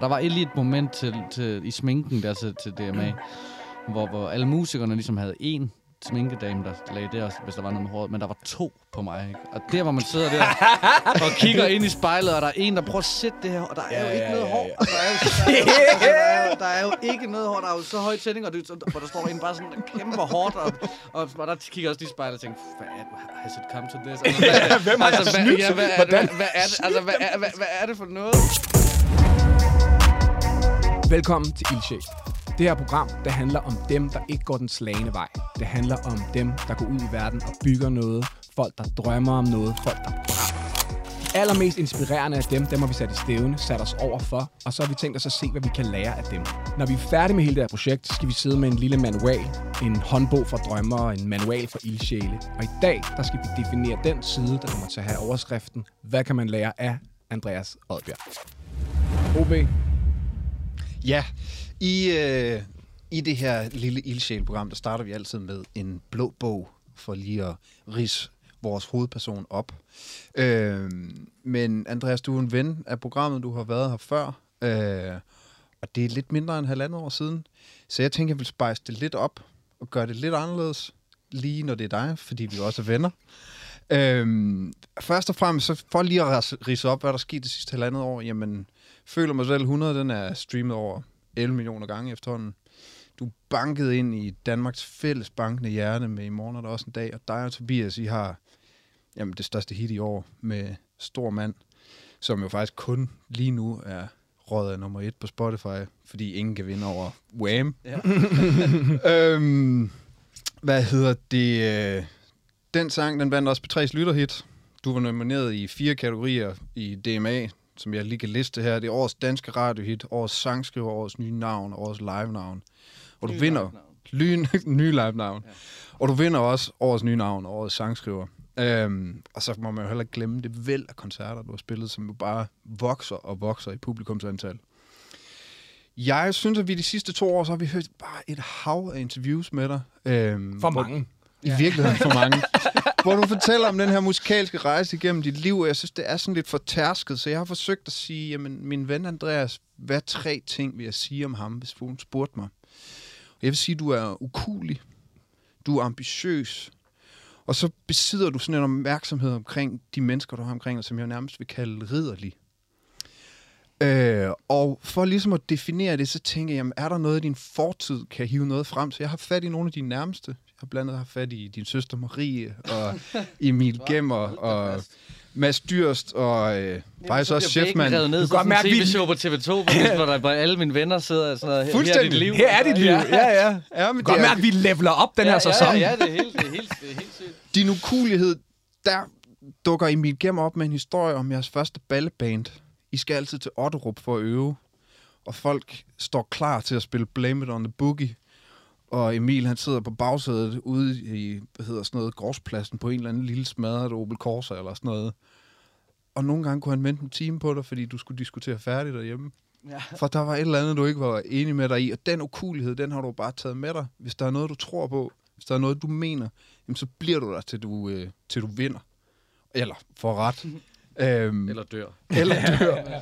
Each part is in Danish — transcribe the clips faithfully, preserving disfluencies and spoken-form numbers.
Der var lige et moment til, til, i sminken der til, til D M A, hvor, hvor alle musikerne ligesom havde én sminkedame, der lagde det også, hvis der var noget med håret, men der var to på mig, ikke? Og der, hvor man sidder der og kigger ind i spejlet, og der er en, der prøver at sætte det her, og der er ja, jo ikke ja, noget ja, hår. Ja. Der, er jo, altså, der, er jo, der er jo ikke noget hår, der er jo så højt tænding, og det, hvor der står en bare sådan, der kæmper hårdt, og, og, og der kigger også i spejlet og tænker, hvad er det? Has it come to this? Altså, ja, hvem har altså, jeg snydt? Ja, hvad, hvad, hvad, hvad er det? Altså, hvad, hvad, hvad er det for noget? Velkommen til Ildsjæl. Det her program, det handler om dem, der ikke går den slagne vej. Det handler om dem, der går ud i verden og bygger noget. Folk, der drømmer om noget. Folk, der brænder. Allermest inspirerende af dem, dem har vi sat i stævne, sat os over for, og så har vi tænkt os at se, hvad vi kan lære af dem. Når vi er færdige med hele det her projekt, skal vi sidde med en lille manual, en håndbog for drømmere og en manual for ildsjæle. Og i dag, der skal vi definere den side, der kommer til at have overskriften, hvad kan man lære af Andreas Odbjerg. O B. Ja, i, øh, i det her lille ildsjæl-program, der starter vi altid med en blå bog, for lige at ridse vores hovedperson op. Øh, men Andreas, du er en ven af programmet, du har været her før, øh, og det er lidt mindre end halvandet år siden. Så jeg tænker, jeg vil spice det lidt op og gøre det lidt anderledes, lige når det er dig, fordi vi også er venner. Øh, først og fremmest, så for lige at ridse op, hvad der skete det sidste halvandet år, jamen, føler mig selv hundrede, den er streamet over elleve millioner gange efterhånden. Du er banket ind i Danmarks fælles bankende hjerte med I morgen er der også en dag, og dig og Tobias, I har jamen, det største hit i år med Stor Mand, som jo faktisk kun lige nu er røget af nummer et på Spotify, fordi ingen kan vinde over Wham. Ja. øhm, hvad hedder det? Den sang, den vandt også på P tre's lytterhit. Du var nomineret i fire kategorier i D M A, som jeg lige kan liste her. Det er årets danske radiohit, årets sangskriver, årets nye navn, årets live-navn. Og du nye vinder lyn, nye live-navn. Ja. Og du vinder også årets nye navn, årets sangskriver. Øhm, og så må man jo heller ikke glemme det væld af koncerter, du har spillet, som jo bare vokser og vokser i publikumsantal. Jeg synes, at vi de sidste to år, så har vi hørt bare et hav af interviews med dig. Øhm, for mange. I ja. virkeligheden for mange. Hvor du fortæller om den her musikalske rejse igennem dit liv, og jeg synes, det er sådan lidt fortærsket, så jeg har forsøgt at sige, jamen, min ven Andreas, hvad tre ting vil jeg sige om ham, hvis hun spurgte mig? Jeg vil sige, du er ukuelig, du er ambitiøs, og så besidder du sådan en opmærksomhed omkring de mennesker, du har omkring dig, som jeg nærmest vil kalde ridderlig. Øh, og for ligesom at definere det, så tænker jeg, jamen, er der noget i din fortid, kan jeg hive noget frem? Så jeg har fat i nogle af dine nærmeste. Jeg har blandt andet haft fat i din søster Marie, og Emil Gemmer, og Mads Dyrst, og øh, faktisk også chefmand. Jeg ned, du kan godt mærke, at T V-show på T V to, hvor, der, hvor alle mine venner sidder sådan noget, her, her er dit liv. Her er dit liv, ja, ja. ja. ja men godt mærke, at vi leveler op den ja, her sæson. Ja, ja, det er helt, det er helt, det er helt sygt. Din ukulighed, der dukker Emil Gemmer op med en historie om jeres første balleband. I skal altid til Otterup for at øve, og folk står klar til at spille Blame It on the Boogie. Og Emil, han sidder på bagsædet ude i, hvad hedder sådan noget, gårdspladsen på en eller anden lille smadret Opel Corsa eller sådan noget. Og nogle gange kunne han vente en time på dig, fordi du skulle diskutere færdigt derhjemme. Ja. For der var et eller andet, du ikke var enig med dig i. Og den ukulighed, den har du bare taget med dig. Hvis der er noget, du tror på, hvis der er noget, du mener, jamen, så bliver du der, til du, øh, til du vinder. Eller får ret. øhm, eller dør. Eller dør. ja.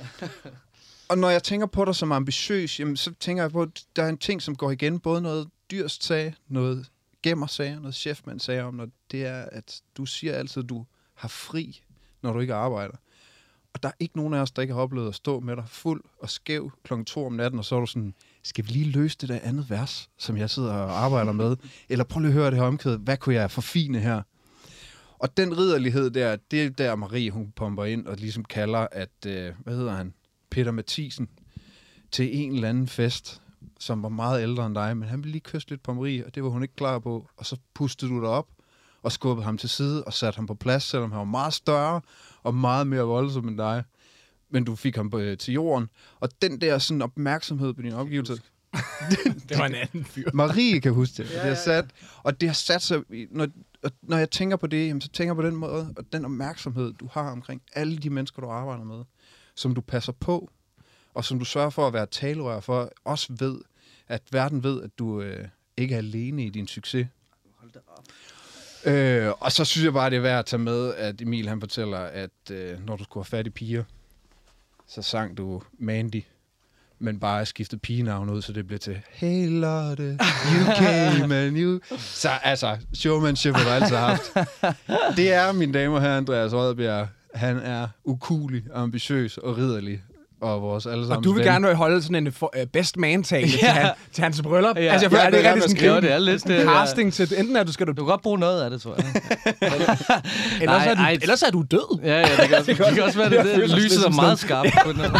Og når jeg tænker på dig som ambitiøs, jamen, så tænker jeg på, at der er en ting, som går igen. Både noget Dyrst sagde, noget Gemmer sagde, noget Chefmand sagde om, når det er, at du siger altid, at du har fri, når du ikke arbejder. Og der er ikke nogen af os, der ikke har oplevet at stå med dig fuld og skæv klokken to om natten, og så er du sådan, skal vi lige løse det der andet vers, som jeg sidder og arbejder med? Eller prøv lige at høre det her omkvæd, hvad kunne jeg forfine her? Og den ridderlighed der, det er der Marie, hun pomper ind og ligesom kalder, at, øh, hvad hedder han, Peter Mathisen, til en eller anden fest, som var meget ældre end dig, men han ville lige kysse lidt på Marie, og det var hun ikke klar på. Og så pustede du dig op og skubbede ham til side og satte ham på plads, selvom han var meget større og meget mere voldsom end dig. Men du fik ham på, øh, til jorden. Og den der sådan opmærksomhed på din opgivelse... det var en anden fyr. Marie kan huske det. Ja, det har sat, og det har sat sig... Når, når jeg tænker på det, jamen, så tænker jeg på den måde, og den opmærksomhed, du har omkring alle de mennesker, du arbejder med, som du passer på, og som du sørger for at være talerør for, også ved, at verden ved, at du øh, ikke er alene i din succes. Hold da op. Øh, og så synes jeg bare, det er værd at tage med, at Emil han fortæller, at øh, når du skulle have fat i piger, så sang du Mandy men bare skiftet pigenavn ud, så det bliver til Hey Lotte, you came and you... Så altså, showmanship har du altid haft. Det er, mine damer og herrer, Andreas Oddbjerg. Han er ukulig, ambitiøs og ridderlig. Og vores allesammen. Og du vil ven. gerne holde sådan en for, uh, best man-tale Ja. til, han, til hans bryllup. Ja. Altså, jeg føler, Ja, er det det er rigtig godt, sådan man skal- det er lidt det, casting til... Enten er du, skal du... Du kan godt bruge noget af det, tror jeg. Ellers, Nej, er du, ej. ellers er du død. Ja, ja, det kan også, det kan også være, det, Jeg det. føler os Lyset lidt er som meget sådan- skarpt på den.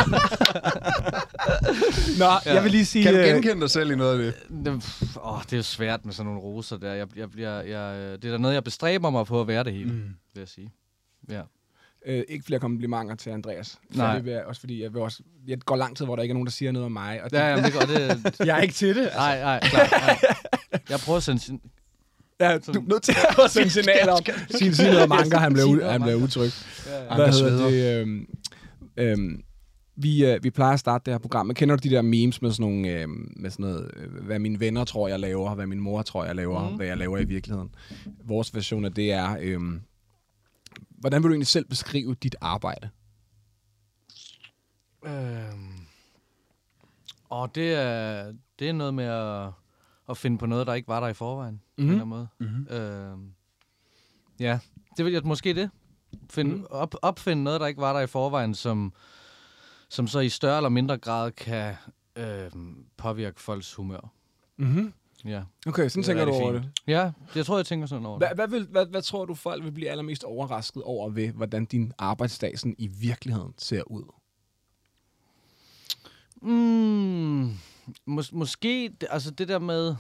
Nå, ja. jeg vil lige sige... Kan du øh, genkende dig selv i noget af det? Det, pff, åh, det er jo svært med sådan nogle roser der. Jeg, jeg, jeg, jeg, det er da noget, jeg bestræber mig på at være det hele, mm. vil jeg sige. Ja. Øh, ikke flere komplimenter til Andreas. For Nej. Det vil jeg, også fordi jeg, vil også, jeg går lang tid, hvor der ikke er nogen, der siger noget om mig. Og det, Ja, jamen, det går det. jeg er ikke til det. Altså. Nej, nej, klart. Nej. Jeg prøver at sende sin... Ja, du er nødt til at sende signaler om. Sige, sige noget om Anker, han bliver, u- han bliver utryg. Ja, ja. Hvad Anker hedder sveder. det? Øhm, øhm, vi, øh, vi plejer at starte det her program. Men kender du de der memes med sådan nogle, øh, med sådan noget, øh, hvad mine venner tror, jeg laver, hvad min mor tror, jeg laver, mm. hvad jeg laver i virkeligheden. Vores version af det er, øh, hvordan vil du egentlig selv beskrive dit arbejde? Øhm. Og det er, det er noget med at, at finde på noget, der ikke var der i forvejen. Mm-hmm. På en eller anden måde. Mm-hmm. Øhm. Ja, det vil jeg måske det. Find, Mm. op, opfinde noget, der ikke var der i forvejen, som, som så i større eller mindre grad kan øh, påvirke folks humør. Mm-hmm. Ja. Okay, sådan Det er tænker du rigtig over fint. det. Ja, jeg tror, jeg tænker sådan over det. Hvad, hvad, vil, hvad, hvad tror du, folk vil blive allermest overrasket over ved, hvordan din arbejdsdag sådan i virkeligheden ser ud? Mm, mås- måske, det- altså det der med,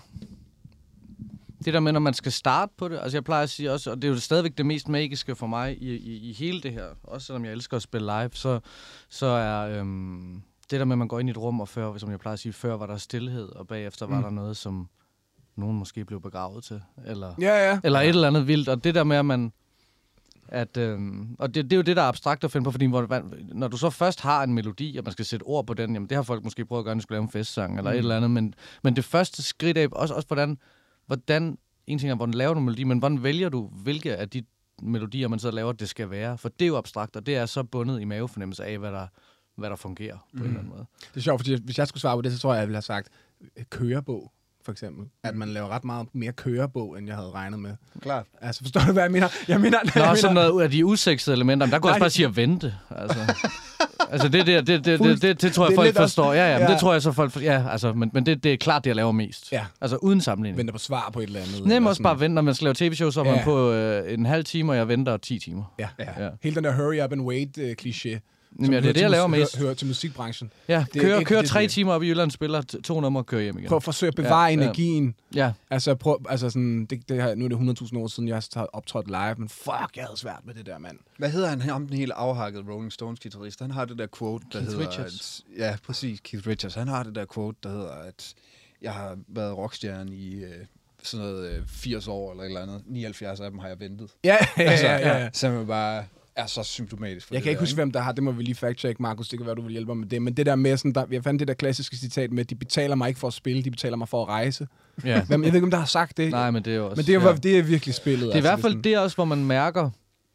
det der med, når man skal starte på det, altså jeg plejer at sige også, og det er jo stadigvæk det mest magiske for mig i, i, i hele det her, også selvom jeg elsker at spille live, så, så er øhm, det der med, at man går ind i et rum, og før, som jeg plejer at sige, før var der stillhed, og bagefter var Mm. der noget, som nogen måske blev begravet til, eller, Ja, ja. eller et eller andet vildt, og det der med, at man, at, øhm, og det, det er jo det, der er abstrakt at finde på, fordi hvor, når du så først har en melodi, og man skal sætte ord på den, jamen det har folk måske prøvet at gøre, når de skulle lave en festsang, eller mm. et eller andet, men, men det første skridt af, også, også hvordan, hvordan, en ting er, hvordan laver du en melodi, men hvordan vælger du, hvilke af de melodier, man så laver, det skal være, for det er jo abstrakt, og det er så bundet i mavefornemmelse af, hvad der, hvad der fungerer på mm. en eller anden måde. Det er sjovt, fordi hvis jeg skulle svare på det, så tror jeg, jeg ville have sagt øh, kørebog, for eksempel. At man laver ret meget mere kørebog, end jeg havde regnet med. Klart. Altså, forstår du, hvad jeg mener? Jeg mener, Nå, jeg mener sådan noget af de usexede elementer, men der kunne jeg Nej. også bare sige at vente, altså. Altså det, det, det, det, det, det, det tror jeg, Det er folk lidt også- forstår. Ja, ja, men ja. det tror jeg så folk for, ja, altså, men, men det, det er klart, det jeg laver mest. Ja. Altså uden sammenligning. venter på svar på et eller andet. Nem eller også sådan. bare vente, når man skal lave tv-show, så er man Ja. på øh, en halv time, og jeg venter ti timer. Ja. Ja. Ja. Hele den der hurry up and wait uh, kliché. Jamen, ja, det er det, jeg laver mest. Hører, hører til musikbranchen. Ja, Det er kører, et- kører det- tre det- timer op i Jylland, spiller t- to numre og kører hjem igen. Prøv at forsøge at bevare Ja, ja. energien. Ja, Altså, prøv, altså sådan, det, det her, nu er det hundrede tusind år siden, jeg har optrådt live, men fuck, jeg havde svært med det der, mand. Hvad hedder han, ham den helt afhakkede Rolling Stones-guitarist? Han har det der quote, der Keith hedder... Richards. At, ja, præcis, Keith Richards. Han har det der quote, der hedder, at jeg har været rockstjerne i øh, sådan noget øh, firs år eller et eller andet. nioghalvfjerds af dem har jeg ventet. Ja, ja, Altså, ja, ja, ja. Så man bare er så symptomatisk for Jeg det kan ikke der, huske, hvem der har. Det må vi lige fact-check, Markus. Det kan være, du vil hjælpe mig med det. Men det der med sådan, der, jeg fandt det der klassiske citat med, de betaler mig ikke for at spille, de betaler mig for at rejse. ja. Hvem, jeg ved ikke, om der har sagt det. Nej, men det er jo også... men det er, jo, ja. det er virkelig spillet. Det er i hvert fald det er også, hvor man mærker,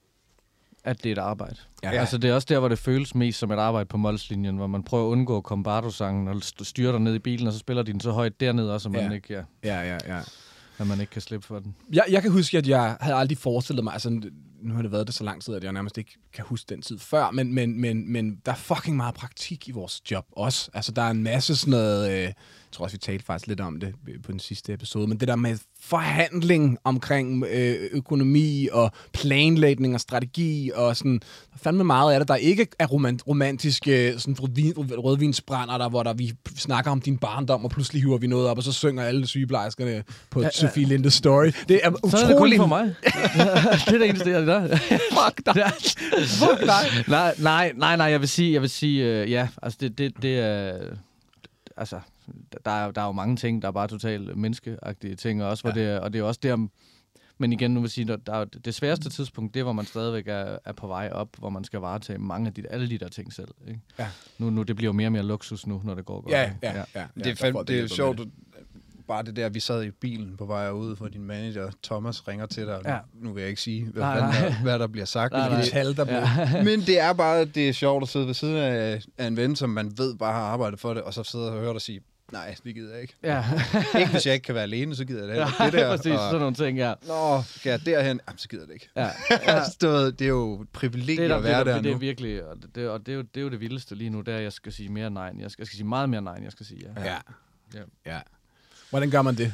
at det er et arbejde. Ja. Ja. Altså det er også der, hvor det føles mest som et arbejde på Mols-linjen, hvor man prøver at undgå Combardo-sangen og st- styrer dig ned i bilen, og så spiller de den så højt dernede også, at man, Ja. ikke, ja, Ja, ja, ja. at man ikke kan slippe for den. Jeg, jeg kan huske, at jeg havde aldrig forestillet mig, altså nu har det været det så lang tid, at jeg nærmest ikke kan huske den tid før, men, men, men, men der er fucking meget praktik i vores job også. Altså der er en masse sådan noget, øh, jeg tror også, vi talte faktisk lidt om det på den sidste episode, men det der med forhandling omkring øh, økonomi og planlægning og strategi og sådan, der er fandme meget af det, der ikke er romant- romantiske sådan rødvin, rødvinsbrænder, der, hvor der vi snakker om din barndom, og pludselig hiver vi noget op, og så synger alle sygeplejerskerne på ja, Sofie Lindes story. Det er utrolig... Så er det kun for mig. Det er det eneste, jeg der. Fuck dig. Fuck dig. nej, nej, nej, nej, jeg vil sige, jeg vil sige, øh, ja, altså det, det, det er, altså, der er, der er jo mange ting, der er bare totalt menneskeagtige ting, og også, hvor Ja. det er, og det er også der, men igen, nu vil jeg sige, der, der er, det sværeste tidspunkt, det er, hvor man stadigvæk er, er på vej op, hvor man skal varetage mange af de, alle de der ting selv, ikke? Ja. Nu, nu, det bliver jo mere og mere luksus nu, når det går godt. Ja, ikke? ja, ja. ja. Det er, der fandme, får det er jo hjælper sjovt. med bare det der, vi sad i bilen på vej ud, hvor din manager Thomas ringer til dig. Ja. Nu vil jeg ikke sige, hvad, Nej, nej, nej. der, hvad der bliver sagt. Nej, men nej. det- Tal, der bliver... Men det er bare, det er sjovt at sidde ved siden af, af en ven, som man ved bare har arbejdet for det, og så sidde og høre dig sige, nej, det gider jeg ikke. Ja. Ikke hvis jeg ikke kan være alene, så gider jeg det heller Ja, ikke. Det der, præcis. og, Sådan nogle ting, ja. Nå, skal jeg derhen? Jamen, så gider jeg det ikke. Ja. Altså, du ved, det er jo et Det privilegium er, der, at det, være er, der, der det er nu. virkelig, og det, og det, er jo, det er jo det vildeste lige nu, der jeg skal sige mere nej. Jeg skal, jeg skal sige meget mere nej, end jeg skal sige ja. Ja. Ja. ja. Hvordan gør man det?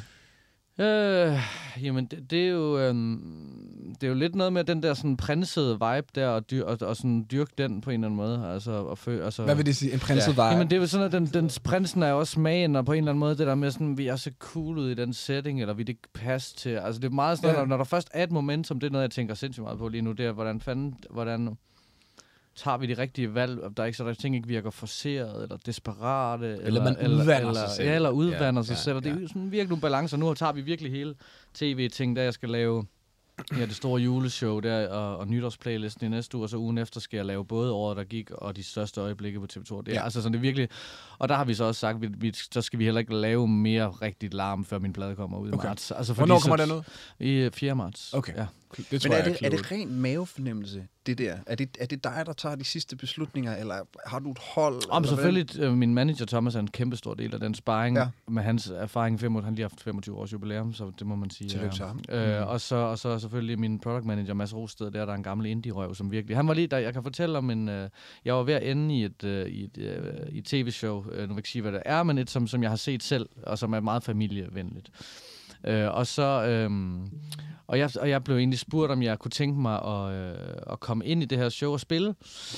Øh, jamen, det, det, er jo, øhm, det er jo lidt noget med den der sådan prinsede vibe der, og, dyr, og, og sådan dyrke den på en eller anden måde. Altså, og fø, altså, Hvad vil det sige? En prinset ja. Jamen, det er jo sådan, at den, den, prinsen er jo også smagen, og på en eller anden måde, det der med sådan, vi er så cool ud i den setting, eller vi det ikke passe til. Altså, det er meget sådan, Ja. når, når der først er et momentum, det er noget, jeg tænker sindssygt meget på lige nu, det er, hvordan fanden, hvordan tager vi de rigtige valg, og der er ikke så der ting ikke virker forceret, eller desperate, eller, Eller man udvander eller, sig selv. Ja, eller udvander Ja, sig ja, selv, og det er ja. jo sådan virkelig nogle balancer. Nu tager vi virkelig hele tv-ting, der jeg skal lave ja, det store juleshow der, og, og nytårsplaylisten i næste uge, og så ugen efter skal jeg lave både året, der gik, og de største øjeblikke på T V to. Det er Ja. altså sådan, det er virkelig... Og der har vi så også sagt, at vi, vi, så skal vi heller ikke lave mere rigtigt larm, før min plade kommer ud i Okay. marts. Altså, Hvornår så, kommer den ud? I øh, fjerde marts. Okay. Ja. Det tror Men er jeg det, er klogt. det ren mavefornemmelse, det der? Er det, er det dig, der tager de sidste beslutninger, eller har du et hold? Om eller selvfølgelig, øh, min manager Thomas er en kæmpe stor del af den sparring Ja. ja. med hans erfaring. fem, han har lige haft femogtyve års jubilæum, så det må man sige. Tillykke til ham. Øh, og, så, og så selvfølgelig min product manager, Mads Rosted, der, der er en gammel indie-røv, som virkelig... Han var lige der, jeg kan fortælle om en... Øh, jeg var ved at ende i et, øh, i et, øh, i et tv-show, øh, nu vil jeg ikke sige, hvad det er, men et, som, som jeg har set selv, og som er meget familievenligt. Øh, og så... Øh, og, jeg, og jeg blev egentlig spurgt, om jeg kunne tænke mig at, øh, at komme ind i det her show og spille.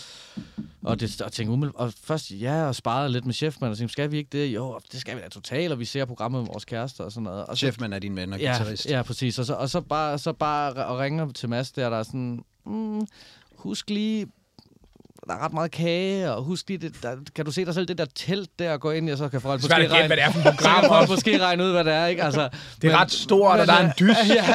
Og, det, og, tænkte, umiddelbart- og først ja, og sparede lidt med Chefman, og tænkte, skal vi ikke det? Jo, det skal vi da totalt, og vi ser programmet med vores kærester og sådan noget. Og så, Chefman er din ven og ja, guitarist. ja, præcis. Og så, og så bare, så bare og ringer til Mads der, der er sådan, mm, husk lige, der er ret meget kage, og husk lige, det, der, kan du se dig selv det der telt der, og gå ind i, og så kan folk Så skal måske jeg gætte, hvad det er for et program. så kan folk måske regne ud, hvad det er, ikke? Altså, Det er ret stort, og der er en dys. Ja.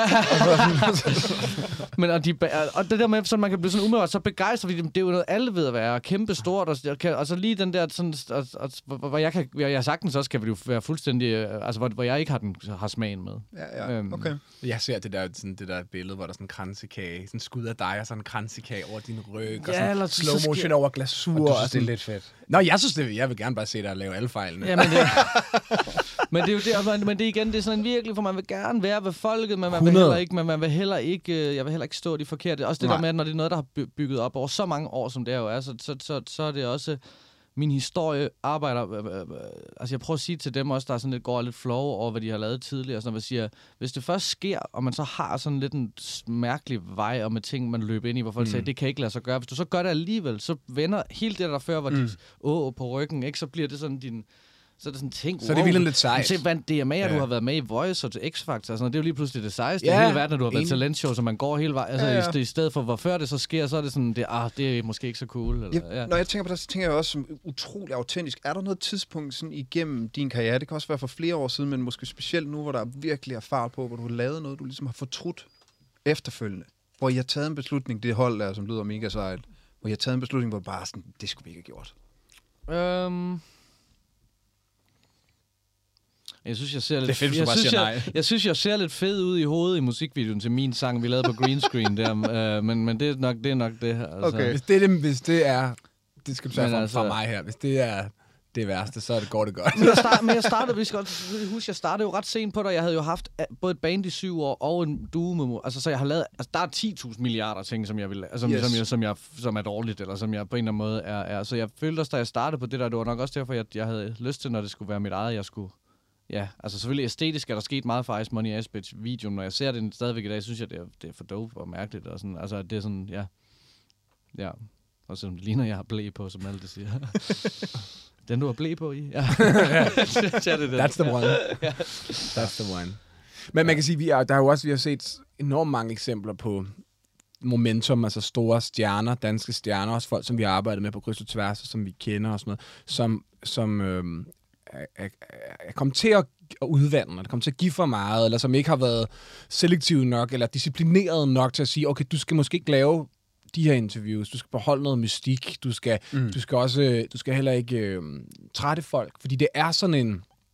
Men og, de, og det der med, så man kan blive sådan umiddelbart så begejstret, fordi det er jo noget, alle ved at være kæmpe stort, og, og så lige den der, sådan, og, og, hvor hvor jeg kan, jeg sagtens også kan jo være fuldstændig, øh, altså hvor, hvor jeg ikke har, den, har smagen med. Ja, ja. Øhm, Okay. Jeg ser det der, sådan, det der billede, hvor der er sådan en kransekage, sådan en skud af dig, og sådan en kransekage over din ryg, og Ja, sådan eller slow så skal- motion over glasur. Og du Og synes, det er sådan. lidt fedt. Nå, jeg synes det. Jeg vil gerne bare se dig lave alle fejlene. Ja, men det, men det er jo det, men, men det er igen, det er sådan en virkelig, for man vil gerne være ved folket, men man vil hundrede. heller ikke, men man vil heller ikke, øh, jeg vil heller ikke stå de forkerte. Også det Nej. der med, at når det er noget, der har by- bygget op over så mange år, som det jo er, så, så, så, så er det også min historie arbejder, øh, øh, altså jeg prøver at sige til dem også, der er sådan lidt, går lidt flow over, hvad de har lavet tidligere, så når man siger, hvis det først sker, og man så har sådan lidt en s- mærkelig vej, og med ting, man løber ind i, hvor folk mm. siger, det kan ikke lade sig gøre. Hvis du så gør det alligevel, så vender hele det, der før var mm. dit å på ryggen, ikke? Så bliver det sådan din... Så er det sådan en ting, Så er det virkelig lidt sejt. Se, hvad D M A, Ja. du har været med i Voice og til X-Factor, og sådan noget, det er jo lige pludselig det sejeste Ja, i hele verden, at du har været enig. talentshow, så man går hele vejen. Altså, Ja, ja, ja. ja. I, st- i stedet for, hvor før det så sker, så er det sådan, det, ah, det er måske ikke så cool. Eller, Ja, ja. når jeg tænker på det, så tænker jeg også som utrolig autentisk. Er der noget tidspunkt sådan igennem din karriere, det kan også være for flere år siden, men måske specielt nu, hvor der virkelig er fart på, hvor du har lavet noget, du ligesom har fortrudt efterfølgende, hvor I har taget en beslutning, det hold der, som lyder mega sejt, hvor I har taget en beslutning, hvor bare sådan, det skulle vi ikke have gjort. Øhm, jeg synes, jeg ser lidt... Det er fedt, hvis du jeg, bare synes, siger jeg, nej. jeg synes, jeg ser lidt fed ud i hovedet i musikvideoen til min sang, vi lavede på green screen der, øh, men, men det er nok det. Er nok det altså. Okay. Hvis det er, det, hvis det er, det skal du sige Men fra, altså- fra mig her, hvis det er det værste, så er det, går det godt. Men jeg, start, men jeg startede, vi skal godt huske, jeg startede jo ret sent på det. Jeg havde jo haft uh, både et band i syv år og en duo med, altså så jeg har lavet, altså der er ti tusind milliarder ting, som jeg vil, altså, som, Yes. som, jeg, som, jeg, som er dårligt, eller som jeg på en eller anden måde er, er. Så jeg følte også, da jeg startede på det der, det var nok også derfor, jeg, jeg havde lyst til, når det skulle være mit eget, jeg skulle, ja, altså selvfølgelig æstetisk er der sket meget for Ice Money Asbitch videoen, når jeg ser den stadigvæk i dag, synes jeg, det er, det er for dope og mærkeligt, og sådan, altså det er sådan, ja, ja, og så det ligner, jeg har blæ på, som alle det siger. Den, du har blæ på i? Ja. That's That's the one. That's the one. Men man kan sige, vi er, der er jo også, vi har set enormt mange eksempler på momentum, altså store stjerner, danske stjerner, også folk, som vi har arbejdet med på kryds og tværs, og som vi kender og sådan noget, som, som øhm, er, er, er kommet til at, at udvande, eller kommet til at give for meget, eller som ikke har været selektive nok, eller disciplineret nok til at sige, okay, du skal måske ikke lave de her interviews, du skal beholde noget mystik, du skal, mm. du skal også, du skal heller ikke øh, trætte folk, fordi det er sådan en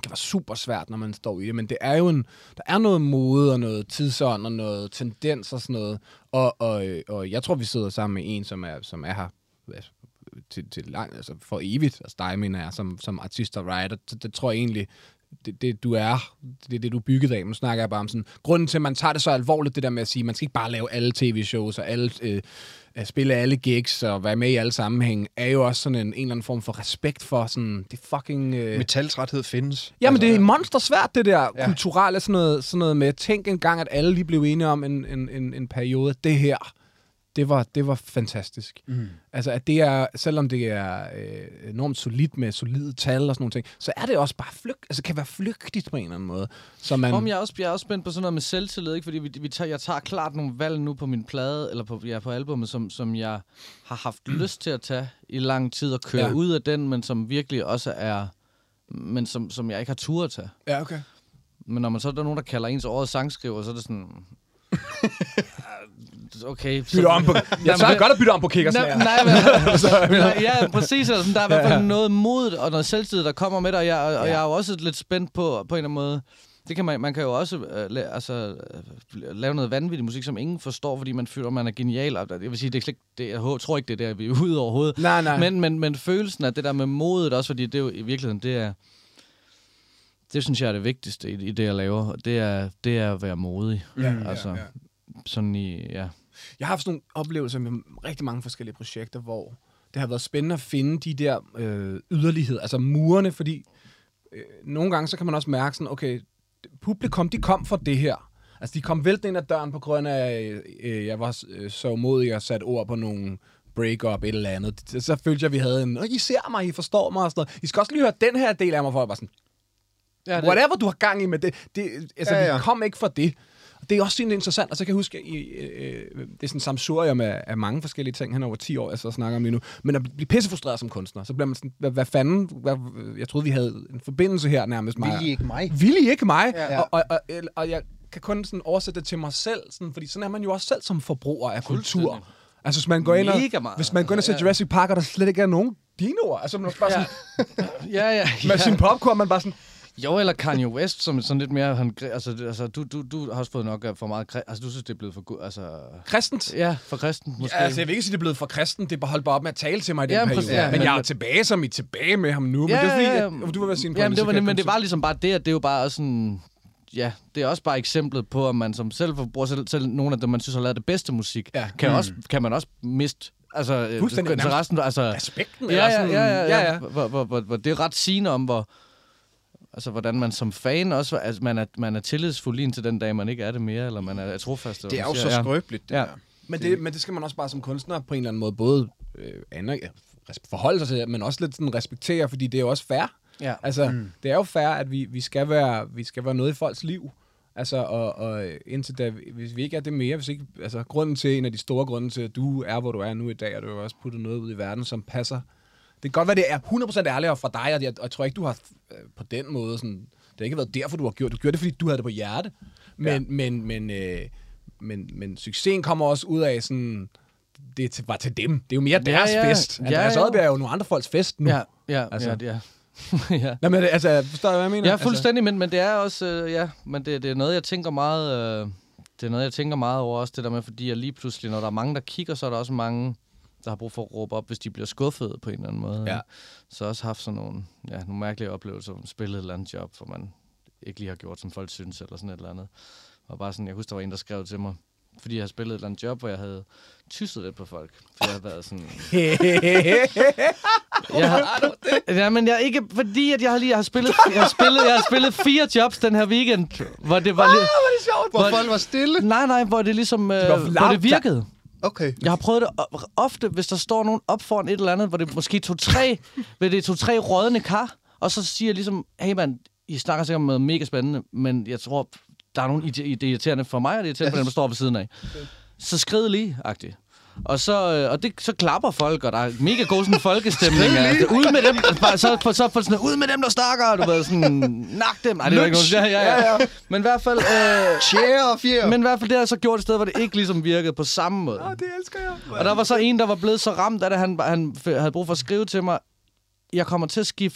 det var super svært, når man står i det, men det er jo en, der er noget mode og noget tidsånd og noget tendens og sådan noget, og, og, og jeg tror, vi sidder sammen med en, som er, som er her altså, til, til lang, altså for evigt, altså dig, mener jeg, som, som artist og writer, det, det tror jeg egentlig, det, det du er, det er det, du er bygget af. Nu snakker jeg bare om sådan, grunden til, at man tager det så alvorligt, det der med at sige, man skal ikke bare lave alle tv-shows og alle, øh, spille alle gigs og være med i alle sammenhæng, er jo også sådan en, en eller anden form for respekt for sådan, det fucking... Øh... Metaltræthed findes. Jamen, altså, det er monster svært, det der ja. kulturelle, sådan noget, sådan noget med, tænk en gang, at alle lige blev enige om en, en, en, en periode, det her, det var, det var fantastisk. Mm. Altså, at det er, selvom det er øh, enormt solidt med solide tal og sådan nogle ting, så er det også bare flygt, altså kan være flygtigt på en eller anden måde. Så man... Om jeg, er også, jeg er også spændt på sådan noget med selvtillid, ikke? Fordi vi, vi tager, jeg tager klart nogle valg nu på min plade, eller på, ja, på albumet, som, som jeg har haft lyst til at tage i lang tid og køre ja. ud af den, men som virkelig også er, men som, som jeg ikke har tur at tage. Ja, okay. Men når man så er der nogen, der kalder ens årets sangskriver, så er det sådan... Okay. Så, bytte om på... Jeg tager godt at bytte om på kickerslager. Nej, men... ja, præcis. Altså, der er i hvert fald noget mod og noget selvtid, der kommer med dig, og jeg, og ja. jeg er jo også lidt spændt på, på en eller anden måde. Det kan man, man kan jo også uh, la, altså, uh, lave noget vanvittig musik, som ingen forstår, fordi man føler, man er genial. Og jeg vil sige, det er slet, det, jeg tror ikke, det er der, vi er ude overhovedet. Nej, nej. Men, men, men følelsen af det der med modet også, fordi det er jo i virkeligheden, det er... Det synes jeg er det vigtigste i, i det, jeg laver. Det er, det er at være modig. Ja, altså, ja, ja. Sådan i, ja. Jeg har haft sådan nogle oplevelser med rigtig mange forskellige projekter, hvor det har været spændende at finde de der øh, yderligheder, altså murene, fordi øh, nogle gange så kan man også mærke sådan, okay, publikum, de kom for det her. Altså, de kom væltende ind ad døren på grund af, øh, jeg var øh, så modig og sat ord på nogle break-up, et eller andet. Så følte jeg, at vi havde en, I ser mig, I forstår mig og sådan noget. I skal også lige høre den her del af mig, for jeg var sådan, ja, det... whatever du har gang i med det, det altså, ja, ja. vi kom ikke for det. Det er også sådan interessant, og så kan jeg huske, at I, øh, det er sådan en samsurium af, af mange forskellige ting, han er over ti år, jeg så snakker om lige nu, men at blive pissefrustreret som kunstner, så bliver man sådan, hvad, hvad fanden, hvad, jeg troede, vi havde en forbindelse her nærmest. Vil I ikke mig? Vil I ikke mig? Ja. Og, og, og, og jeg kan kun sådan oversætte det til mig selv, sådan, fordi sådan er man jo også selv som forbruger af kultur. Altså, hvis man går ind og, hvis man går ind og ser Jurassic Park, og der slet ikke er nogen dinoer, altså man bare sådan, ja, ja, ja. med sin popcorn, man bare sådan, jo, eller Kanye West, som sådan lidt mere... Han, altså, altså du, du, du har også fået nok for meget... Altså, du synes, det er blevet for... Altså, kristent? Ja, for kristen, måske. Ja, altså, jeg vil ikke sige, det er blevet for kristen. Det er bare holdt bare op med at tale til mig i den ja, periode. præcis, ja, men, men jeg er tilbage, som I er tilbage med ham nu. Ja, men det er fordi, ja, ja. Jeg, du vil være sin ja, men det, var, men det var ligesom bare det, at det er jo bare sådan... Ja, det er også bare eksemplet på, at man som selv bruger selv, selv nogle af dem, man synes har lavet det bedste musik, ja. kan, mm. også, kan man også miste... Altså, interessen, altså... Respekten, ja, eller sådan... Ja, ja, ja. ja, ja. Hvor, hvor, hvor, hvor det er ret sigende om, hvor... Altså, hvordan man som fan også... Altså, man er, man er tillidsfuld ind til den dag, man ikke er det mere, eller man er trofast. Det er jo så skrøbeligt, det ja. der. Men det, men det skal man også bare som kunstner på en eller anden måde både øh, aner, forholde sig til, men også lidt sådan respektere, fordi det er jo også fair. Ja. Altså, mm. det er jo fair, at vi, vi, skal være, vi skal være noget i folks liv. Altså, og, og indtil da, hvis vi ikke er det mere, hvis ikke... Altså, grunden til, en af de store grunde til, at du er, hvor du er nu i dag, og du har også puttet noget ud i verden, som passer... Det kan godt være, det er hundrede procent ærligere fra dig, og jeg, og jeg tror ikke, du har øh, på den måde sådan... Det har ikke været derfor, du har gjort. Du gjorde det, fordi du havde det på hjerte. Men, ja. men, men, øh, men, men succesen kommer også ud af sådan... Det var til dem. Det er jo mere deres ja, ja. fest. Ja, Andreas ja. Odbjerg er jo nogle andre folks fest nu. Ja, ja, altså. ja, ja. ja. Nå, men altså, forstår du, hvad jeg mener? Ja, fuldstændig, men, men det er også... Øh, ja, men det, det er noget, jeg tænker meget... Øh, det er noget, jeg tænker meget over også, det der med, fordi jeg lige pludselig, når der er mange, der kigger, så er der også mange... der har brug for at råbe op, hvis de bliver skuffet på en eller anden måde. Ja. Så jeg har også haft sådan nogle, ja, nogle mærkelige oplevelser, om spillet et eller andet job, hvor man ikke lige har gjort, som folk synes, eller sådan et eller andet. Og bare sådan, jeg husker, der var en, der skrev til mig, fordi jeg havde spillet et eller andet job, hvor jeg havde tysset lidt på folk. Fordi jeg havde været sådan... jeg har, ja, men jeg ikke... Fordi at jeg har lige jeg har spillet, jeg har spillet, jeg har spillet fire jobs den her weekend, hvor det var... Ah, hvor det sjovt! Hvor, hvor folk var stille? Nej, nej, hvor det ligesom... Øh, hvor det virkede. Okay. Jeg har prøvet det ofte, hvis der står nogen op foran et eller andet, hvor det måske tog tre, hvor det tog tre rådne kar, og så siger jeg ligesom, hey man, I snakker sikkert om noget mega spændende, men jeg tror, der er nogen det er irriterende for mig, og det er irriterende for dem, der står ved siden af. Så skrid lige, agtigt. Og så, og det, så klapper folk, og der er mega god sådan folkestemning. Altså, ud med dem, så, så, så sådan, ud med dem, der snakker, du ved, sådan, nak dem. Ej, det er ikke noget, ja, ja, ja. Men i hvert fald... Øh, Cheer og fjer. Men i hvert fald, det har så gjort et sted, hvor det ikke ligesom virkede på samme måde. Åh, det elsker jeg. Og der var så en, der var blevet så ramt af det, han, han havde brug for at skrive til mig, jeg kommer til at skifte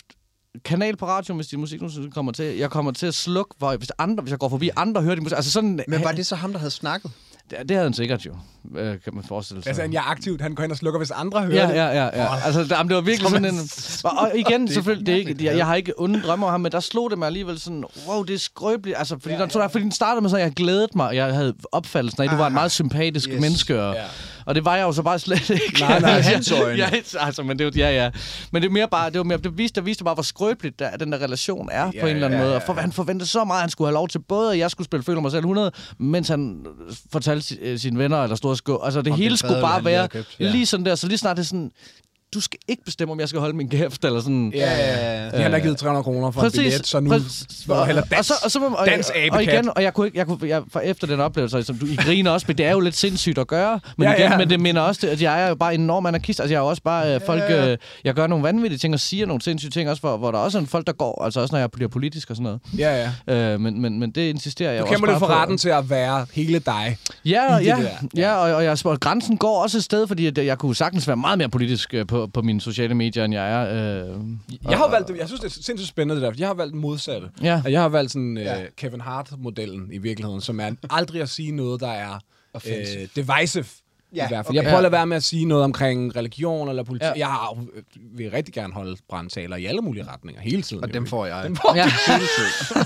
kanal på radioen, hvis din musik nu kommer til. Jeg kommer til at slukke, hvor, hvis, andre, hvis jeg går forbi, andre hører din musik. Altså sådan, Men var det så ham, der havde snakket? Det, det havde han sikkert jo, øh, kan man forestille sig. Altså, jeg er aktivt, han går ind og slukker, hvis andre hører ja, det. Ja, ja, ja. Oh. Altså, der, det var virkelig sådan en... Og, og igen, det selvfølgelig, det er ikke, jeg, jeg har ikke onde drømme om ham, men der slog det mig alligevel sådan, wow, det er skrøbeligt. Altså, fordi, ja, ja. Der, fordi den startede med sådan, jeg glædede mig, jeg havde opfattelsen af, at du var en meget sympatisk yes. menneske. Og, ja. og det var jeg jo så bare slet ikke. Nej, nej, hans øjne. Ja, altså, men det, ja, ja. Men det er mere bare, det var mere, det viste, det viste bare, hvor skrøbeligt der, den der relation er ja, på en eller anden ja, måde. Og for, han forventede så meget, at han skulle have lov til både, at jeg skulle spille Føler mig selv hundrede, mens han fortalte sine venner, eller store skå. Altså, det om hele skulle bare være ja. lige sådan der. Så lige snart det er sådan, du skal ikke bestemme, om jeg skal holde min kæft, eller sådan... Ja, ja, ja. Øh, han har givet tre hundrede kroner for præcis, en billet, så nu må heller dans, og så, og så, og, dans og, og igen, og jeg kunne ikke... Jeg kunne, jeg, for efter den oplevelse, som du I griner også, men det er jo lidt sindssygt at gøre, men, ja, igen, ja. men det minder også, at jeg er jo bare en enorm anarkist. Altså, jeg er jo også bare øh, folk... Øh, jeg gør nogle vanvittige ting og siger nogle sindssyge ting, også hvor, hvor der også er en folk, der går, altså også når jeg bliver politisk og sådan noget. Ja, ja. Øh, men, men, men det insisterer jeg du også bare på. Du kæmper lidt for retten til at være hele dig. Ja, ja, ja, ja, og, og, jeg, og grænsen går også et sted, fordi jeg, jeg kunne sagtens være meget mere politisk øh, på, på mine sociale medier, end jeg er. Øh, jeg har valgt, jeg synes, det er sindssygt spændende det der. Jeg har valgt modsatte. Ja. Jeg har valgt sådan øh, ja. Kevin Hart-modellen i virkeligheden, som er aldrig at sige noget, der er øh, divisive. Ja, i hvert fald. Okay. Jeg prøver at lade være med at sige noget omkring religion eller politik. Ja. Jeg har, vil rigtig gerne holde brandtaler i alle mulige retninger hele tiden. Og dem får jeg. Dem får ja. hele tiden.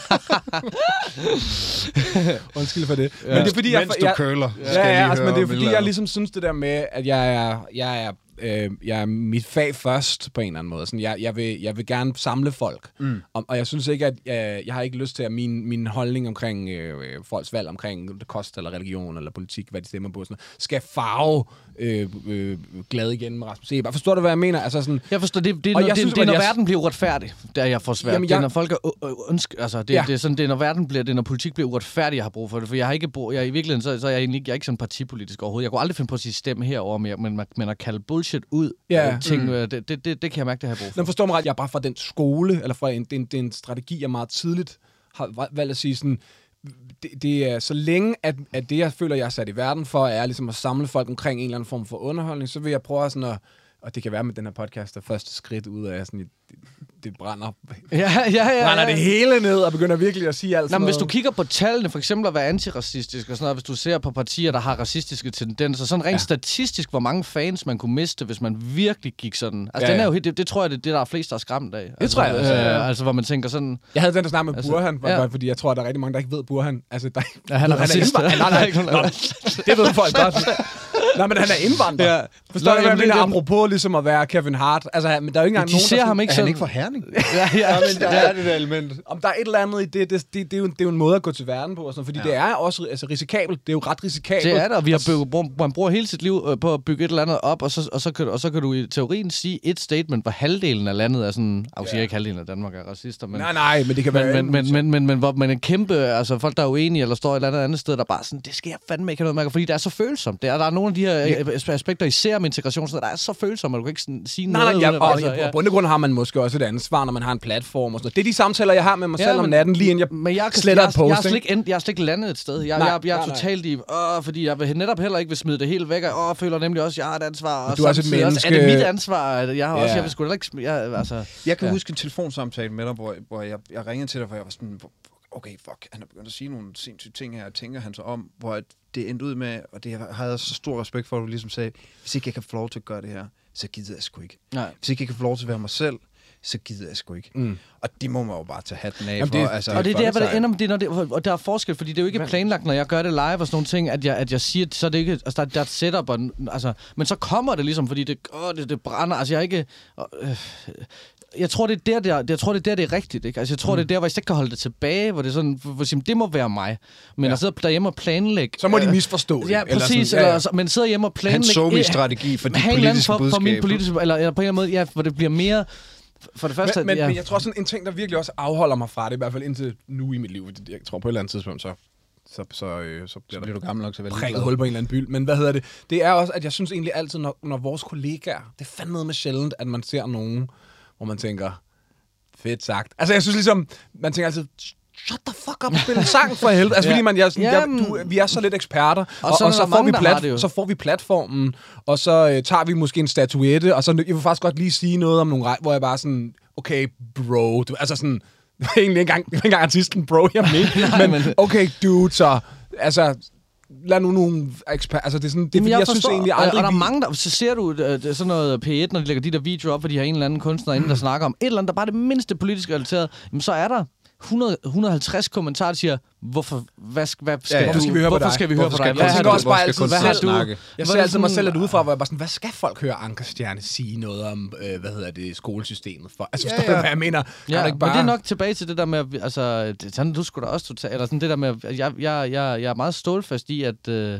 Undskyld for det. Ja. Men det er fordi, Mens jeg, du køler. Ja, ja, ja altså, men det er fordi, jeg ligesom synes det der med, at jeg er, jeg er Øh, jeg er mit fag først på en eller anden måde. Sådan, jeg, jeg, vil, jeg vil gerne samle folk. Mm. Og, og jeg synes ikke, at jeg, jeg har ikke lyst til, at min, min holdning omkring øh, folks valg, omkring det kost eller religion eller politik, hvad de stemmer på, sådan, skal farve øh, øh, glad igen med Rasmus Seebach. Forstår du, hvad jeg mener? Altså, sådan, jeg forstår, det, det, er, når, det, synes, det er, når jeg, verden bliver uretfærdig, der jeg får svært. Jamen, jeg, det er, når folk er øh, ønsker, altså, det, ja. det er sådan, det er, når verden bliver, det er, når politik bliver uretfærdig, jeg har brug for det. For jeg har ikke brug, jeg i virkeligheden, så, så er jeg egentlig ikke, jeg er ikke sådan partipolitisk overhovedet. Jeg kunne aldrig finde på at sige stemme herover mere, men, men at kalde bullshit ud, ja. ting, mm. det, det, det, det kan jeg mærke, det har jeg brug for. Men forstår mig ret, jeg er bare fra den skole, eller fra en, det, er en strategi, jeg meget tidligt har valgt at sige sådan, det, det er så længe, at, at det, jeg føler, jeg er sat i verden for, er ligesom at samle folk omkring en eller anden form for underholdning, så vil jeg prøve sådan at, og det kan være med den her podcast, der første skridt ud af sådan, det, det brænder. Ja, ja, ja, ja. Brænder det hele ned og begynder virkelig at sige alt sådan Nå, men noget. hvis du kigger på tallene, for eksempel at være antiracistisk og sådan noget, hvis du ser på partier, der har racistiske tendenser, sådan rent ja. statistisk, hvor mange fans man kunne miste, hvis man virkelig gik sådan. Altså, ja, den er jo, det, det tror jeg, det er det, der er flest, der er skræmt af. Det altså, tror jeg også. Øh, ja. Altså, hvor man tænker sådan... Jeg havde den der snak med altså, Burhan, ja. fordi jeg tror, at der er rigtig mange, der ikke ved Burhan. Altså, der, ja, han er racist. Han er indvandrer. Det ved folk godt. Nej, men han er indvandrer. Ja. Forstår du, hvad jeg mener? Apropos ligesom at være Kevin Hart. Altså, men der er jo ikke engang de nogen, ser der ham ikke er sådan. han ikke fra Herning? ja, ja, ja, men der er det der element. Om der er et eller andet i det, det, det, det, er, jo, det er jo en måde at gå til verden på, og sådan, fordi ja. det er også altså, risikabelt. Det er jo ret risikabelt. Det er det, og vi har bygget, man bruger hele sit liv øh, på at bygge et eller andet op, og så, og, så kan, og så kan du i teorien sige et statement, hvor halvdelen af landet er sådan... Jeg siger ja. ikke halvdelen af Danmark er racister, men... Nej, nej, men det kan være... Men, men, men, men, men, men hvor man er kæmpe... Altså folk, der er uenige, eller står et eller andet andet sted, der bare sådan... Det skal jeg fandme ikke have noget med, fordi det er så følsomt. Der, der er nogle af de her ja. aspekter, især med integration, der er så følsomme, at du kan ikke sådan, sige nej, noget... Nej, nej, ja, og altså, ja. på bundgrund har man måske også et ansvar, når man har en platform og sådan noget. Det er de samtaler, jeg har med mig ja, selv om natten, lige inden jeg, men jeg sletter jeg, et post. Jeg, jeg, jeg, jeg, jeg er slet ikke landet et sted. Jeg, nej, jeg, jeg er nej, totalt i... Åh, fordi jeg vil netop heller ikke vil smide det helt væk. Og åh, føler nemlig også, at jeg har et ansvar. Og du er også et menneske. Også, er det mit ansvar? Jeg har ja. også... Jeg vil sgu da ikke... Jeg, altså, jeg kan ja. huske en telefonsamtale med dig, hvor, hvor jeg, jeg ringede til dig, hvor jeg var sådan... Okay, fuck, han er begyndt at sige nogle sindssyge ting her, tænker han så om, hvor det endte ud med, og det har jeg så stor respekt for, at du ligesom sagde, hvis ikke jeg kan få lov til at gøre det her, så gider jeg sgu ikke. Nej. Hvis ikke jeg kan få lov til at være mig selv, så gider jeg sgu ikke. Mm. Og det må man jo bare tage hatten af. Jamen, for. Det, altså, og det er der, hvad der ender med det, når det, og der er forskel, fordi det er jo ikke planlagt, når jeg gør det live og sådan nogle ting, at jeg, at jeg siger, så er det ikke, altså der, der er et setup, og, altså, men så kommer det ligesom, fordi det, åh, det, det brænder, altså jeg er ikke... Øh, Jeg tror, det er der, der, jeg tror, det er der, det er rigtigt, ikke? Altså, jeg tror, mm. det er der, hvor jeg ikke kan holde det tilbage, hvor det er sådan, hvor, hvor det må være mig. Men ja. at sidde derhjemme og planlægge... Så må de misforstå det. Ja, præcis. Eller, sådan, ja, ja. Eller, men sidder hjemme og planlægge... Han så min strategi for de politiske for, budskaber. For min politiske, eller, eller på en eller anden måde, ja, hvor det bliver mere... For det første... Men, men, ja. men jeg tror sådan en ting, der virkelig også afholder mig fra det, i hvert fald indtil nu i mit liv. Jeg tror på et eller andet tidspunkt, så... Så, så, øh, så, så bliver du gammel nok til at være prikket hul på en eller anden byld. Men hvad hedder det? Det er også, at jeg synes egentlig altid, når, når vores kollegaer... Det er fandme med sjældent, at man ser nogen, hvor man tænker... Fedt sagt. Altså, jeg synes ligesom, man tænker altid, shut the fuck up, spil sang for helvede. Altså, Ja. fordi man, jeg, sådan, Jamen. jeg, du, vi er så lidt eksperter, og, Og så og, er og så, der får mange, vi der plat, har det jo. så får vi platformen, og så øh, tager vi måske en statuette, og så jeg vil faktisk godt lige sige noget om nogle ret, hvor jeg bare sådan, okay, bro, du, altså sådan, det var egentlig ikke engang, det var ikke engang artisten, bro, jeg mener, men okay, dude, så, altså, lad nu nogle eksperter, altså det er sådan, det er, Jamen, fordi, jeg, jeg, forstår, synes egentlig og- aldrig, og der er vi- mange, der, så ser du øh, det er sådan noget P et, når de lægger de der videoer op, hvor de har en eller anden kunstner inde, der snakker om et eller andet, der bare er det mindste politisk relateret, jamen så er der hundrede til hundrede og halvtreds kommentarer, der siger, hvorfor, hvad, skal, hvad skal, Ja, ja. du, Hvorfor skal vi høre på hvorfor dig? skal vi høre Hvorfor på dig? skal- Hvad Jeg har tænker du- også bare altid, Hvor skal hvad har kunstnere du... snakke? Jeg Hvor ser er det altid mig sådan- selv lidt udefra, hvor jeg bare sådan, hvad skal folk høre Anker Stjerne sige noget om, øh, hvad hedder det, skolesystemet for? Altså, Ja, forstår du, ja. hvad jeg mener? Kan Ja, du ikke men bare... det er nok tilbage til det der med, at vi- altså, det, sådan, du skulle da også totalt, eller sådan det der med, at jeg, jeg, jeg, jeg er meget stålfast i, at, øh,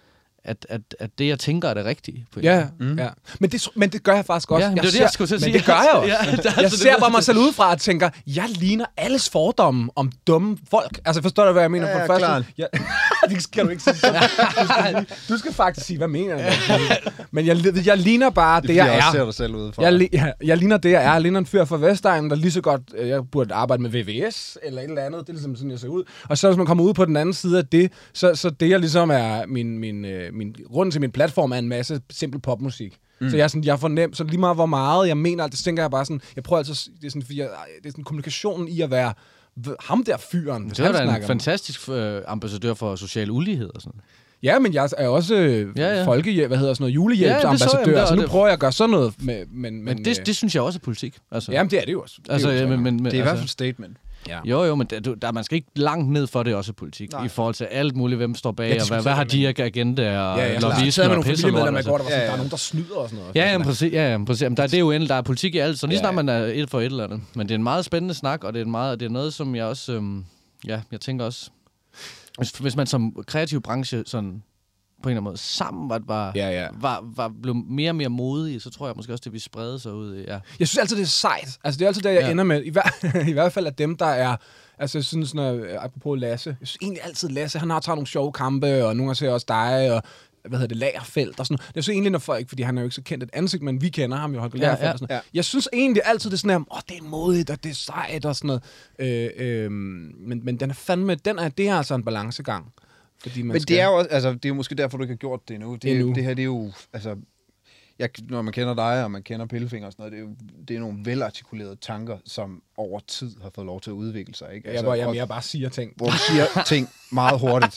at, at, at det, jeg tænker, er det rigtige. På en Ja, Mm. mm. ja. Men det, men det gør jeg faktisk også. Ja, men det er det, ser, jeg skulle til at men sige. det gør jeg også. Ja, der er jeg altså ser det- bare mig selv udefra og tænker, jeg ligner alles fordomme om dumme folk. Altså, forstår du, hvad jeg mener? Ja, For ja, det første, klart. jeg, det skal du ikke sige. Du skal, du skal faktisk sige, hvad mener jeg? Men jeg, jeg ligner bare det, Det jeg jeg er. også ser dig selv udefra. Jeg, li- jeg, jeg ligner det, jeg er. Jeg ligner en fyr fra Vestegnen, der lige så godt... øh, Jeg burde arbejde med V V S eller et eller andet. Det er ligesom sådan, jeg ser ud. Og så hvis man kommer ud på den anden side af det, så, så det, jeg ligesom er... Min, min, øh, min, grunden til min platform er en masse simpel popmusik. Mm. Så jeg er sådan, jeg er fornem, så lige meget hvor meget jeg mener, det tænker jeg bare sådan... Jeg prøver altid... Det er sådan, fordi jeg, det er sådan kommunikationen i at være... Ham der fyren, hvis Det er han da en snakker om- fantastisk øh, ambassadør for social ulighed og sådan. Ja, men jeg er også øh, Ja, ja. folkehjælp, hvad hedder sådan noget, Ja, det så jeg, julehjælpsambassadør, men det- så nu det- prøver jeg at gøre sådan noget med... Men, Men det, øh, det synes jeg også er politik. Altså, Jamen, det er det jo også. Det er altså, jo ja, sådan. men, men, men, Det er i hvert altså, fald et statement. Ja. Jo, jo, men der, du- der, man skal ikke langt ned for det også er politik. Nej. I forhold til alt muligt, hvem står bag, Ja, og hvad, diskuterer hvad har det, de men- ikke agenda og Ja, ja, klart. lobbyisme Så med og nogle pisse og lort. familiemedlemmer i går, Altså. der var sådan, Ja, ja. der er nogen, der snyder og sådan noget. Ja, ja, præcis. Ja, ja, præcis. Jamen, der, det er jo endelig, der er politik i alt, så lige Ja, snart ja. man er et for et eller andet. Men det er en meget spændende snak, og det er, en meget, det er noget, som jeg også... Øhm, ja, jeg tænker også... Hvis, hvis man som kreativ branche sådan på en eller anden måde sammen var, var, Ja, ja. var, var blevet mere og mere modige, så tror jeg måske også, det ville sprede sig ud i... Ja. Jeg synes altid, det er sejt. Altså, det er altid der, jeg Ja. ja. ender med. I, hver, I hvert fald, at dem, der er... Altså, jeg synes, sådan, øh, apropos Lasse. Jeg synes egentlig altid, Lasse, han har taget nogle sjove kampe, og nogle gange ser jeg også dig, og hvad hedder det, Lagerfeldt og sådan noget. Jeg synes egentlig, når folk, fordi han er jo ikke så kendt et ansigt, men vi kender ham jo, Holger Ja, Lagerfeldt ja. og sådan noget. Ja. Jeg synes egentlig altid, det er sådan her, åh, det er modigt, og det er sejt og sådan noget. Øh, øh, men, men den er fandme, den er, det er altså en balancegang. Fordi man Men skal, det er jo også, altså, det er jo måske derfor, du ikke har gjort det endnu. Det, Endnu. det her, det er jo, altså, jeg, når man kender dig, og man kender Pillefinger og sådan noget, det er jo det er nogle velartikulerede tanker, som over tid har fået lov til at udvikle sig, ikke? jeg, hvor jeg og- mere bare siger ting. hvor du siger ting meget hurtigt.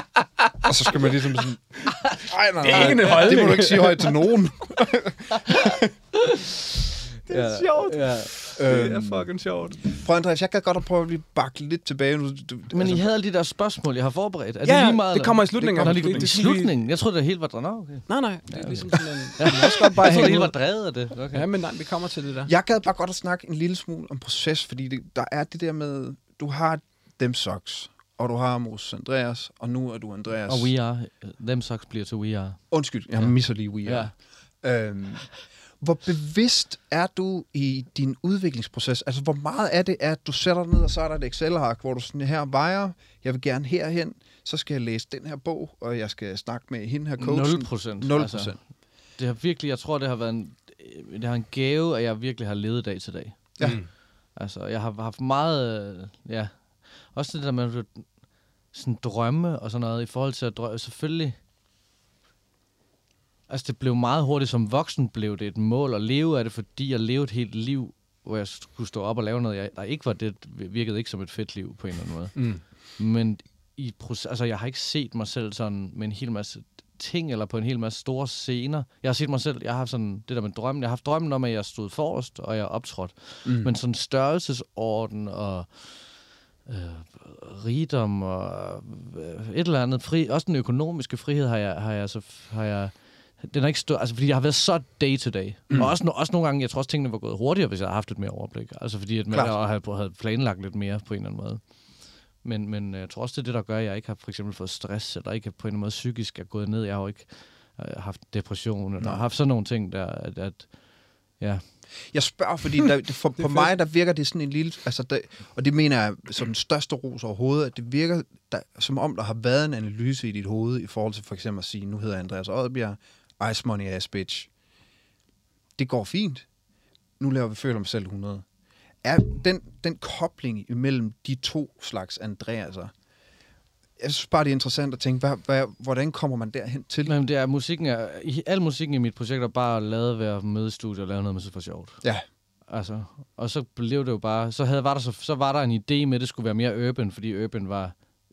Og så skal man ligesom sådan... Ej, nej, nej, Det er ikke en det holdning. må du ikke sige højt til nogen. Det er sjovt. Ja. Det er fucking sjovt. Prøv, Andreas, jeg kan godt have prøvet at lige bakke lidt tilbage nu. Du, Men altså, I havde alle de der spørgsmål, jeg har forberedt. Er Ja, det lige meget? det kommer i slutningen. Nå, af det, det, det, sådan, vi- slutningen? Jeg troede, det helt var drevet. Nå, okay. Nej, nej. Det er ligesom sådan en... Man må også godt bare Jeg troede, det hænge hele ud. var drevet af det. Okay. Ja, men nej, vi kommer til det der. Jeg gad bare godt at snakke en lille smule om proces, fordi det, der er det der med, du har Dem Socks, og du har Moses Andreas, og nu er du Andreas. Og We Are. Them Socks bliver til We Are. Undskyld, jeg Ja. misser lige We Are. Ja. Øhm, hvor bevidst er du i din udviklingsproces? Altså, hvor meget er det, at du sætter dig ned, og så er der et Excel-ark, hvor du sådan her vejer, jeg vil gerne herhen, så skal jeg læse den her bog, og jeg skal snakke med hende her coachen. nul procent. nul procent. Altså, Det har virkelig, jeg tror, det har været en, det har en gave, at jeg virkelig har levet dag til dag. Ja. Mm. Altså, jeg har haft meget, øh, ja, også det der med at sådan drømme og sådan noget, i forhold til at drømme, selvfølgelig, altså det blev meget hurtigt som voksen, blev det et mål at leve af det, fordi jeg levede et helt liv, hvor jeg skulle stå op og lave noget, jeg, der ikke var det, virkede ikke som et fedt liv på en eller anden måde. Mm. Men i proces, altså jeg har ikke set mig selv sådan med en hel masse ting, eller på en hel masse store scener. Jeg har set mig selv, jeg har haft sådan det der med drømmen, jeg har haft drømmen om, at jeg stod forrest, og jeg optrådte. Mm. Men sådan størrelsesorden og øh, rigdom og øh, et eller andet fri, også den økonomiske frihed har jeg, har jeg så har jeg den er ikke stor, altså fordi jeg har været så day to day. Mm. Og også, no, også nogle gange, jeg tror også tingene var gået hurtigere, hvis jeg havde haft lidt mere overblik. Altså fordi at man havde, havde planlagt lidt mere på en eller anden måde. Men, men jeg tror også, det er det, der gør, at jeg ikke har for eksempel fået stress, eller ikke på en eller anden måde psykisk er gået ned. Jeg har jo ikke øh, haft depression, eller Nej. haft sådan nogle ting, der at, at ja. Jeg spørger, fordi der, det for, Det er på fedt. mig, der virker det sådan en lille... Altså der, og det mener jeg som den største ros overhovedet, at det virker der, som om, der har været en analyse i dit hoved, i forhold til for eksempel at sige, nu hedder jeg Andreas Odbjerg, Ice Money Ass Bitch. Det går fint. Nu laver vi Føler mig selv hundrede. er den, den kobling imellem de to slags Andreaser. Jeg synes bare, det er interessant at tænke, hvad, hvad, hvordan kommer man derhen til? Men det er musikken, er, al musikken i mit projekt er bare lavet ved at møde i studiet og lave noget med sig for sjovt. Ja. Altså, og så blev det jo bare, så, havde, var der, så, så var der en idé med, at det skulle være mere urban, fordi urban var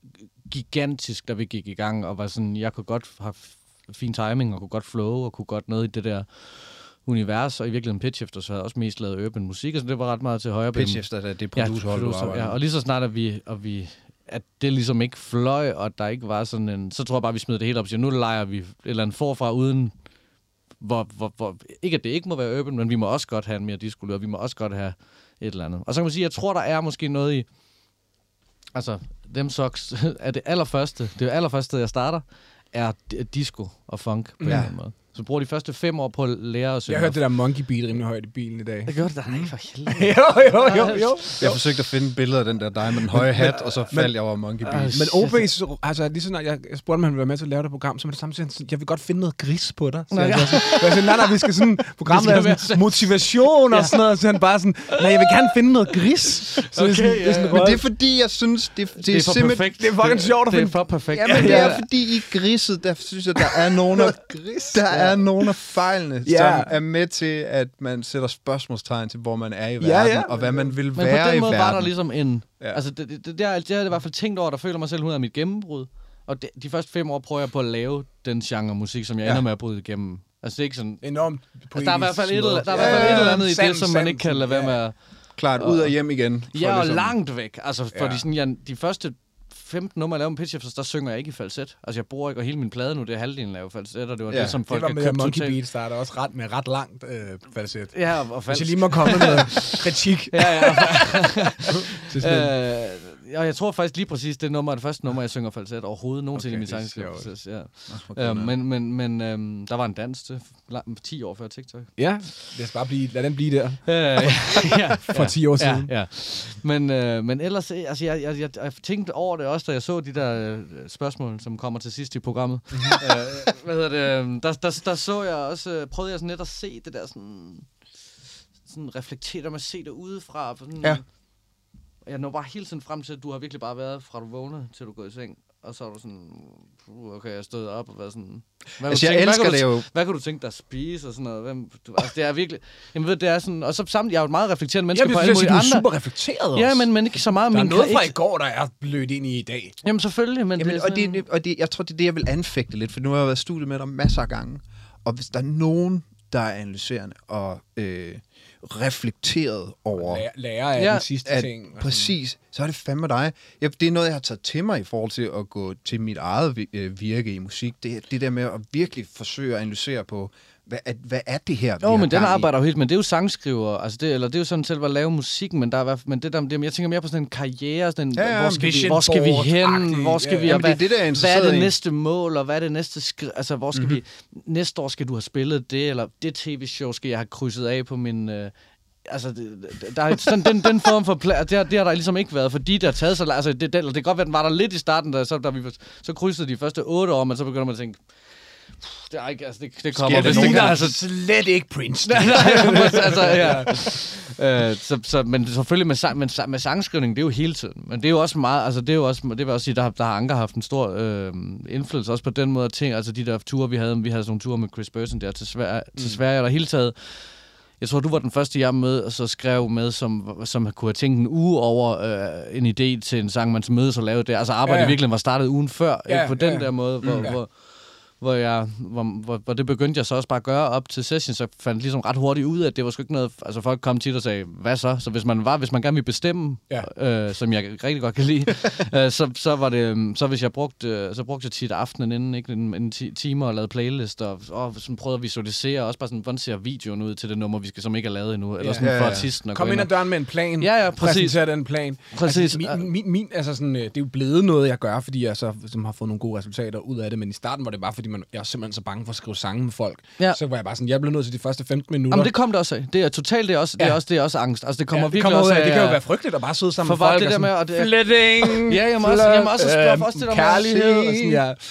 gigantisk, da vi gik i gang, og var sådan, jeg kunne godt have fin timing, og kunne godt flow, og kunne godt noget i det der univers, og i virkeligheden Pitchhifters havde også mest lavet urban musik, og så det var ret meget til højre. Pitchhifters er det producerhold, du arbejder. Ja, og lige så snart, at vi, og vi at det ligesom ikke fløj, og der ikke var sådan en, så tror jeg bare, vi smed det helt op og siger, nu leger vi et eller andet forfra uden, hvor, hvor, hvor, ikke at det ikke må være urban, men vi må også godt have en mere disco-lyd, og vi må også godt have et eller andet. Og så kan man sige, jeg tror, der er måske noget i, altså, Them Socks er det allerførste, det er allerførste sted, jeg starter, er disco og funk på ja. en eller anden måde. Så bruger de første fem år på at lære at synge. Jeg hørte det der monkey beat rimelig højt i bilen i dag. Det gjorde det da ikke for helvede. jo, jo, jo, jo. Jeg forsøgte at finde billeder af den der dig med den høje hat, og så faldt jeg over monkey beat. Men O B's, altså lige sådan, jeg, jeg spurgte, om han ville være med til at lave det program, så var det samme sådan, jeg vil godt finde noget gris på dig. Så nej, jeg sådan, nej, nej, vi skal sådan, programmet er sådan motivation og sådan noget, så han bare sådan, nej, jeg vil gerne finde noget gris. Så okay, det er sådan, ja. det er sådan, men det er fordi, jeg synes, det, det, det er for simpelthen... perfekt. Det er fucking sjovt at finde. finde. Det er for perfekt. Ja, men det er fordi i griset, der synes jeg, der er nogen af, der er nogen af fejlene, ja. som er med til, at man sætter spørgsmålstegn til, hvor man er i verden, ja, ja. og hvad man vil men være i verden. Men på den måde var der ligesom en... Ja. Altså, det, det, det, der, det har jeg i hvert fald tænkt over, der føler mig selv, hun er mit gennembrud. Og det, de første fem år prøver jeg på at lave den genre musik, som jeg ja. ender med at bryde igennem. Altså, det er ikke sådan... Enormt altså, der er i hvert fald et, der er i hvert fald et eller andet i det, som man ikke kan lade være med at... Klart, ud og hjem igen. Ja, og ligesom. Langt væk. Altså, fordi ja. sådan, jeg, de første femten nummer, jeg lavede med Pitchhifters, der synger jeg ikke i falset. Altså, jeg bruger ikke, og hele min plade nu, det er halvdelen af falset, og det var ja. det, som folk har købt. Det var med Monkey Beat, der er også ret, med ret langt øh, falset. Ja, og, og falsk. Hvis jeg lige må komme med kritik. ja, ja. øh, og jeg tror faktisk lige præcis, det nummer er det første nummer, jeg synger falset overhovedet nogensinde okay, i min sangskriveproces. Ja. Okay, øh, men men, men øh, der var en dans til ti år før TikTok. Ja, lad os bare blive, lad den blive der. Øh, ja, For ti år siden. Ja, ja. Men, øh, men ellers, altså, jeg, jeg, jeg, jeg tænkte over det også, da jeg så de der øh, spørgsmål, som kommer til sidst i programmet. øh, hvad hedder det? Der, der, der så jeg også, øh, prøvede jeg sådan lidt at se det der sådan, sådan reflektere med at se det udefra. Sådan, ja. Jeg når bare hele tiden frem til, at du har virkelig bare været fra du vågnede, til du går i seng. Og så er du sådan, okay, jeg stod op og været sådan... Hvad, altså, jeg tænke, elsker hvad det du, jo. Hvad kan du tænke dig at spise og sådan noget? Hvem, du, altså, det er virkelig... Jamen ved det er sådan... Og så sammen, jeg er jo et meget reflekterende menneske ja, på alle mulige andre. Du er super reflekteret også. Ja, men, men ikke så meget... Der er min noget fra ikke... i går, der er blødt ind i i dag. Jamen selvfølgelig, men Jamen, det er og, det, og det, jeg tror, det er det, jeg vil anfægte lidt, for nu har jeg været i studiet med dig masser af gange. Og hvis der er nogen, der er analyserende og... Øh, reflekteret over... Lærer, lærer af ja, den sidste at, ting. Præcis. Så er det fandme dig. Ja, det er noget, jeg har taget til mig i forhold til at gå til mit eget virke i musik. Det, det der med at virkelig forsøge at analysere på, hvad, at, hvad er det her, Jo, men den arbejder jo helt, men det er jo sangskriver, altså det, eller det er jo sådan selv at lave musikken, men der er men det der, det, jeg tænker mere på sådan en karriere, sådan en, ja, ja, hvor, skal vi, hvor skal vi hen, hvor skal ja, vi, ja, hvad, det, det, der hvad er det næste mål, og hvad er det næste skridt, altså hvor skal mm-hmm. vi, næste år skal du have spillet det, eller det tv-show skal jeg have krydset af på min... Øh, altså, det, der er sådan, den, den form for pla- det, har, det har der ligesom ikke været, fordi der har taget så... Altså, det, det, det kan godt være, den var der lidt i starten, der, så, der vi, så krydsede de første otte år, men så begynder man at tænke... Det er ikke, altså, det, det kommer... Sker det nogen, der altså slet ikke Prince? nej, nej, altså, ja. øh, så, så, men selvfølgelig med, sang, med, med sangskrivning, det er jo hele tiden. Men det er jo også meget... Altså, det er jo også... Det vil også sige, der har, der har Anker haft en stor øh, indflydelse også på den måde af ting. Altså, de der ture, vi havde... Vi havde sådan nogle ture med Chris Burson der til Sverige, mm. til Sverige, eller hele taget... Jeg tror, du var den første, jeg med, og så skrev med, som, som kunne have tænkt en uge over øh, en idé til en sang, man mødes og lavede det. Altså arbejdet ja, ja. virkelig var startet ugen før, ja, på den ja. der måde, hvor, mm, ja. hvor, hvor, jeg, hvor, hvor, hvor det begyndte jeg så også bare at gøre op til session, så fandt jeg ligesom ret hurtigt ud af, at det var sgu ikke noget... Altså folk kom tit og sagde, hvad så? Så hvis man var, hvis man gerne ville bestemme, ja. øh, som jeg rigtig godt kan lide, øh, så, så var det... Så hvis jeg brugte, så brugte jeg tit aftenen inden, ikke? En, en time og lavede playlister, og, og sådan prøvede at visualisere, også bare sådan, hvordan ser videoen ud til det nummer, vi skal, som ikke er lavet endnu, eller ja, sådan ja, ja. for artisten. Kom ind ad døren med en plan, ja, ja, præcis. Præsentere den plan. Præcis. Altså, min, min, min, altså sådan, det er jo blevet noget, jeg gør, fordi jeg så som har fået nogle gode resultater ud af det, men i starten var det bare, fordi man, jeg er simpelthen så bange for at skrive sange med folk. Ja. Så var jeg bare sådan, jeg blev nødt til de første femten minutter. Jamen det kom det også af. Det er totalt, det er også, ja. det er også, det er også angst. Altså det kommer ja, det virkelig kommer også af. Det kan jo være frygteligt at bare sidde sammen for med folk. Det der med, og det, fletting, ja, jeg må også, jeg må også spørge øh, også det der kærlighed, og sådan, ja.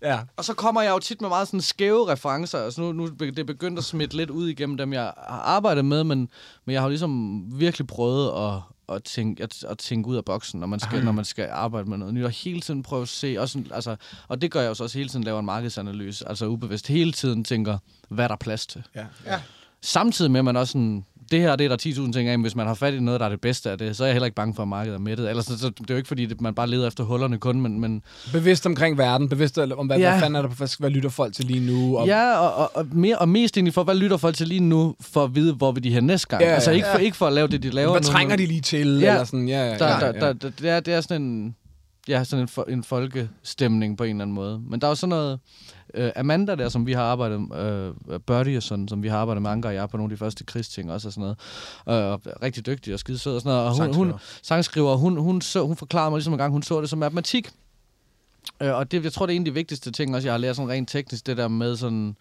Ja. Og så kommer jeg jo tit med meget sådan skæve referencer. Altså nu, nu det er begyndt at smitte lidt ud igennem dem, jeg har arbejdet med, men, men jeg har jo ligesom virkelig prøvet at, at, tænke, at, at tænke ud af boksen, når man skal, når man skal arbejde med noget nyt, og hele tiden prøve at se, også, altså, og det gør jeg jo så også hele tiden, laver en markedsanalyse, altså ubevidst, hele tiden tænker, hvad er der plads til? Ja. Ja. Samtidig med, at man også sådan, det her, det er der ti tusind ting af, men hvis man har fat i noget, der er det bedste af det, så er jeg heller ikke bange for, at markedet er mættet. Ellers, så, så, det er jo ikke, fordi det, man bare leder efter hullerne kun, men... men bevidst omkring verden, bevidst om, hvad, ja. hvad fanden er der, hvad, hvad lytter folk til lige nu? Og ja, og, og, og, mere, og mest egentlig for, hvad lytter folk til lige nu, for at vide, hvor vil de her næste gang. Ja, ja, altså ikke, ja. for, ikke for at lave det, de laver hvad nu. trænger men, de lige til? Ja, eller sådan, ja, ja, der, ja, der, ja. der, der, det, er, det er sådan en... Ja, sådan en, for, en folkestemning på en eller anden måde. Men der er jo sådan noget... Uh, Amanda der, som vi har arbejdet... Uh, Birdie og sådan, som vi har arbejdet med Anker og jeg på nogle af de første krigsting også og sådan noget. Uh, og rigtig dygtig og skide sød og sådan noget. Og hun, Sangskriver. hun, sangskriver, hun, hun, så, hun forklarede mig ligesom en gang, hun så det som matematik. Uh, og det, jeg tror, det er en af de vigtigste ting også, jeg har lært sådan rent teknisk, det der med sådan...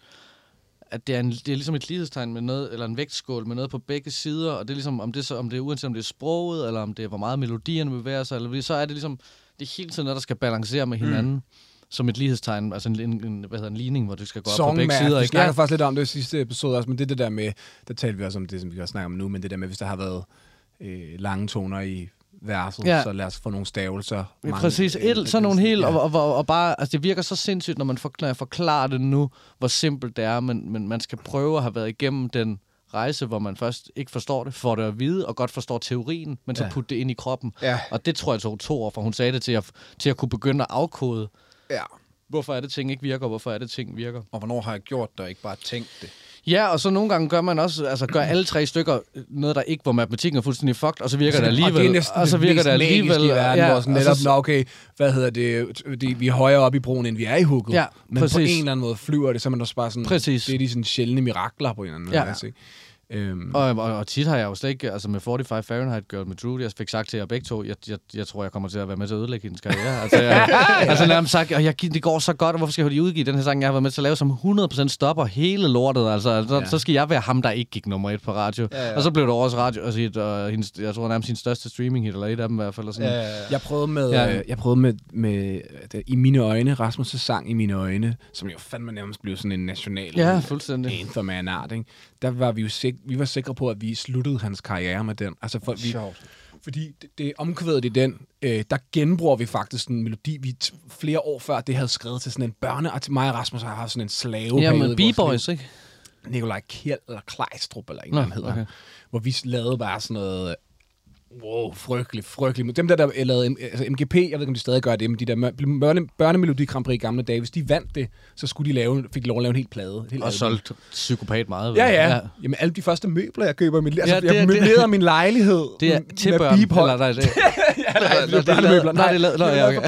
at det er, en, det er ligesom et lighedstegn med noget, eller en vægtskål med noget på begge sider, og det er ligesom, om det, så, om det er uanset om det er sproget, eller om det er, hvor meget melodierne bevæger sig, eller så er det ligesom, det er hele tiden noget, der skal balancere med hinanden, mm. som et lighedstegn, altså en, en, en, hvad hedder, en ligning, hvor du skal gå op på begge sider. Vi snakker ja. faktisk lidt om det i sidste episode også, men det er det der med, der talte vi også om det, som vi også snakker om nu, men det der med, hvis der har været øh, lange toner i verset, ja. så lad os få nogle stavelser. Ja, præcis, et, sådan nogle helt, ja. og, og, og bare, altså det virker så sindssygt, når man forklarer, forklarer det nu, hvor simpelt det er, men, men man skal prøve at have været igennem den rejse, hvor man først ikke forstår det, får det at vide, og godt forstår teorien, men så ja. putte det ind i kroppen. Ja. Og det tror jeg tog to år, for hun sagde det til at, til at kunne begynde at afkode, Ja. hvorfor er det ting ikke virker, hvorfor er det ting virker. Og hvornår har jeg gjort det, og ikke bare tænkt det? Ja, og så nogle gange gør man også, altså gør alle tre stykker noget, der ikke, hvor matematikken er fuldstændig fucked, og så virker det alligevel. Og det er næsten og så virker det, det alligevel. I verden, ja, hvor sådan netop, så, nå, okay, hvad hedder det, det, vi er højere oppe i broen, end vi er i hugget. Ja, men præcis. på en eller anden måde flyver det, så er man også bare sådan, præcis. det er de sådan sjældne mirakler på en eller anden måde. Ja. Altså, Øhm. Og, og, og tit har jeg jo slet ikke, altså med forty-five Fahrenheit Girl med Drew, jeg fik sagt til jer begge to, jeg, jeg, jeg tror, jeg kommer til at være med til at ødelægge hendes karriere. Altså, jeg, ja. altså nærmest sagt, og jeg, det går så godt, og hvorfor skal jeg de udgive den her sang, jeg har været med til at lave, som hundrede procent stopper hele lortet, altså, så, ja. så skal jeg være ham, der ikke gik nummer et på radio. Ja, ja. Og så blev det årets radio, og, sit, og hendes, jeg tror nærmest sin største streaming hit, eller et af dem i hvert fald. Sådan. Ja, ja, ja. Jeg prøvede med, ja. jeg prøvede med, med det, I mine øjne, Rasmus' sang I mine øjne, som jo fandme nærmest blev sådan en national ja, fuldstændig. anthem af en art, ikke? Der var vi jo sik- vi var sikre på, at vi sluttede hans karriere med den. Altså for, vi, fordi det, det omkvædet i den, øh, der genbruger vi faktisk en melodi, vi t- flere år før det havde skrevet til sådan en børne, og til mig og Rasmus har haft sådan en slave. Ja, med B-Boys, ikke? Nikolaj Kjeld eller Klejstrup, eller en eller anden hedder. Okay. Hvor vi lavede bare sådan noget... Wow, frygtelig, frygtelig. Dem der, der lavede altså M G P, jeg ved ikke, om de stadig gør det, men de der børne, børnemelodi Grand Prix i gamle dage, hvis de vandt det, så skulle de lave, fik de lov at lave en hel plade. Et helt og solgt psykopat meget. Ja, ja, ja. Jamen alle de første møbler, jeg køber i mit liv. Altså, ja, det, jeg møblerede min lejlighed. Det er til børn, eller nej, det ja, nej, det er børnemøbler. Nej, det er lavet. Okay.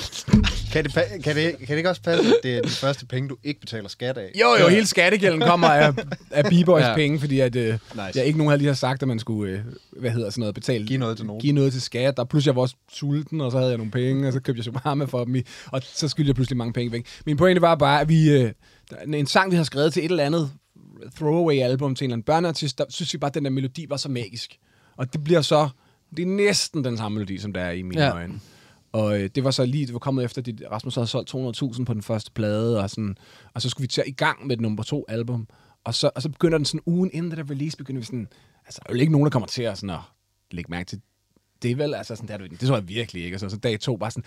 Kan det, kan, det, kan det ikke også passe, at det er de første penge, du ikke betaler skat af? Jo, jo, hele skattegælden kommer af, af B-Boys ja. penge, fordi at, øh, nice. ja, ikke nogen har lige har sagt, at man skulle, øh, hvad hedder sådan noget, betale. Give noget til nogen. Give noget til skat, og pludselig jeg var også sulten, og så havde jeg nogle penge, og så købte jeg shawarma for dem, i, og så skyldte jeg pludselig mange penge væk. Min pointe var bare, at vi, øh, en sang, vi har skrevet til et eller andet throwaway-album til en eller anden børneartist, der synes vi bare, at den der melodi var så magisk. Og det bliver så, det er næsten den samme melodi, som der er i mine ja. øjne. Og øh, det var så lige, det var kommet efter, at Rasmus havde solgt to hundrede tusind på den første plade, og, sådan, og så skulle vi til i gang med et nummer to album. Og så, og så begynder den sådan ugen inden det der release, begynder vi sådan, altså der er jo ikke nogen, der kommer til at, sådan, at lægge mærke til, det er vel, altså sådan, det, er det, det tror jeg virkelig ikke. Og så, så dag to bare sådan,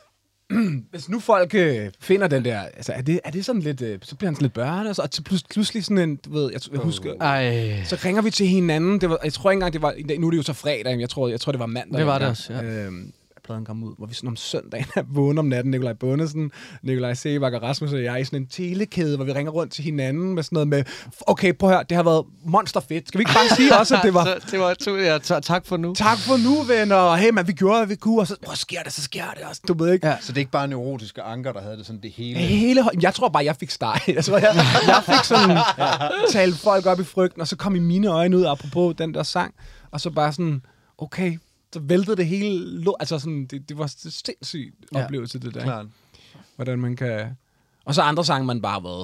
hvis nu folk øh, finder den der, altså er det, er det sådan lidt, øh, så bliver han sådan lidt børne, og så og plus, pludselig sådan en, du ved, jeg, jeg husker, Ej. så ringer vi til hinanden, det var, jeg tror ikke engang, det var, nu er det jo så fredag, jeg tror, jeg tror det var mandag. Det var det også, ja. Øhm, pladen kom ud, hvor vi sådan om søndagen er vågne om natten, Nikolaj Bundesen, Nikolaj Sebak og Rasmus og jeg i sådan en telekæde, hvor vi ringer rundt til hinanden med sådan noget med, okay, prøv at høre, det har været monsterfedt. Skal vi ikke bare sige også, at det var... det var to, ja, t- tak for nu. Tak for nu, venner. Og hey, man, vi gjorde, hvad vi kunne, og så prøv, sker det, så sker det også. Du ved ikke? Ja. Så det er ikke bare neurotiske anker, der havde det sådan det hele? hele jeg tror bare, jeg fik steg. Jeg tror, jeg, jeg fik sådan talt folk op i frygten, og så kom i mine øjne ud, apropos den der sang, og så bare sådan, okay, så væltede det hele, altså sådan, det, det var en sindssyg oplevelse, det der. Klart. Hvordan man kan... Og så andre sange, man bare har været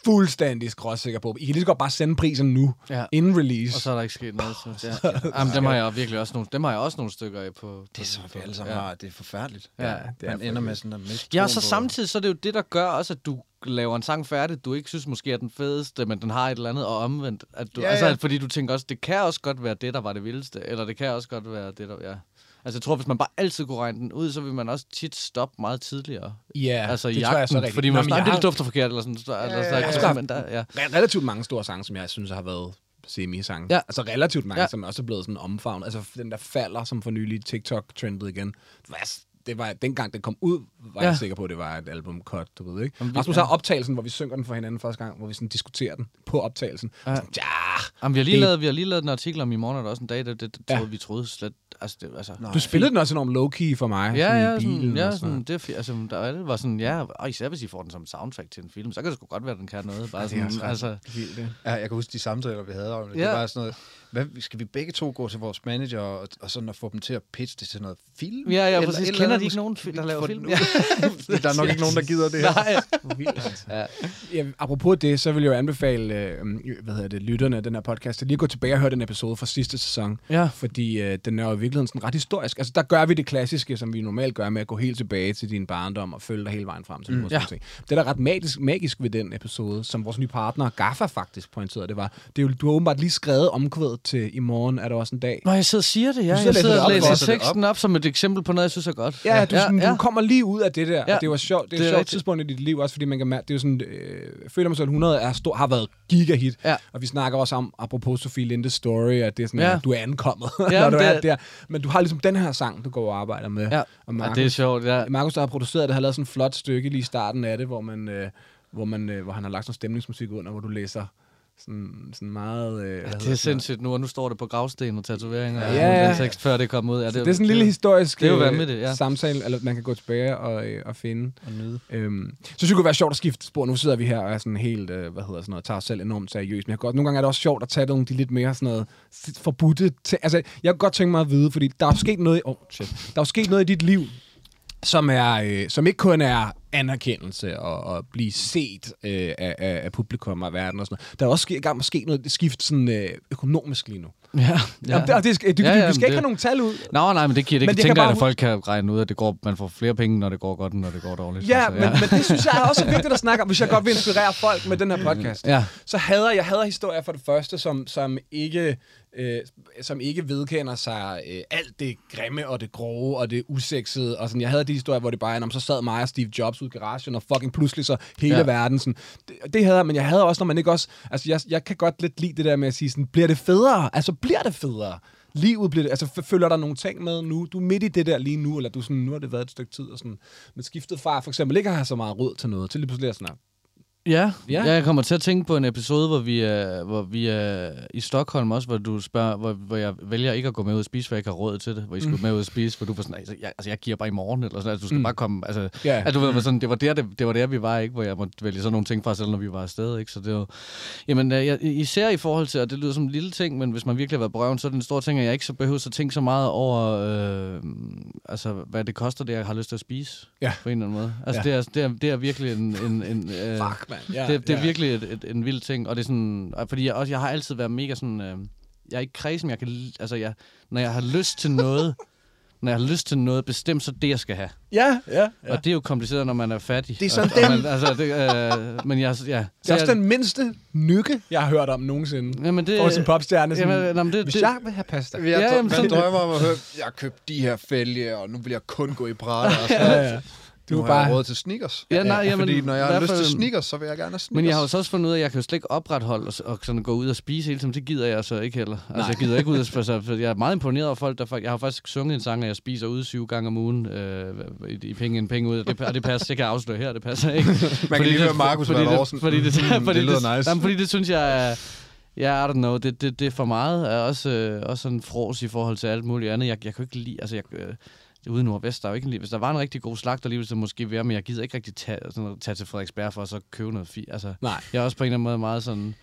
fuldstændig skråsikker på. I kan lige så godt bare sende prisen nu, ja. inden release. Og så er der ikke sket noget. Så, ja. Ja. Jamen, dem har jeg virkelig også nogle, dem har jeg også nogle stykker af på. Det er så, vi alle sammen ja. har. Det er forfærdeligt. Ja, ja, det er man ender med sådan en mist. Ja, og så samtidig så er det jo det, der gør også, at du laver en sang færdig, du ikke synes måske er den fedeste, men den har et eller andet, og omvendt. At du, ja, altså, ja. fordi du tænker også, det kan også godt være det, der var det vildeste, eller det kan også godt være det, der... Ja. Altså, jeg tror, hvis man bare altid kunne regne den ud, så vil man også tit stoppe meget tidligere. Ja, altså, det jagten, tror jeg så rigtigt. Fordi man Nå, snakker, det har... dufter forkert, eller sådan. Ja, eller sådan ja, ja, men der, ja. Relativt mange store sange, som jeg synes har været semi-sange. Ja. Altså relativt mange, ja. som også er blevet sådan omfavnet. Altså den der falder, som for nylig TikTok-trendet igen. Det var, dengang det kom ud, var ja. jeg sikker på, at det var et album-cut, du ved, ikke? Jamen, Rasmus har optagelsen, hvor vi synger den for hinanden første gang, hvor vi sådan diskuterer den på optagelsen. Ja. Sådan, ja, Jamen, vi, har lige det... lavet, vi har lige lavet en artikel om i morgen, er der også en dag, det, det, det ja. troede, vi troede slet... Altså, det, altså, du spillede den også enormt low-key for mig, ja, sådan ja, i bilen. Sådan, ja, og sådan. sådan, det, altså, der var sådan, ja, og især hvis I får den som soundtrack til en film, så kan det sgu godt være, at den kan noget. Bare ja, sådan, altså, vildt, det. Ja, jeg kan huske de samtaler, vi havde om det. Ja. Det var sådan noget, hvad, skal vi begge to gå til vores manager og, og sådan at få dem til at pitche det til noget film? Ja, ja, eller, præcis. Eller, Kender eller, de ikke nogen, der laver film? Ja. Der er nok ikke nogen, der gider det her. Nej. Vildt, ja. Ja, apropos det, så vil jeg jo anbefale øh, hvad hedder det, lytterne af den her podcast, at lige gå tilbage og høre den episode fra sidste sæson. Ja. Fordi øh, den er jo i virkeligheden sådan ret historisk. Altså, der gør vi det klassiske, som vi normalt gør med at gå helt tilbage til din barndom og følge dig hele vejen frem til mm. ja. ting. Det, der er ret magisk, magisk ved den episode, som vores nye partner, Gaffa, faktisk pointerede, det var, det er jo, du har åbenbart lige skrevet omkvædet til i morgen, er der også en dag. Nå, jeg sidder og siger det, ja. sidder Jeg sidder og og læser læser teksten op. op som et eksempel på noget, jeg synes er godt. Ja, du, sådan, ja. du kommer lige ud af det der, ja. og det var sjovt. Det er et sjovt tidspunkt i dit liv, også fordi man kan mærke, det er jo sådan, øh, føler mig selv, hundrede er stor, har været gigahit, ja. og vi snakker også om, apropos Sofie Lindes story, at det er sådan, ja. at du er ankommet, ja, når du det... er der. Men du har ligesom den her sang, du går og arbejder med. Ja, og Markus, ja det er sjovt, ja. Markus, der har produceret det, har lavet sådan et flot stykke lige i starten af det, hvor, man, øh, hvor, man, øh, hvor han har lagt sådan stemningsmusik under, hvor du læser sådan, sådan meget... Øh, ja, det er sindssygt nu, og nu står det på gravsten og tatoveringer, ja, ja. og den tekst før det kom ud. Ja, det, det er sådan en lille historisk det er jo vanvittigt, ja. samtale, eller man kan gå tilbage og, øh, og finde. Og nyde. Øhm, så synes det kunne være sjovt at skifte spor. Nu sidder vi her og er sådan helt, øh, hvad hedder sådan noget, tager os selv enormt seriøst. Men jeg godt, nogle gange er det også sjovt at tage nogle de lidt mere sådan noget forbudte... T- altså, jeg kunne godt tænke mig at vide, fordi der er jo sket noget i... Oh, shit. Der er jo sket noget i dit liv, som, er, øh, som ikke kun er anerkendelse og, og blive set øh, af, af publikum og verden og sådan noget. Der er også i gang med at ske noget skift sådan, øh, økonomisk lige nu. Ja, ja. Jamen, det, det, det, du, ja, ja, vi skal det... ikke have nogen tal ud. Nå, nej, men det, det, det, men det tænker jeg, bare... at folk kan regne ud, at det går, man får flere penge, når det går godt, end når det går dårligt. Ja, altså, men, ja. men det synes jeg er også vigtigt at snakke om, hvis jeg godt vil inspirere folk med den her podcast. Ja. Så hader jeg hader historier for det første, som, som ikke... Øh, som ikke vedkender sig øh, alt det grimme og det grove og det usexede. Og sådan, jeg havde de historier, hvor det bare er, så sad mig og Steve Jobs ud i garagen, og fucking pludselig så hele ja. verden. Sådan, det, det havde jeg, men jeg havde også, når man ikke også... Altså, jeg, jeg kan godt lidt lide det der med at sige sådan, bliver det federe? Altså, bliver det federe? Livet bliver det... Altså, følger der nogle ting med nu? Du er midt i det der lige nu, eller du sådan, nu har det været et stykke tid, og sådan... Men skiftet fra for eksempel ikke at have så meget råd til noget, til lige pludselig sådan... Ja, ja, jeg kommer til at tænke på en episode, hvor vi er, hvor vi er i Stockholm også, hvor du spørger, hvor, hvor jeg vælger ikke at gå med ud og spise, for jeg ikke har råd til det, hvor I skulle mm. med ud og spise, hvor du var sådan, altså jeg, altså, jeg giver bare i morgen, eller sådan, altså, du skal mm. bare komme, altså, yeah. altså du ved, sådan, det var der, det, det var der, vi var, ikke, hvor jeg måtte vælge sådan nogle ting fra selv, når vi var afsted, ikke, så det var, jamen, jeg, især i forhold til, og det lyder som en lille ting, men hvis man virkelig har været berøven, så er det en stor ting, at jeg ikke så behøver at tænke så meget over, øh, altså, hvad det koster, det jeg har lyst til at spise, yeah. på en eller anden måde. Altså, yeah. det, er, det, er, det er virkelig en, en, en øh, fuck, man. Yeah, det, det er yeah. virkelig et, et, en vild ting, og det er sådan, fordi jeg også, jeg har altid været mega sådan, øh, jeg er ikke kredsen, jeg kan, altså jeg, når jeg har lyst til noget, når jeg har lyst til noget bestemt, så det jeg skal have. Ja, ja, ja. Og det er jo kompliceret, når man er fattig. Det er sådan og, den. Og man, altså, det, øh, men jeg, ja. Det er også jeg, den mindste nykke, jeg har hørt om nogensinde. Jamen det, for sin popstjerne. Sådan, jamen, jamen, det, hvis det, jeg vil have pasta. Jeg, ja, jamen, man drømmer om at høre, jeg har købt de her fælge, og nu vil jeg kun gå i brætter. Og sådan. ja, ja. Du har bare råd til Snickers. Ja, nej, jamen, fordi når jeg har lyst fald, til Snickers, så vil jeg gerne have Snickers. Men jeg har jo så også fundet ud af, at jeg kan jo slet ikke opretholde og, og sådan gå ud og spise hele tiden. Det gider jeg så ikke heller. Altså, jeg gider ikke ud og spise, for jeg er meget imponeret over folk, der jeg har faktisk sunget en sang, at jeg spiser ude syv gange om ugen øh, i, i penge en penge ud. Og det, og det passer, det kan jeg afsløre her, det passer ikke. Man kan lige høre Markus være over sådan, fordi det, mm, fordi det lyder det, nice. Jamen, fordi det synes jeg er... Ja, I don't know. Det, det, det er for meget. Er også, øh, også sådan fros i forhold til alt muligt andet. Jeg, jeg kan ikke lide... Altså, jeg... Øh, ude nordvest, der er jo ikke en, hvis der var en rigtig god slagter lige så måske være, men jeg gider ikke rigtig tage, sådan noget, tage til Frederiksberg for at så købe noget fi. Altså, nej. Jeg er også på en eller anden måde meget sådan,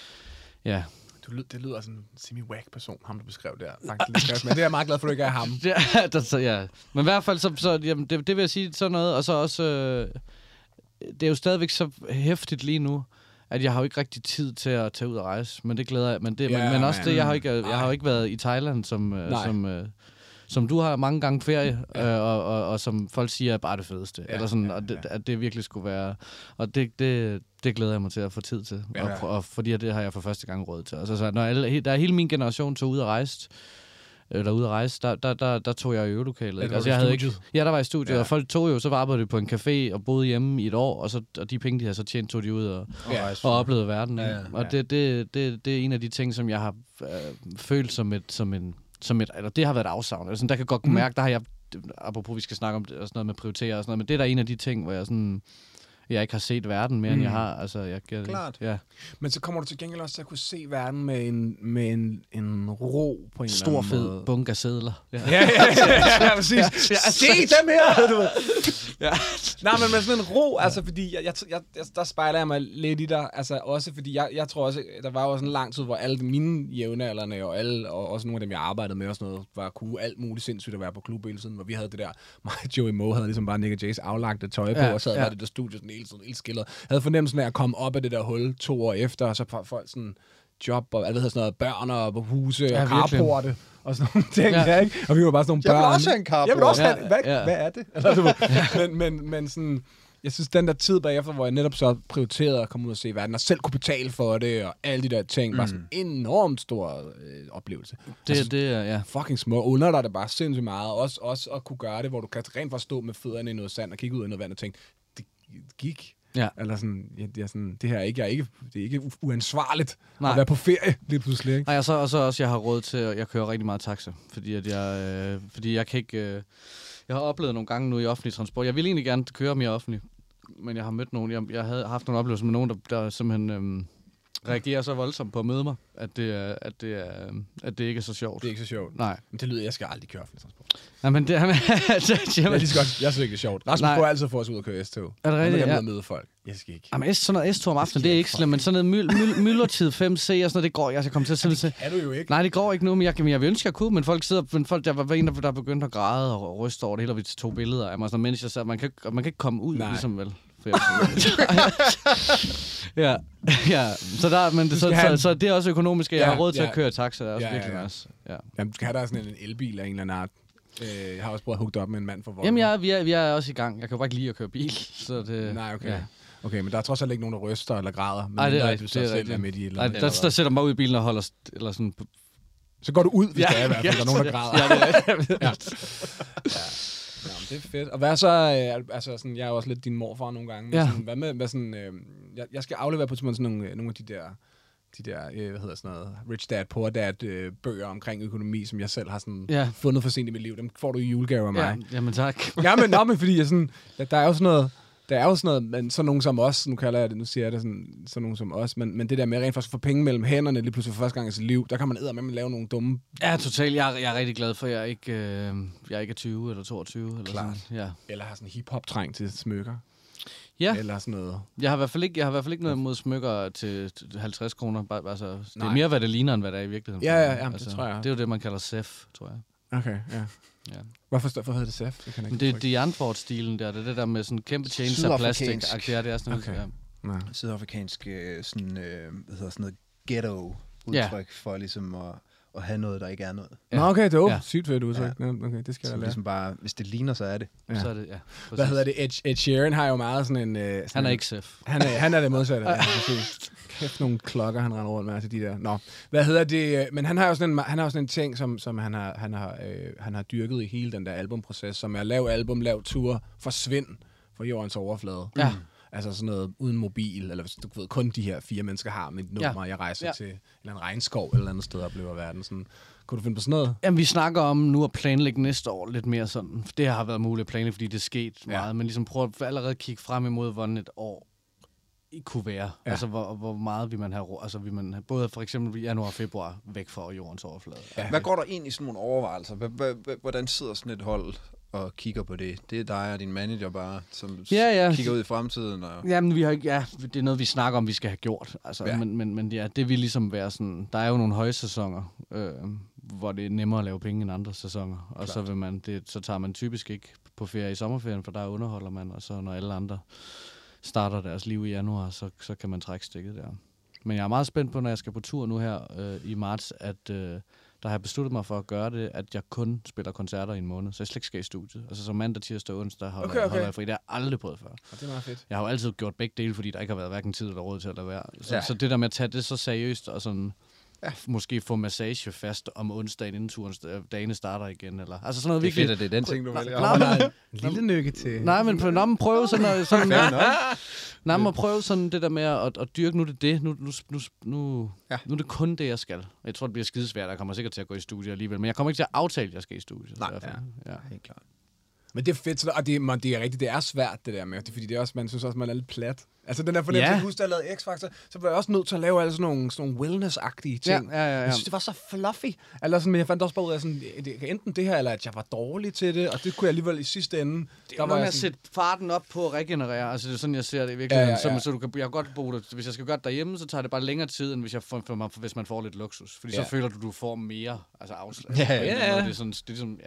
ja. Du, det lyder sådan en semi-whack person, ham du beskrev der. Faktisk, men det er jeg meget glad for, at du ikke er ham. ja, der, så, ja. Men i hvert fald, så, så jamen, det, det vil jeg sige sådan noget, og så også, øh, det er jo stadigvæk så hæftigt lige nu, at jeg har jo ikke rigtig tid til at tage ud og rejse, men det glæder jeg. Men, det, Ja, men, men også man. det, jeg har ikke, jeg har jo ikke været i Thailand, som, øh, Nej. som, øh, som du har mange gange ferie, ja. øh, og, og, og som folk siger er bare det fedeste. Ja, Eller sådan, ja, og det, ja. at det virkelig skulle være... Og det, det, det glæder jeg mig til at få tid til. Ja. Og, og fordi at det har jeg for første gang råd til. Altså, så når alle, der er hele min generation tog ud og rejste, eller ude at rejse, der, der, der, der tog jeg i øvelokalet. Ja, Altså, jeg havde ikke, studiet. ja, der var i studiet, Ja. og folk tog jo, så var arbejdede på en café og boede hjemme i et år, og, så, og de penge, de havde så tjent, tog de ud og, Ja. og oplevede verden. Ja, Ja, ja. ja. Og det, det, det, det er en af de ting, som jeg har øh, følt som et, som en, som et, eller det har været et afsavn. Altså, der kan godt Mm. mærke, der har jeg, apropos vi skal snakke om det, og sådan noget med prioritere og sådan noget, men det er der en af de ting, hvor jeg sådan, jeg ikke har set verden mere, end Mm. jeg har. Altså, jeg, jeg, Klart. Ja. Men så kommer du til gengæld også til at kunne se verden med en, med en, en ro på en Stor eller anden fed måde. bunke af sedler. Ja. Ja, ja, ja, ja, præcis. Ja, se dem her! Du ved. Ja. Nej, men med sådan en ro, altså, fordi jeg, jeg, jeg, jeg, der spejler jeg mig lidt i dig, altså også fordi jeg, jeg tror også, der var jo sådan en lang tid, hvor alle mine jævnaldrende og alle, og også nogle af dem, jeg arbejdede med og sådan noget, var kunne alt muligt sindssygt at være på klub hele tiden, hvor vi havde det der, mig og Joey Moe havde ligesom bare Nick og Jays aflagte tøj på, Ja, og sad ja. der i det der studie sådan hele tiden, helt skilleret. Jeg havde fornemmelsen af at komme op af det der hul to år efter, og så får folk sådan job og hvad hedder sådan noget, børn og huse Ja, og virkelig. carporte og sådan nogle ting, Ja. ja. Ikke? Og vi var bare sådan nogle Jeg vil børn. også have en carport. Jeg vil også have, Ja, hvad, ja. hvad er det? Eller, du ved. men, men, men sådan, jeg synes, den der tid bagefter, hvor jeg netop så prioriterede at komme ud og se verden, og selv kunne betale for det, og alle de der ting, mm. var sådan en enormt stor øh, oplevelse. Det, Altså, det er, ja. fucking små. Under dig det bare sindssygt meget. Også, også at kunne gøre det, hvor du kan rent faktisk stå med fødderne i noget sand og kigge ud i noget vand og tænke, det gik. Ja. Eller sådan, ja, det er sådan, det her er ikke, jeg er ikke, det er ikke u- uansvarligt Nej. at være på ferie lige pludselig, ikke? Nej, og så, og så også, jeg har råd til, at jeg kører rigtig meget taxa, fordi, at jeg, øh, fordi jeg kan ikke... Øh, jeg har oplevet nogle gange nu i offentlig transport. Jeg vil egentlig gerne køre mere offentlig, men jeg har mødt nogen... Jeg, jeg havde haft nogle oplevelser med nogen, der, der simpelthen øh, reagerer så voldsomt på at møde mig, at det, er, at det, er, at det ikke er så sjovt. Det er ikke så sjovt. Nej. Men det lyder, jeg skal aldrig køre offentlig transport. Nej, men det... det, det Jeg, lige så godt, jeg synes ikke, det er sjovt. Rasmus Nej. prøver altid for os ud at køre S-tog. Er det rigtigt? Jeg Ja. vil møde folk. Jeg skal ikke. Jamen, S, sådan noget S-tog om aftenen, det er ikke slemt, men sådan noget myld, myld, myldretid fem C og sådan noget, det går jeg. Jeg kommer til at sidde til. Er du jo ikke? Nej, det går ikke nu, men jeg, men jeg vil ønske, jeg kunne, men folk sidder, men folk, der var en, der, der begyndte at græde og ryste over det hele, og vi tog billeder af mig, sådan, mens jeg sad, man kan, man kan ikke komme ud, Nej. ligesom vel. For jeg, ja, ja, så, der, men det, så, skal så, have så, så, det er også økonomisk, at jeg Ja, har råd til ja. at køre taxa, det er også Ja, ja, virkelig ja. nice. Ja. Jamen, du skal have der sådan en elbil af en eller anden art. Øh, jeg har også prøvet at hooke op med en mand fra Volvo. Jamen, jeg, vi, er, vi er også i gang. Jeg kan jo bare ikke lide at køre bil, så det... Nej, okay. Ja. Okay, men der er trods alt ikke nogen, der ryster eller græder. Men Ej, det er mindre, at rigtigt, du så det er selv rigtigt. er midt i et eller Ej, andet. der, der sætter mig ud i bilen og holder... st- Eller sådan, på- Så går du ud, hvis Ja, der er i hvert fald. ja, Der er nogen, der græder. Ja, det er rigtigt. Ja. Ja, men det er fedt. Og hvad er så, øh, altså sådan, jeg er jo også lidt din morfar nogle gange. Men Ja. sådan, hvad med, hvad sådan, øh, jeg, jeg skal aflevere på sådan nogle, øh, nogle af de der, de der, øh, hvad hedder sådan noget, Rich Dad, Poor Dad øh, bøger omkring økonomi, som jeg selv har sådan Ja. fundet for sent i mit liv. Dem får du i julegave af mig. Ja, jamen tak. Ja, men, nå, men fordi jeg sådan, der, der er jo sådan noget, der er jo sådan noget, men sådan nogen som os, nu kalder jeg det, nu siger jeg det sådan, sådan nogen som os, men, men det der med rent faktisk at få penge mellem hænderne lige pludselig for første gang i sit liv, der kan man eddermame lave nogle dumme. Ja, totalt. Jeg, er- jeg er rigtig glad for, at jeg ikke, øh, jeg ikke er tyve eller toogtyve. Eller Klart. sådan. Ja. Eller har sådan hip-hop-træng til smykker. Ja. Eller sådan noget. Jeg har i hvert fald ikke, jeg har i hvert fald ikke noget imod smykker til til halvtreds kroner. Bare, altså, det er Nej. mere, hvad det ligner, end hvad det er i virkeligheden. Ja, ja, ja, det tror jeg. Det er jo det, man kalder S E F, tror jeg. Okay, ja. Ja. Hvorfor, hvorfor hedder det S E F? Det kan jeg Men ikke det er forstå. de Jernford-stilen der. Det er det der med sådan kæmpe chains af plastik. Sydafrikansk. Ja, det er sådan Okay. okay. Ja. Nej. Sydafrikansk øh, sådan, øh, hvad hedder sådan noget ghetto-udtryk for ligesom at, at have noget, der ikke er noget. Nå, okay, det er jo Ja. sygt fedt udtryk. Ja. Okay, det skal Så jeg lære. ligesom bare, hvis det ligner, så er det. Ja. Så er det, ja. Hvad præcis. hedder det? Ed, Ed Sheeran har jo meget sådan en... Øh, sådan Han er en- ikke S E F. Han er, han er det modsatte. Ja, præcis. Kæft nogle klokker, han render rundt med, altså de der. Nå, hvad hedder det? Men han har jo sådan en, han har jo sådan en ting, som, som han, har, han, har, øh, han har dyrket i hele den der albumproces, som er lav album, lav tur, forsvind fra jordens overflade. Ja. Altså sådan noget uden mobil, eller hvis du ved, kun de her fire mennesker har mit nummer, Ja. jeg rejser Ja. til en eller anden regnskov et eller andet sted og oplever verden. Sådan. Kunne du finde på sådan noget? Jamen, vi snakker om nu at planlægge næste år lidt mere sådan. Det har været muligt at planlægge, fordi det er sket Ja. meget. Men ligesom prøve at allerede kigge frem imod, hvordan et år i kunne være. Ja. Altså, hvor, hvor meget vil man have råd? Altså, vil man have, både for eksempel januar og februar væk fra jordens overflade. Ja. Hvad går der ind i sådan nogle overvejelser? H- h- h- hvordan sidder sådan et hold og kigger på det? Det er dig og din manager bare, som s- Ja, ja. kigger ud i fremtiden. Og... Jamen, vi har ikke, ja, det er noget, vi snakker om, vi skal have gjort. Altså, Ja. ja. men, men, men ja, det vil ligesom være sådan, der er jo nogle højsæsoner, øh, hvor det er nemmere at lave penge end andre sæsoner. Og Klart. så, vil man, det, så tager man typisk ikke på ferie i sommerferien, for der underholder man, og så når alle andre starter deres liv i januar, så, så kan man trække stikket der. Men jeg er meget spændt på, når jeg skal på tur nu her øh, i marts, at øh, der har jeg besluttet mig for at gøre det, at jeg kun spiller koncerter i en måned, så jeg slet ikke skal i studiet. Altså så mandag, tirsdag og onsdag holder, okay, okay. holder jeg fri. Det har jeg aldrig prøvet før. Og det er meget fedt. Jeg har jo altid gjort begge dele, fordi der ikke har været hverken tid eller råd til at lade være. Så, Ja. så det der med at tage det så seriøst og sådan... Ja. Måske få massage fast om onsdagen, inden turen, dagene starter igen. Eller, altså sådan noget Det er virkelig... fedt, at det er den ting, du vælger. Nej, nej, En lille nykke til... nej, men på, når man prøver sådan noget... Sådan, nej, man prøver sådan det der med at, at dyrke, nu er det det, nu, nu, nu, nu, Ja. nu er det kun det, jeg skal. Jeg tror, det bliver skidesvært, jeg kommer sikkert til at gå i studiet alligevel, men jeg kommer ikke til at aftale, at jeg skal i studiet. Nej, i hvert fald. Ja. Ja. Helt klart. Men det er fedt, så- og det, er- man, det er rigtigt, det er svært, det der med, det er, fordi det er også, man synes også, man er lidt plat. Altså den der fornemmelse, Ja. jeg husker, da jeg lavede X-Factor, så var jeg også nødt til at lave alle sådan nogle, sådan nogle wellness-agtige ting. Ja, ja, ja, ja. Jeg synes, det var så fluffy. Eller sådan, men jeg fandt også bare ud af, sådan, det, enten det her, eller at jeg var dårlig til det, og det kunne jeg alligevel i sidste ende. Det er jo noget med at sætte farten op på at regenerere. Altså, det er sådan, jeg ser det i virkeligheden. Ja, ja, ja. Så, så du kan, jeg kan godt bruge det. Hvis jeg skal gøre det derhjemme, så tager det bare længere tid, end hvis, jeg får, for, hvis man får lidt luksus. Fordi Ja. så føler du, du får mere altså afslag. Ja, På en eller anden ja. måde. Det er sådan, det er ligesom,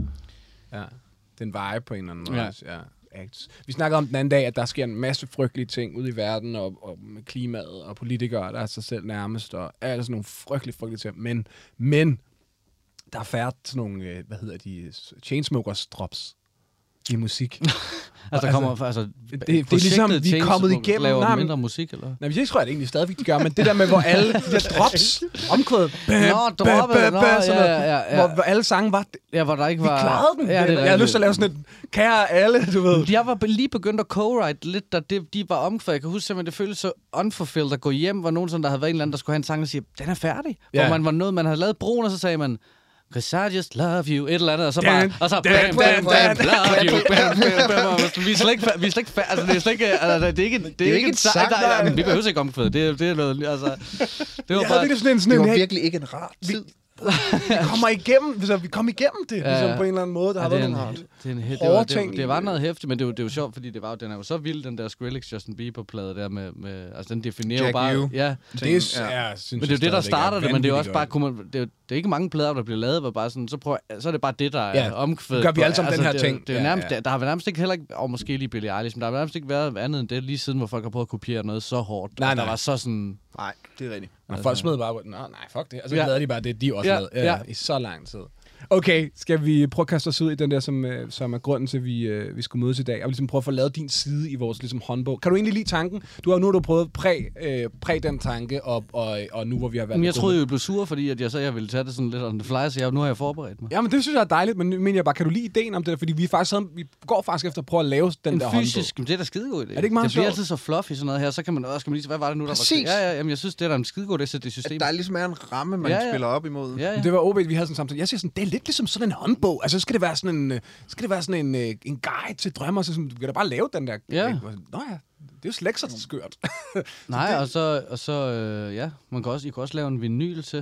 ja. Ja, den vibe på en eller anden måde. Ja. også, ja. Acts. Vi snakker om den anden dag, at der sker en masse frygtelige ting ude i verden, og, og med klimaet, og politikere, der er sig selv nærmest, og alle sådan nogle frygtelige, frygtelige ting. Men, men der er færdigt sådan nogle, øh, hvad hedder de, Chainsmokers drops i musik. Altså, der kommer, altså, det- det er ligesom, vi er kommet igennem- Laver Nej, men- mindre musik, eller? Nej, jeg tror jeg det egentlig stadigvæk, de gør, men det der med, hvor alle de der drops, omkvædet, Nå, droppet, nå, ja, ja, ja. hvor, hvor alle sange var, Ja, hvor der ikke vi var... klarede den. Ja, det er jeg har lyst til at lave sådan et, kære alle, du ved. Jeg var lige begyndt at co-write lidt, da det, de var omkvædet. Jeg kan huske simpelthen, det føltes så unfulfilled at gå hjem, hvor nogen sådan, der havde været en eller anden, der skulle have en sang, og sige, den er færdig. Ja. Hvor man var noget, man havde lavet broen, og så sagde man, 'Cause I just love you, et eller andet, og så bare, Dan, og så dan, bam, bam, dan, bam, dan. love you, bam, bam, bam, og vi er slet ikke, fa- vi er slet ikke, fa- altså det er slet ikke, altså det er ikke, det er ikke en sang, nej. der, men vi behøver ikke omkvædet, det er, det er noget, altså, det var Jeg havde bare, virkelig sådan en, sådan Det en var hey, virkelig ikke en rar tid. vi kommer igennem, så vi kom igennem det, Ja. ligesom på en eller anden måde. Der har Ja, det, været er nogle en, det, er en, det, hårde var, det, ting det, i det var det. noget hæftigt, men det er jo, det er jo sjovt, fordi det var, jo- den er jo så vild, den der Skrillex Justin Bieber-plade der med, med, altså den definerer Jack jo bare, U. ja, Det er, ja. jeg synes, men det er jo det, der stadigvæk starter det, men det er jo vanvittigt også bare, godt. kunne man, det, er, jo- det er ikke mange plader, der bliver lavet, hvor bare sådan, så, prøver, så er det bare det, der Ja, er omkvædet. gør vi på- alle sammen den her det, er jo- ting. Det er jo Ja, nærmest, ja. Der, der har vel nærmest ikke heller ikke, og måske lige Billie Eilish, men der har nærmest ikke været andet end det lige siden, hvor folk har prøvet at kopiere noget så hårdt. Nej, Altså, nej. Der var så sådan, Nej, det er rigtigt. Men folk smed bare på, nå nej, fuck det. Og så Ja. lavede de bare det, de også Ja, lavede ja, ja. i så lang tid. Okay, skal vi prøve at kaste os ud i den der, som, øh, som er grunden til, at vi, øh, vi skulle mødes i dag, og ligesom prøve at få lavet din side i vores ligesom, håndbog. Kan du egentlig lide tanken? Du har nu har du prøvet præg, øh, præg den tanke, og, og, og nu hvor vi har været... men jeg troede jo, jeg blev sur, fordi at jeg så jeg ville tage det sådan lidt on the fly, så jeg, nu har jeg forberedt mig. Ja, men det synes jeg er dejligt, men nu mener jeg bare, kan du lide ideen om det? Fordi vi, faktisk havde, vi går faktisk efter at prøve at lave den En der fysisk, men det er da skidegod idé. det ikke meget det bliver sjovt? altid så fluffy sådan noget her, så kan man også, skal man lige, hvad var det nu, der Præcis. var? Ja, ja, jamen, jeg synes, det er da en skidegod idé at sætte det i At system. der ligesom er en ramme, man Ja, ja, ja. ja. spiller op imod. Ja, ja. Det var O B, vi havde sådan en samtale. Jeg siger sådan, det er lidt ligesom sådan en håndbog. Altså, så skal det være sådan en, øh, skal det være sådan en, øh, en guide til drømmer, så sådan, du kan da bare lave den der. Ja. Nå ja, det er jo slet ikke så skørt. Nej, og så, og så øh, ja, man kan også, I kan også lave en vinyl til.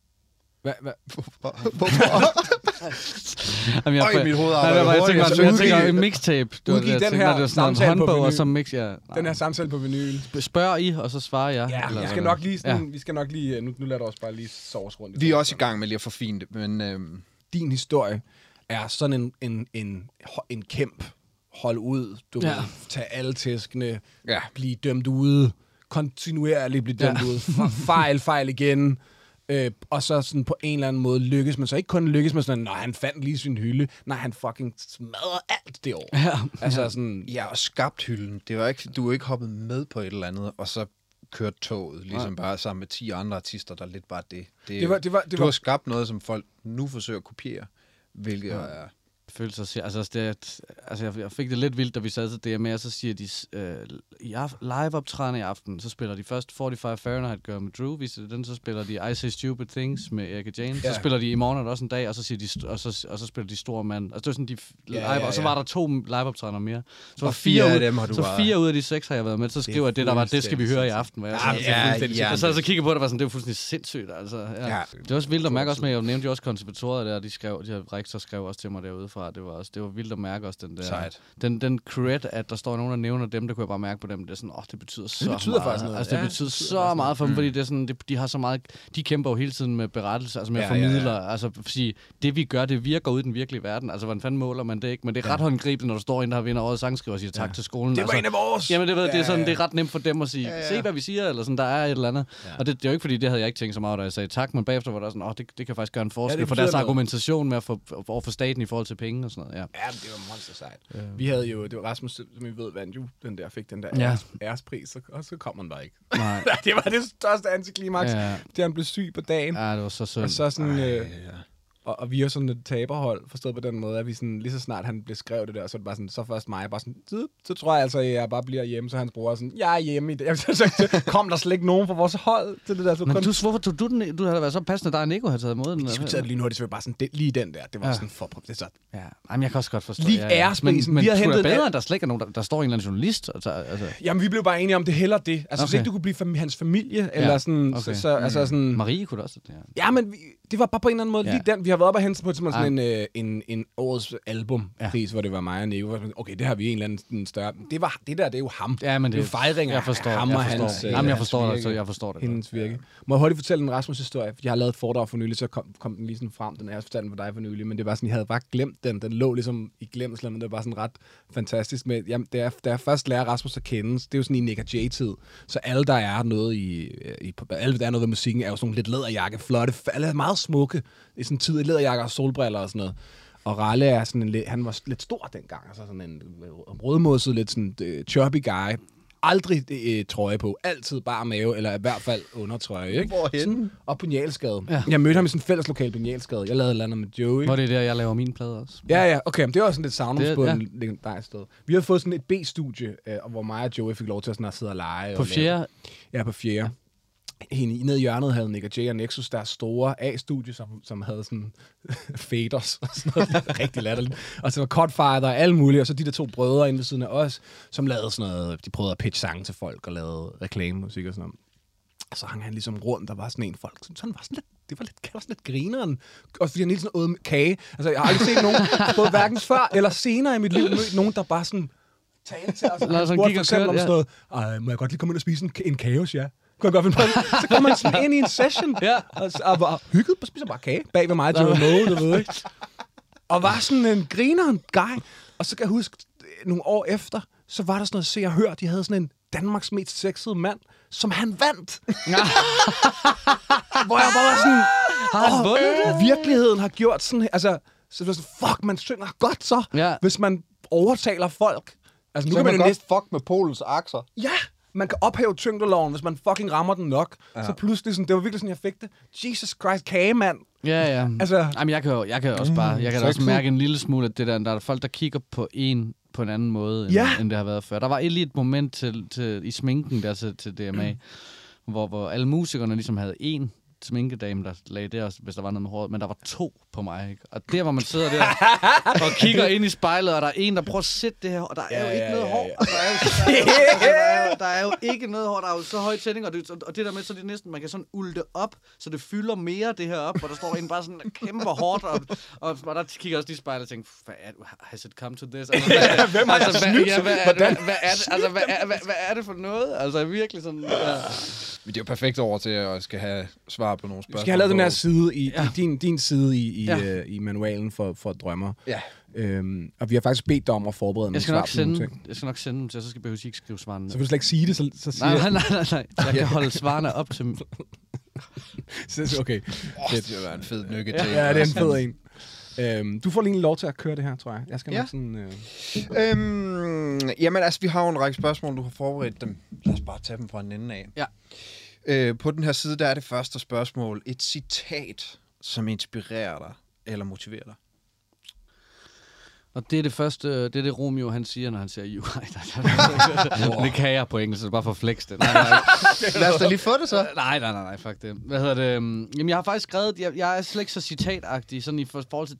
Hvad, hvad? Jamen, jeg, Øj, mit hoved nej, arbejder jeg, jeg, hurtigt. tænker, Altså, jeg tænker udgive- en mixtape. Det var udgive det, jeg den tænkte, her når det er sådan en samtale på håndbog, og vinyl. så mix, ja. Den her samtale på vinyl. Spørg I, og så svarer jeg. Ja, eller vi skal hvad? nok lige, sådan, Ja. vi skal nok lige, nu, nu lader du også bare lige sovs rundt. Vi er også i gang med lige at forfine det, men øhm, Din historie er sådan en, en, en, en kæmp. Hold ud, du ja. Ja. vil tage alle tæskene, ja. blive dømt ude, kontinuerligt blive dømt Ja. ude, F- fejl, fejl igen, øh, og så sådan på en eller anden måde lykkes, men så ikke kun lykkes med sådan, nej, han fandt lige sin hylde, nej, han fucking smadrer alt det år. Ja. Altså sådan, Ja, og skabt hylden. Det var ikke, du er ikke hoppet med på et eller andet, og så kørt toget, ligesom bare sammen med ti andre artister, der er lidt bare det. det, Det var- det var- det du var- har skabt noget, som folk nu forsøger at kopiere, hvilket ja. er... Følelser siger, altså, det, er- altså jeg, jeg fik det lidt vildt, da vi sad til D M A, og så siger de, øh, i af, live optræden i aften, så spiller de først fyrre-fem Fahrenheit Girl med Drew, viser det den, så spiller de I Say Stupid Things med Erika Jane, Ja. så spiller de i morgen er der også en dag, og så, siger de, og så, og så spiller de Store Mand. Altså det var sådan de live, Ja, ja, og så ja. var der to live-optrædener mere. Så var Og fire fire af ud, dem har du så bare- fire ud af de seks har jeg været med, så skriver jeg det, der var, det skal vi høre i aften. Hvor jeg Ja, sådan, det er fuldstændig ja, jeg sad så og kiggede på det, og var sådan, det var fuldstændig sindssygt, altså. Ja. Ja. Det var også vildt at mærke også med, jeg nævnte jo også konservatoriet der, de skrev, de her rektor skrev også til mig derude fra, det var også, det var vildt at mærke også den sådan der. Sejt. Den, den cred, at der står nogen, der nævner dem, der kunne jeg bare mærke på dem, det er sådan, åh, oh, det betyder så det betyder meget. faktisk noget. Altså, det ja, betyder det så meget, meget for dem, Mm. fordi det er sådan, det, de har så meget, de kæmper jo hele tiden med berettelser, altså med Ja, at formidle, ja, ja. altså fordi det vi gør, det virker ud i den virkelige verden. Altså, hvordan fanden måler man det ikke? Men det er ret Ja. håndgribeligt, når der står en, der har vinder årets sangskriver og siger tak Ja. til skolen. Det var altså, en af vores! Jamen, det, ved, det er sådan, Ja, ja. det er ret nemt for dem at sige, Ja, ja. se hvad vi siger, eller sådan, der er et eller andet. Ja. Og det, det er jo ikke, fordi det havde jeg ikke tænkt så meget, da jeg sagde tak, men bagefter var der sådan, åh, det, det kan faktisk gøre en forskel det for betyder deres noget. argumentation med at få, over for staten i forhold til penge og sådan noget. Ja. Ja, det var monster sejt. Vi havde jo, det var Rasmus, som I ved, vandt jo den der, fik den der Ja. æres, ærespris, så, og så kom han bare ikke. Nej. Det var det største antiklimaks, ja. Ja, det han blev syg på dagen. ja, det var så synd. Og så sådan, Ej, øh, ja. og, og vi er jo sådan et taberhold, forstået på den måde, at vi sådan, lige så snart han blev skrevet det der, så er det bare sådan, så først mig, bare sådan, så, så tror jeg altså, at jeg bare bliver hjemme, så hans bror er sådan, jeg er hjemme i det. Så, så, så kom der slet ikke nogen fra vores hold til det der. Så Men kun, du, hvorfor tog du den? Du havde været så passende, der er Nico havde taget imod den. vi diskuterede lige nu, det var bare sådan, det, lige den der, det var Ja. ja. sådan for, det er så, Ja, jamen, jeg kan også godt forstå. Lige ja, ja. æresprisen. Men, men Vi har skulle hentet være bedre, den- at der slet ikke er nogen, der, der står en eller anden journalist? Og tager, altså, jamen, vi blev bare enige om, det heller det. Altså, okay. Hvis Okay. ikke du kunne blive fam- hans familie, eller sådan, okay. så, så altså sådan... Marie kunne det også. Ja. Ja, men vi, det var bare på en eller anden måde Ja. ja. lige den. Vi har været op og hente på sådan Ja. en, øh, en, en årets albumpris, Ja. hvor det var mig og Nico. Hvor sådan, okay, det har vi en eller anden sådan større... Det, var, det der, det er jo ham. Ja, men det er jo fejringer jeg forstår, af ham jeg og forstår. hans, øh, Jamen, jeg hans forstår det, virke. så jeg forstår det. Hendes virke. Må jeg hurtigt fortælle en Rasmus-historie? Jeg har lavet et foredrag for nylig, så kom, kom den lige sådan frem. Den er jeg fortalt den for dig for nylig, men det var sådan, jeg havde bare glemt den. Den lå ligesom i glemslen, men det var bare sådan ret fantastisk. Med, jamen, da, jeg, da jeg først lærer Rasmus at kende, det er jo sådan i Nick og Jay-tid, så alle, der er noget i, i alle, der er noget ved musikken, er jo sådan nogle lidt læderjakke, flotte, alle er meget smukke i sådan en tid, i læderjakker og solbriller og sådan noget. Og Ralle er sådan en, lidt- han var lidt stor dengang, altså sådan en rødmosset, lidt sådan uh, chubby guy. Aldrig øh, trøje på, altid bare mave, eller i hvert fald undertrøje, ikke? Hvorhen? Sådan, og på Njalsgade. Ja. Jeg mødte ham i sådan en fælles lokal på Njalsgade. Jeg lavede et eller andet med Joey. Hvor det er der, jeg laver min plade også. Ja, ja, okay, men det var sådan lidt savnomsbunden Det- legendarisk sted. Vi har fået sådan et B-studie, øh, hvor mig og Joey fik lov til at, sådan at sidde og lege. På og lave- fjerde. Ja, på fjerde. Hende, nede i hjørnet havde Nick og Jay og Nexus deres store A-studie, som, som havde sådan faders og sådan noget rigtig latterligt. Og så var Cutfighter og alle mulige, og så de der to brødre inde ved siden af os, som lavede sådan noget, de prøvede at pitche sange til folk og lavede reklamemusik og sådan noget. Og så hang han ligesom rundt, der var sådan en folk, som sådan var sådan lidt, det var lidt, det var sådan lidt grineren. Også fordi han hele tiden åd med kage. Altså, jeg har aldrig set nogen, både hverken før eller senere i mit liv, mødt nogen, der bare sådan talte til os. Lad os Han sådan spurgte kigge for og eksempel om køre, sådan noget, "Ej, må jeg godt lige komme ind og spise en, en kage hos jer?" Kunne jeg godt finde på det. Så kommer man sådan ind i en session, Ja. og, og var hygget, og spiser bare kage bag ved mig, Joey Moe, du ved ikke. Og var sådan en grineren guy. Og så kan jeg huske, nogle år efter, så var der sådan noget Se og Hør, de havde sådan en Danmarks mest sexede mand, som han vandt. Hvor jeg bare var sådan, Har han åh, vundet virkeligheden har gjort sådan, altså, så det var sådan, fuck, man synger godt så, Ja. hvis man overtaler folk. Altså, nu Så kan man man jo godt næsten, fuck med Polens akser. ja, man kan ophæve tyngdeloven, hvis man fucking rammer den nok. Ja. Så pludselig sådan, det var virkelig sådan, jeg fik det. Jesus Christ, kagemand. Ja, ja. Altså- Jamen, jeg kan jo jeg kan også bare, jeg kan da så også cool. mærke en lille smule, at det der, der er folk, der kigger på en på en anden måde, end, Ja. end det har været før. Der var lige et moment til, til, i sminken der til, til D M A, hvor, hvor alle musikerne ligesom havde en sminkedame, der lagde det også, hvis der var noget med håret, men der var to på mig, ikke? Og der, hvor man sidder der og kigger ind i spejlet, og der er en, der prøver at sætte det her, og der er Ja, jo ikke ja, noget ja, hår. ja. Og der, er jo, der, er jo, altså, der, er jo, der er jo ikke noget hår, der er jo så høj tænding, og det, og det der med, så det næsten, man kan sådan ulte op, så det fylder mere det her op, hvor der står en bare sådan kæmpe hårdt, og, og, og der kigger også de spejler og tænker, hvad er det? Has it come to this? Altså, hvad, Hvem har jeg altså, hvad, snydt? ja, hvad, er, Hvordan? hvad, hvad, er det, altså, hvad, er, hvad, hvad er det for noget? Altså virkelig sådan... Ja. Men det er jo perfekt over til at skal have svar på nogle Vi spørgsmål. skal have lavet den her side i, Ja. i din, din side i, i, Ja. øh, i manualen for, for drømmer. Ja. Øhm, og vi har faktisk bedt dig om at forberede Jeg nogle skal, svar nok på nogle sende, ting. jeg skal nok sende dem til, så skal behøver I ikke skrive svarene. Så vil du slet ikke sige det, så, så siger Nej, jeg... nej, nej, nej. Jeg kan holde svarene op til... Så- Okay. Oh, det vil være en fed nykke til. Ja, det er en fed en. Øhm, du får lige lov til at køre det her, tror jeg. Jeg skal Ja. nok sådan... Øh... Øhm, jamen altså, vi har jo en række spørgsmål, du har forberedt dem. Lad os bare tage dem fra en ende af. Ja. Øh, på den her side, der er det første spørgsmål. Et citat, som inspirerer dig eller motiverer dig. Og det er det første, det er det Romeo, han siger, når han siger you. Nej, nej, nej. Det kan jeg på engelsk, så det er bare for at flex det. Nej, nej. Lad os da lige få det så. Nej, nej, nej, nej, fuck det. Hvad hedder det? øhm, Jamen, jeg har faktisk skrevet, jeg, jeg er slet ikke så citatagtig, sådan i for- forhold til det der, åh,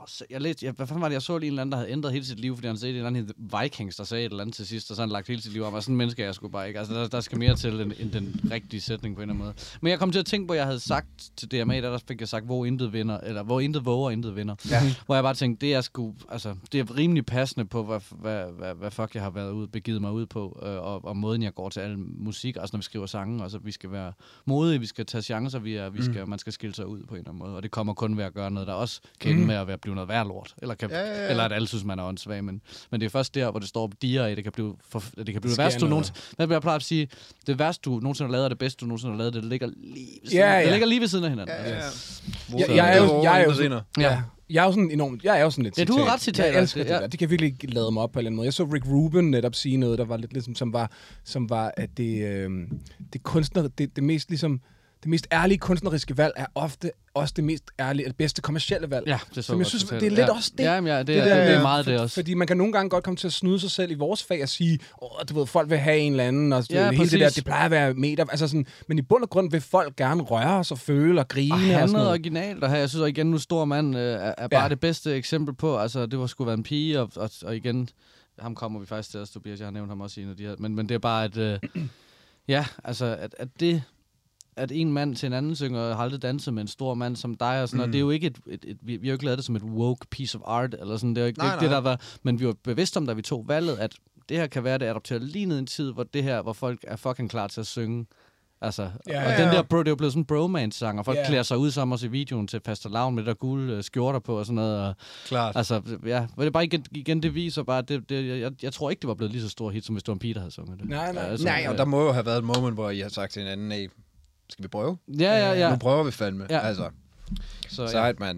så, jeg læste, jeg, hvad fanden var det, jeg så lige en eller anden, der havde ændret hele sit liv, fordi han sagde, det er en eller anden Vikings, der sagde et eller andet til sidst, og så har han lagt hele sit liv om, og sådan en menneske er jeg sgu bare ikke. Altså, der, der skal mere til end, end den rigtige sætning på en eller anden måde. Men jeg kom til at tænke på, at jeg havde sagt til D M A, der, der fik jeg sagt, hvor intet vinder, eller hvor intet våger, intet vinder. Ja. Hvor jeg bare tænkte, det er sgu, altså, det er rimelig passende på, hvad, hvad, hvad, hvad fuck jeg har været ud, begivet mig ud på, øh, og, og måden, jeg går til al musik, også når vi skriver sange, altså, vi skal være modige, vi skal tage chancer, vi er, vi skal, mm. man skal skille sig ud på en eller anden måde, og det kommer kun ved at gøre noget, der også kan ende mm. med at være, blive noget værd lort, eller, kan, ja, ja, ja. eller at alle synes, man er åndssvag, men, men det er først der, hvor det står diger i, det kan blive, for, det kan blive det, det værste, du nogensinde, hvad jeg plejer at sige, det værste, du nogensinde har lavet, og det bedste, du nogensinde har lavet, det ligger lige ved siden, ja, ja. Det ligger lige ved siden af hinanden. Ja, ja. Altså. Jeg, jeg, jeg, er jo, jeg er jo ja. Jeg er jo sådan enormt, jeg er jo sådan lidt ja, citat. Du er ret citat. Jeg elsker det, ja. det der. Det kan virkelig lade mig op på en eller anden måde. Jeg så Rick Rubin netop sige noget, der var lidt ligesom, som var, som var at det, øh, det kunstner, det, det mest ligesom, det mest ærlige kunstneriske valg er ofte også det mest ærlige, det bedste kommercielle valg. Ja, det er så som jeg synes, det er lidt ja. også det. Ja, ja det, det, er, der, det er meget det også. Fordi man kan nogle gange godt komme til at snyde sig selv i vores fag og sige, åh, du ved, folk vil have en eller anden, og ja, hele præcis. det der, det plejer at være meter, altså sådan, men i bund og grund vil folk gerne røre sig, føle og grine. Og han og sådan noget originalt, og her, jeg synes igen, nu stor mand øh, er, er bare ja. det bedste eksempel på, altså det var sgu være en pige, og, og, og igen, ham kommer vi faktisk til os, Tobias, jeg har nævnt ham også i en af de her, men, men det er bare, at øh, ja, altså, at, at det at en mand til en anden synger og har aldrig danset med en stor mand som dig og sådan, mm. og det er jo ikke et, et, et, vi, vi har jo ikke lavet det som et woke piece of art, eller sådan, det er jo ikke, nej, det, ikke det, der var, men vi var bevidste om, da vi tog valget, at det her kan være, det adopterer lige ned i en tid, hvor det her, hvor folk er fucking klar til at synge. Altså, ja, og ja, den der, bro, det er jo blevet sådan en bromance-sang, og folk ja. klæder sig ud sammen også i videoen til fastelavn med det der gule uh, skjorter på og sådan noget. Og, klart. Altså, ja, det er bare igen, igen det viser bare, det, det, jeg, jeg tror ikke, det var blevet lige så stor hit, som hvis det var en pige, der havde sunget det. Nej, nej. Altså, nej, og der må jo have været et moment, hvor I har sagt til hinanden, hey, skal vi prøve? Ja, ja, ja. Nu prøver vi fandme. Ja. Altså, så, sejt, mand.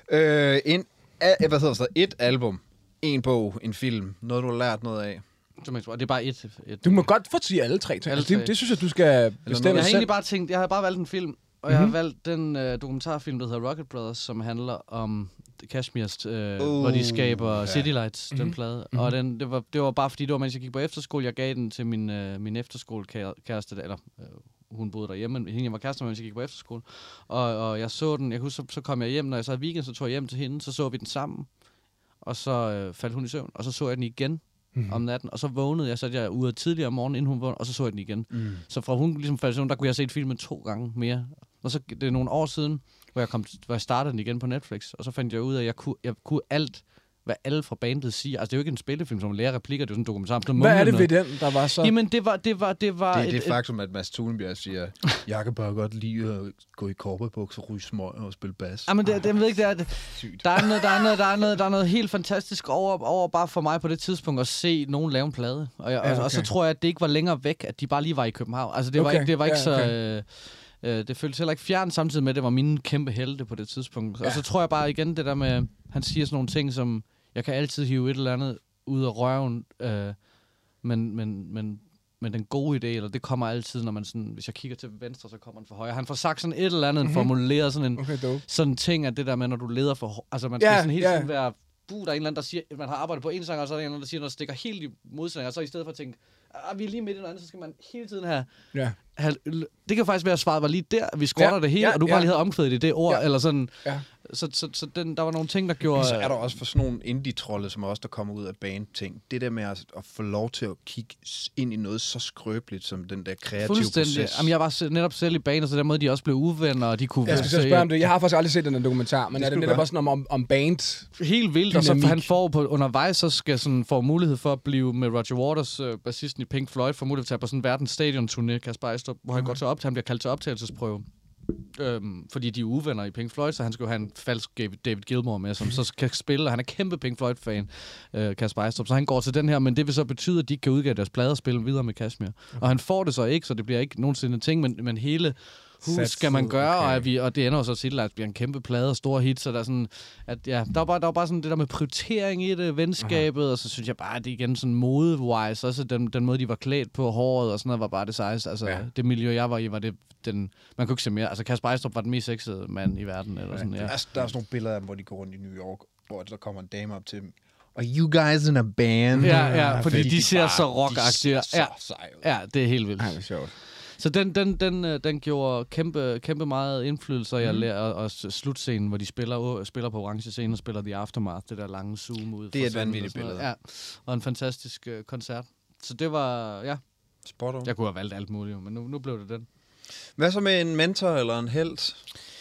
Øh, en, a, hvad hedder det? Et album, en bog, en film, noget du har lært noget af. Det er bare et, et. Du må godt få sige alle tre ting. Alle altså, det, det synes jeg, du skal bestemme. Jeg har selv. egentlig bare tænkt, jeg har bare valgt en film, og mm-hmm. jeg har valgt den uh, dokumentarfilm, der hedder Rocket Brothers, som handler om Kashmirs, uh, uh, hvor de skaber ja. City Lights, mm-hmm. den plade. Mm-hmm. Og den, det, var, det var bare fordi, det var, mens jeg gik på efterskole, jeg gav den til min, uh, min efterskolekæreste, eller uh, hun boede derhjemme, men hende jeg var kæreste med, mens jeg gik på efterskole. Og, og jeg så den, jeg husker, så, så kom jeg hjem, når jeg så havde weekend, så tog jeg hjem til hende, så så vi den sammen, og så uh, faldt hun i søvn, og så så jeg den igen. Mm. om natten, og så vågnede jeg, så jeg ude tidligere om morgenen, inden hun vågnede, og så så jeg den igen. Mm. Så fra hun ligesom faldt i søvn, der kunne jeg se filmen to gange mere. Og så det er nogle år siden, hvor jeg, kom, hvor jeg startede den igen på Netflix, og så fandt jeg ud af, at jeg kunne, jeg kunne alt, hvad alle fra bandet siger. Altså, det er jo ikke en spillefilm, som man lærer replikker, det er jo sådan en dokumentar. Hvad er det ved den, der var så? Jamen, det var... Det, var, det, var det er et, det faktum, at Mads Thunebjerg siger, jeg kan bare godt lide at gå i korperbukser, ryge smøg og spille bas. Jamen, det, det, jeg ved ikke, det er... Der er, noget, der, er noget, der, er noget, der er noget helt fantastisk over, over bare for mig på det tidspunkt at se nogen lave en plade. Og, jeg, ja, okay. og, og så tror jeg, at det ikke var længere væk, at de bare lige var i København. Altså, det var okay. ikke, det var ikke ja, okay. så... Øh, det føltes heller ikke fjern, samtidig med, at det var mine kæmpe helte på det tidspunkt. Ja. Og så tror jeg bare igen, det der med... Han siger sådan nogle ting, som... Jeg kan altid hive et eller andet ud af røven, øh, men, men, men, men den gode idé, eller det kommer altid, når man sådan, hvis jeg kigger til venstre, så kommer den for højre. Han får sagt sådan et eller andet, mm-hmm. formuleret sådan en okay, sådan ting, at det der med, når du leder for, altså man skal yeah, sådan hele yeah. tiden være, buh, der er en eller anden, der siger, man har arbejdet på en sang, og så er der en eller anden, der siger, når der stikker helt i modsætning, og så i stedet for at tænke, ah, vi er lige midt i noget andet, så skal man hele tiden have, yeah. have det kan faktisk være, at svaret var lige der, vi skrotter yeah, det hele, yeah, og du yeah. bare lige havde omkvædet i det ord, yeah. eller sådan. Yeah. Så, så, så den, der var nogle ting, der gjorde... Så er der også for sådan nogle indie-trolde, som også der kommer ud af band-ting. Det der med at, at få lov til at kigge ind i noget så skrøbeligt, som den der kreative proces. Jamen, jeg var netop selv i band, og så den måde, de også blev uvenner, og de kunne... Jeg skal så spørge om det. Jeg har faktisk aldrig set den der dokumentar, men det er det netop også sådan om, om, om band? Helt vildt, og så han får på undervejs, så skal sådan få mulighed for at blive med Roger Waters, øh, bassisten i Pink Floyd, for mulighed til at tage på sådan en verdens stadion-turné, Kasper Ejstrup, hvor han okay. går til op til, han bliver kaldt til optagelsesprøve. Øhm, fordi de er uvenner i Pink Floyd, så han skal jo have en falsk David Gilmour med, som så kan spille, og han er kæmpe Pink Floyd-fan, øh, Kasper Ejstrup, så han går til den her, men det vil så betyde, at de ikke kan udgive deres plader og spille videre med Kashmir. Okay. Og han får det så ikke, så det bliver ikke nogensinde en ting, men, men hele hus skal man gøre, okay. og, vi, og det ender jo så til, at det bliver en kæmpe plade og store hit, så der er sådan, at ja, der var bare, der var bare sådan det der med prioritering i det, venskabet, aha. Og så synes jeg bare, at det igen sådan mode-wise, også den, den måde, de var klædt på, håret og sådan noget, var bare det sejeste. Altså, ja. Det miljø, jeg var i, var det den, man kunne ikke se mere. Altså, Kasper Ejstrup var den mest sexede mand i verden, eller ja. Sådan, ja. Der, er, der er sådan nogle billeder af dem, hvor de går rundt i New York, hvor der kommer en dame op til dem. Are you guys in a band? Ja, ja, fordi, fordi de, de ser bare, så rockagtige. Ja, ja, det er helt vildt. Ja, det er sjovt. Så den, den, den, øh, den gjorde kæmpe, kæmpe meget indflydelse, og jeg Mhm. lærer, og, og slutscenen, hvor de spiller, spiller på orange scene og spiller The Aftermath, det der lange zoom ud. Det er fra et scenen vanvittigt og sådan noget. billede. Ja, og en fantastisk øh, koncert. Så det var, ja, Spot on. jeg kunne have valgt alt muligt, jo, men nu, nu blev det den. Hvad så med en mentor eller en helt?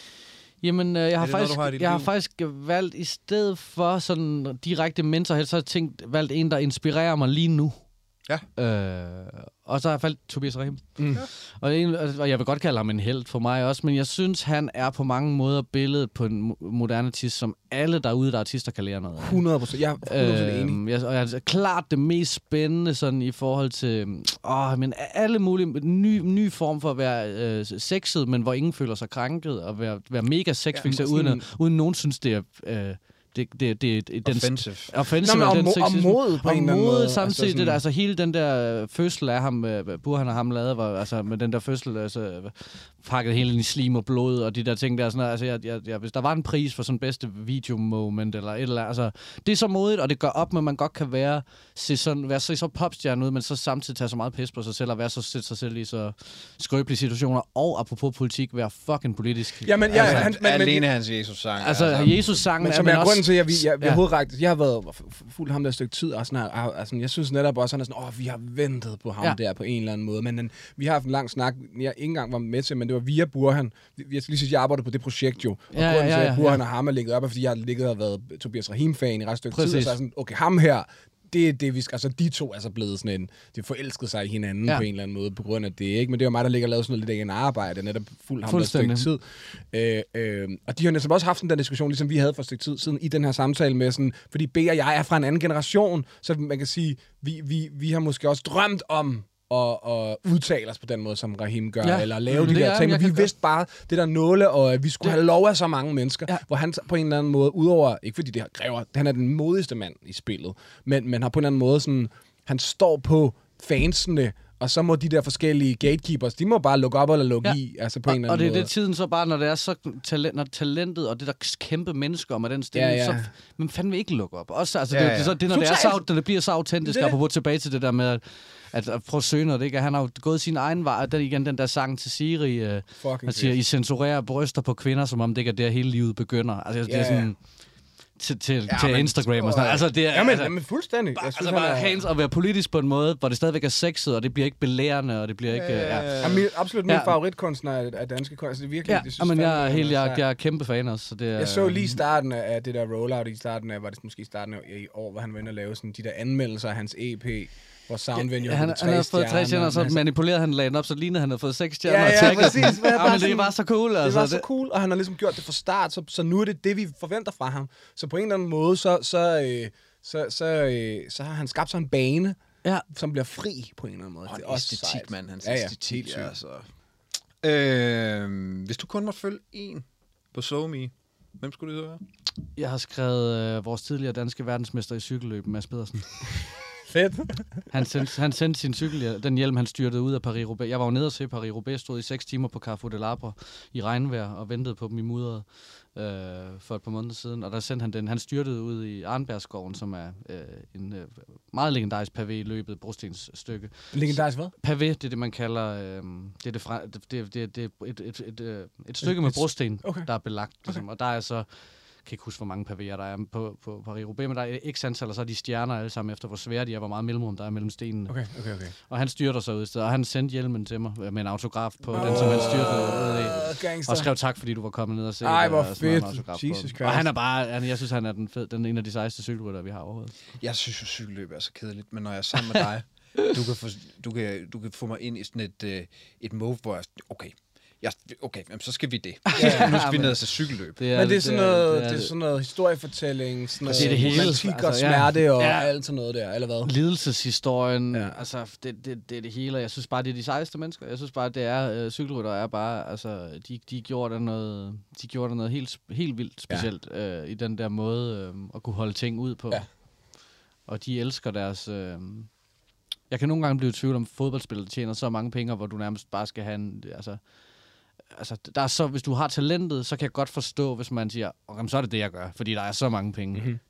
Jamen, øh, jeg, har det noget, faktisk, du har i dit jeg har liv? faktisk valgt, i stedet for sådan direkte mentor, så har jeg tænkt, valgt en, der inspirerer mig lige nu. Ja. Øh, og så har jeg valgt Tobias Rahim. Mm. Ja. Og, en, og jeg vil godt kalde ham en helt for mig også, men jeg synes, han er på mange måder billedet på en mo- moderne artist, som alle derude, der er artister, kan lære noget af. hundrede procent. Jeg er hundrede procent enig. Øhm, jeg, og jeg er klart det mest spændende sådan i forhold til åh, men alle mulige ny, ny form for at være øh, sexet, men hvor ingen føler sig krænket, og være, være mega sexfixet, Ja, uden, sådan- at, uden nogen synes, det er øh, det, det, det, det, den Offensive. offensive. Nå, men og og den mo- og sexisme. mod på og en eller anden mod måde. samtidig, Altså altså, sådan- det der, altså hele den der øh, fødsel af ham, øh, Burhan og ham lavede, var, altså med den der fødsel, altså øh, pakket hele ind i slim og blod, og de der ting der, sådan noget, altså jeg, jeg, jeg, hvis der var en pris for sådan bedste videomoment, eller et eller andet, altså det er så modigt, og det gør op med, at man godt kan være, se sådan, være så, så popstjerne ud, men så samtidig tage så meget pis på sig selv, og være så, sætte sig selv i så skrøbelige situationer, og apropos politik, være fucking politisk. Jamen, ja, Altså, han, men, men, alene hans Jesus-sang. Altså, Jesus-sangen Men er som men er også... grunden til, at vi, jeg, jeg, Ja. hovedrækt, jeg har været f- fuldt ham der et stykke tid, og sådan her, altså, jeg synes netop også, han er sådan, åh, vi har ventet på ham Ja. ja. der på en eller anden måde, men den, vi har haft en lang snak, jeg ikke engang var med til, men det var via Burhan. Jeg skal lige sige, jeg arbejdede på det projekt jo, og Ja, ja, grunden til, ja, at ja, Burhan ja. og ham er ligget op, er fordi jeg har ligget og været Tobias Rahim-fan i ret stykke tid, og Præcis. så er sådan, okay, ham her, det er det, vi skal, altså de to er så blevet sådan en, de forelskede sig i hinanden Ja. ja. på en eller anden måde, på grund af det, ikke? Men det var mig, der ligger og lavede sådan noget lidt af en arbejde, netop fuldt ham der et stykke tid. Øh, øh, og de har netop også haft den der diskussion, ligesom vi havde for et stykke tid siden, i den her samtale med sådan, fordi B og jeg er fra en anden generation, så man kan sige, vi, vi, vi har måske også drømt om og, og udtale os på den måde, som Rahim gør, Ja. ja. eller lave Mm, de det der er- ting, jeg men vi kan vidste bare det der nåle, og at vi skulle Det- have lov af så mange mennesker, Ja. ja. hvor han på en eller anden måde, udover, ikke fordi det kræver, han er den modigste mand i spillet, men, men har på en eller anden måde sådan, han står på fansene, og så må de der forskellige gatekeepers, de må bare lukke op eller lukke Ja. i, altså på Og, en eller og anden det er måde. det tiden så bare, når det er så talent, når talentet, og det der kæmpe mennesker med den stemme, Ja, ja. så men fanden vil ikke lukke op. Også, altså, Ja, det, ja. det, så, det, når det, er så, Totalt. når det bliver så autentisk, Det er det. apropos tilbage til det der med, at, at, at prøve at søge noget, ikke? Han har jo gået sin egen vej, og den, igen den der sang til Siri, øh, Fucking han siger, fedt. I censurerer bryster på kvinder, som om det ikke er der hele livet begynder. Altså, det Ja, er ja. sådan til, til, Ja, til men- Instagram og sådan noget. Altså, det er, Ja, men, altså, altså, men fuldstændig. bare, Jeg synes, altså han bare er- hands og være politisk på en måde, hvor det stadigvæk er sexet, og det bliver ikke belærende, og det bliver ikke... Øh, ja. Ja, min, absolut min Ja. ja. favoritkunstner er, er danske kunstner. Altså, det er virkelig, Ja, det synes men fandme, jeg er, han helt, jeg, sej. jeg er kæmpe fan også. Så det er, Jeg så lige starten af af det der rollout i starten af, var det måske i starten af i år, hvor han var inde og lave sådan de der anmeldelser af hans E P, hvor Soundvenue Ja, han, han havde fået tre stjerner, og så men manipulerede han lagde den op, så lignede han havde fået seks stjerner. Ja, og ja, tagget præcis. den. Men jeg Ja, bare men det sådan- var så cool. det Altså, var så cool, og han har ligesom gjort det fra start, så, så nu er det det, vi forventer fra ham. Så på en eller anden måde, så, så, øh, så, så, øh, så har han skabt sig en bane, Ja. som bliver fri på en eller anden måde. Og Det en er også æstetik, sejt. mand. Hans Ja, ja, æstetik, helt sygt. ja, altså. Øh, hvis du kun måtte følge en på SoMe, hvem skulle det så være? Jeg har skrevet øh, vores tidligere danske verdensmester i cykelløb, Mads Pedersen. Fedt. Han sendte, han sendte sin cykel, den hjelm, han styrtede ud af Paris-Roubaix. Jeg var jo nede og se Paris-Roubaix, stod i seks timer på Carrefour de Labre i regnvejr og ventede på dem i mudderet øh, for et par måneder siden. Og der sendte han den. Han styrtede ud i Arnbergskoven, som er øh, en øh, meget legendarisk pavé i løbet, brostens stykke. Legendarisk hvad? Pavé, det er det, man kalder... Øh, det er, det fra, det, det, det, det er et, et, et, et, et stykke med Et- brosten, okay. der er belagt. Ligesom. Og der er så... Jeg kan ikke huske, hvor mange pavéer der er på, på Paris-Roubaix, men der er x antal, og så er de stjerner alle sammen efter, hvor svære de er, hvor meget mellemrum der er mellem stenene. Okay, okay, okay. Og han styrter sig ud i stedet, og han sendte hjelmen til mig med en autograf på oh, den, som han styrtede ud i. Gangster. Og skrev tak, fordi du var kommet ned og se Ej, det, hvor og sådan en fedt. autograf på Jesus den. Christ. Og han er bare, han, jeg synes, han er den, fed, den en af de sejeste cykelrytter, vi har overhovedet. Jeg synes jo, cykelløb er så kedeligt, men når jeg er sammen med dig, du kan få, du kan, du kan få mig ind i sådan et, øh, et move, hvor jeg... Okay, jeg, okay jamen, så skal vi det. Ja, Nu skal vi men- ned og se cykelløb. Det Men det er sådan noget, det det er, er sådan noget historiefortælling, sådan noget det er det hele. romantik og Altså, ja. smerte og Ja. alt sådan noget der, eller hvad? lidelseshistorien, Ja. ja. altså det, det, det er det hele, og jeg synes bare, det er de sejeste mennesker. Jeg synes bare, det er, øh, cykelrytter er bare, altså, de, de gjorde der noget, de gjorde der noget helt, helt vildt specielt, ja. øh, i den der måde øh, at kunne holde ting ud på. Ja. Og de elsker deres... Øh, jeg kan nogle gange blive i tvivl om fodboldspillere, der tjener så mange penge, hvor du nærmest bare skal have en... Altså, altså, der er så, hvis du har talentet, så kan jeg godt forstå, hvis man siger, okay, så er det det, jeg gør, fordi der er så mange penge. Mhm.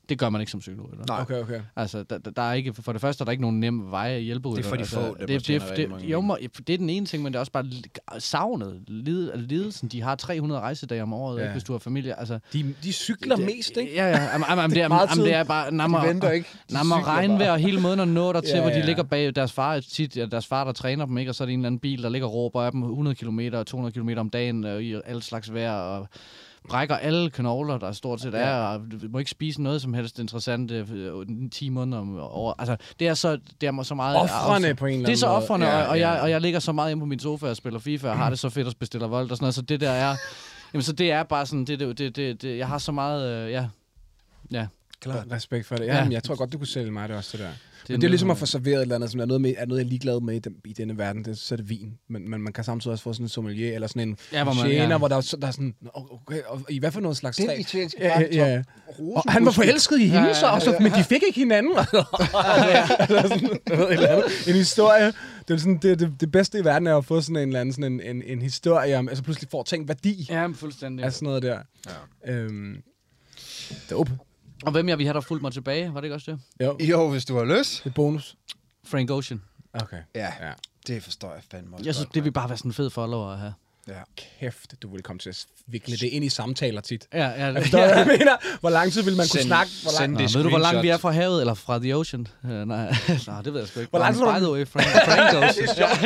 Det gør man ikke som psykolog. Eller? Nej. Okay, okay. Altså, der, der er ikke, for det første er der ikke nogen nem vej at hjælpe ud. Det er for de altså, få, der det, det, tjener det, rigtig det, mange jo, må, det er den ene ting, men det er også bare savnet, lid, lidelsen. De har tre hundrede rejsedage om året, Ja. ikke, hvis du har familie. Altså, De, de cykler det, mest, ikke? Ja, ja. Am, am, am, det, er, meget am, det er bare... Nammer, De venter ikke. De nammer cykler regnvejr og hele måden at nå der til, Ja, hvor de ja. ligger bag deres far, tit, ja, deres far, der træner dem, ikke? Og så er det en eller anden bil, der ligger og råber af dem hundrede kilometer og to hundrede kilometer om dagen øh, i alle slags vejr, og brækker alle knogler, der stort set er, og du må ikke spise noget som helst interessant øh, ti måneder om over. Altså, det er så, det er så meget... Offrene på en eller anden Det er så måde. offrene, Ja, og, og, ja. jeg, og jeg ligger så meget inde på min sofa og spiller FIFA, og har det så fedt og bestiller vold og sådan noget, så det der er... Jamen, så det er bare sådan, det, det, det, det, det jeg har så meget, øh, ja, ja. Klar, respekt for det. Ja, Ja. men jeg tror godt, du kunne sælge mig det også, det der. Det Men det er ligesom at få serveret et eller andet, som er noget, med, er noget jeg er ligeglad med i, den, i denne verden. Det, så er det vin. Men, men man kan samtidig også få sådan en sommelier, eller sådan en Ja, hvor man- tjener, ja. hvor der, er så- der er sådan, okay, og i hvad for noget slags Den træ? italienske Ja, bar, ja, ja. Og han var forelsket i hende, Ja, ja, så, og så, men de fik ikke hinanden. Altså, sådan, noget, et eller andet. En historie. Det er sådan, det, det, det bedste i verden er at få sådan en eller anden sådan en, en, en historie om, altså pludselig får ting værdi. Ja, fuldstændig. Altså sådan noget der. Ja. Øhm, dope. Og hvem jeg vi har der fulgt mig tilbage, var det ikke også det? Jo, Jo, hvis du har lyst. det er bonus. Frank Ocean. Okay. Ja, Ja. det forstår jeg fandme også Jeg synes, godt, det vil mand. bare være sådan en fed follower at have. Ja. Kæft, du ville komme til at vikle det ind i samtaler tit. Ja, ja. Forstår du, hvad jeg mener? Hvor lang tid vil man kunne Send- snakke? Hvor lang... send Nå, det ved du, hvor langt vi er screenshot. fra havet, eller fra the ocean? Uh, nej, nej, det ved jeg sgu ikke. Hvor langt By tror du- the way, Frank, Frank Ocean.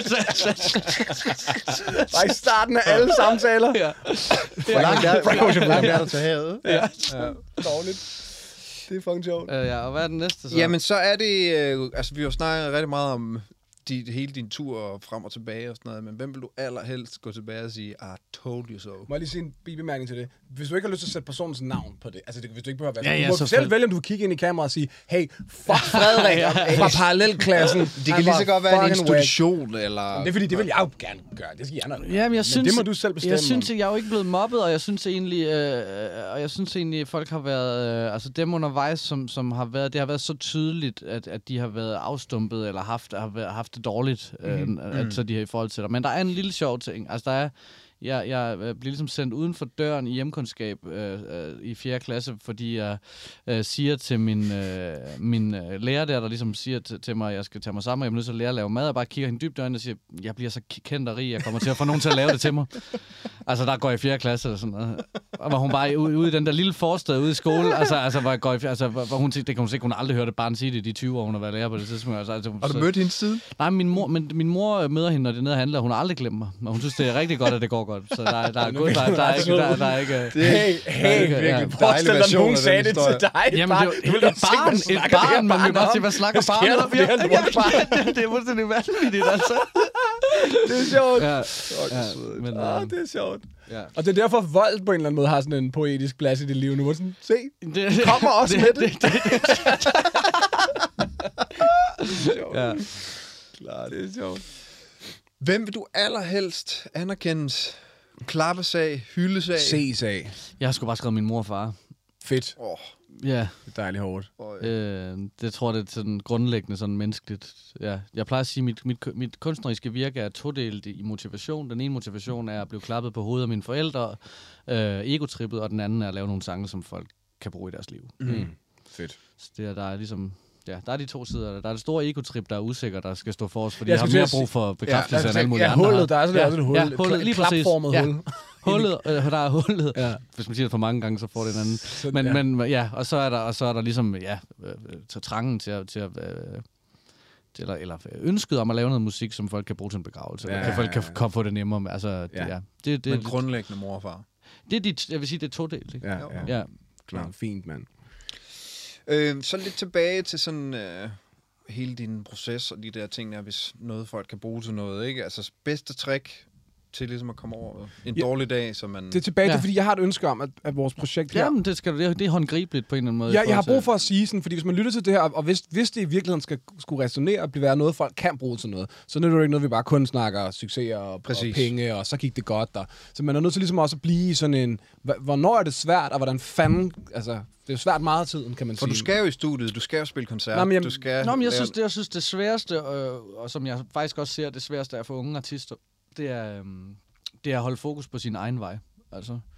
Bare i starten af alle samtaler. Ja. Hvor langt er, hvor langt er der til havet? Ja. Dårligt. Det er fucking sjovt. Uh, ja, og hvad er den næste så? Jamen, så er det... Øh, altså, vi har jo snakket rigtig meget om de, hele din tur frem og tilbage og sådan noget, men hvem vil du allerhelst gå tilbage og sige, I told you so? Må jeg lige sige en bibemærkning til det? Hvis du ikke har lyst til at sætte personens navn på det, altså det, hvis du ikke behøver at være... Ja, ja, du må så selv fald- vælge, om du vil kigge ind i kameraet og sige, hey, fuck Frederik fra parallelklassen. Det kan lige så godt være en institution, eller... Det er fordi, det vil jeg jo gerne gøre. Det skal jeg nok. Ja, men jeg synes, det må du selv bestemme. Jeg synes, om. at jeg er jo ikke blevet mobbet, og jeg synes egentlig, øh, og jeg synes egentlig, at folk har været, øh, altså dem undervejs, som, som har været, det har været så tydeligt, at, at de har været afstumpet, eller haft, har været, haft det dårligt, øh, mm-hmm. at, så de har i forhold til dig. Men der er en lille sjov ting. Altså, der er, jeg, jeg bliver ligesom sendt uden for døren i hjemkundskab øh, øh, i fjerde klasse, fordi jeg øh, siger til min, øh, min øh, lærer der, der ligesom siger til, til mig, at jeg skal tage mig sammen, og jeg er nødt til at lære at lave mad, og bare kigger hende dybt i øjnene og siger, jeg bliver så kendt og rig, jeg kommer til at få nogen til at lave det til mig. Altså, der går jeg i fjerde klasse eller sådan noget. Og hvor hun bare ude, ude i den der lille forstad ude i skole, altså, altså, hvor, jeg går i, fjerde, altså, hvor hun, det kan hun sikkert, hun har aldrig hørt et barn sige det i de tyve år, hun har været lærer på det tidspunkt. Altså, altså, Har du så- mødt hendes side? Nej, min mor, men min mor møder hende, når det er nede og handler. Hun har aldrig glemt mig. Men hun synes, det er rigtig godt, at det går godt. Så der, er- der er god, der, er- der, er ikke, der, der er ikke... Hey, Der er hey, ikke- ja. virkelig. Dejlig Forestil dig, at version nogen af sagde den det til historie. dig. Jamen, det er jo Du ville et da tænke, barn, hvad et snakker det her barn, man vil bare om? sige, hvad snakker Hvad barnet sker om? der for det her lortbarn? Det er fuldstændig vanvittigt, altså. Det er sjovt. Ja, ja, men, Ah, øhm, det er sjovt. ja. Og det er derfor, vold på en eller anden måde har sådan en poetisk plads i dit liv nu. Hvor sådan, se, Det kommer også med det. Ja. Klar, det er sjovt. Hvem vil du allerhelst anerkendes? Klappes af, hyldes af? Ses af. Jeg har sgu bare skrevet min mor og far. Fedt. Åh, Ja, Det er dejligt hårdt. oh, øh, det tror jeg, det er sådan grundlæggende sådan menneskeligt. Ja. Jeg plejer at sige, at mit, mit, mit kunstneriske virke er todelt i motivation. Den ene motivation er at blive klappet på hovedet af mine forældre, øh, egotrippet, og den anden er at lave nogle sange, som folk kan bruge i deres liv. Mm. Fedt. Så det er, der er ligesom... Ja, der er de to sider. Der er det store egotrip, der er usikker, der skal stå for os, fordi Jeg jeg har skulle mere til at brug for bekræftelse Ja, end alle mulige ja, andre. hullet, der er sådan ja, også et hul. Ja, Et hullet, kla- lige præcis. klapformet Ja. hul. Hullet, øh, der er hullet. Ja. Hvis man siger det for mange gange, så får det en anden. Så, Men, ja. men ja, og så er der, og så er der ligesom, ja, øh, til trangen til at, til at øh, til, eller, eller ønsket om at lave noget musik, som folk kan bruge til en begravelse. Ja, Ja, eller folk kan ja, ja. komme på det nemmere. Altså, det, Ja. ja. det, det, men det, grundlæggende mor og far. det er dit, jeg vil sige, det er todelt, ikke? Ja, ja. Ja. Klar, fint, mand. Øh, så lidt tilbage til sådan øh, hele din proces og de der ting der, hvis noget folk kan bruge til noget, ikke? Altså bedste trick til ligesom at komme over en Ja. dårlig dag, så man... Det er tilbage til, Ja. fordi jeg har et ønske om, at, at vores projekt her... Jamen, det, skal, det, er- det er håndgribeligt på en eller anden måde. i Ja, jeg har forhold brug for at sige sådan, fordi hvis man lytter til det her, og hvis, hvis det i virkeligheden skal skulle resonere og blive være noget, folk kan bruge til noget, så er det jo ikke noget, vi bare kun snakker succeser og, og Præcis. penge, og så gik det godt. Og, så man er nødt til ligesom også at blive i sådan en... hva- Hvornår er det svært, og hvordan fanden... Altså, det er jo svært meget af tiden, kan man For sige. du skal jo i studiet, du skal jo spille koncert, Nå, men jeg- du skal... Nå, men jeg lave- synes, det, jeg synes, det sværeste, øh, og som jeg faktisk også ser, det sværeste er for unge artister, det er, øhm, det er at holde fokus på sin egen vej. Altså,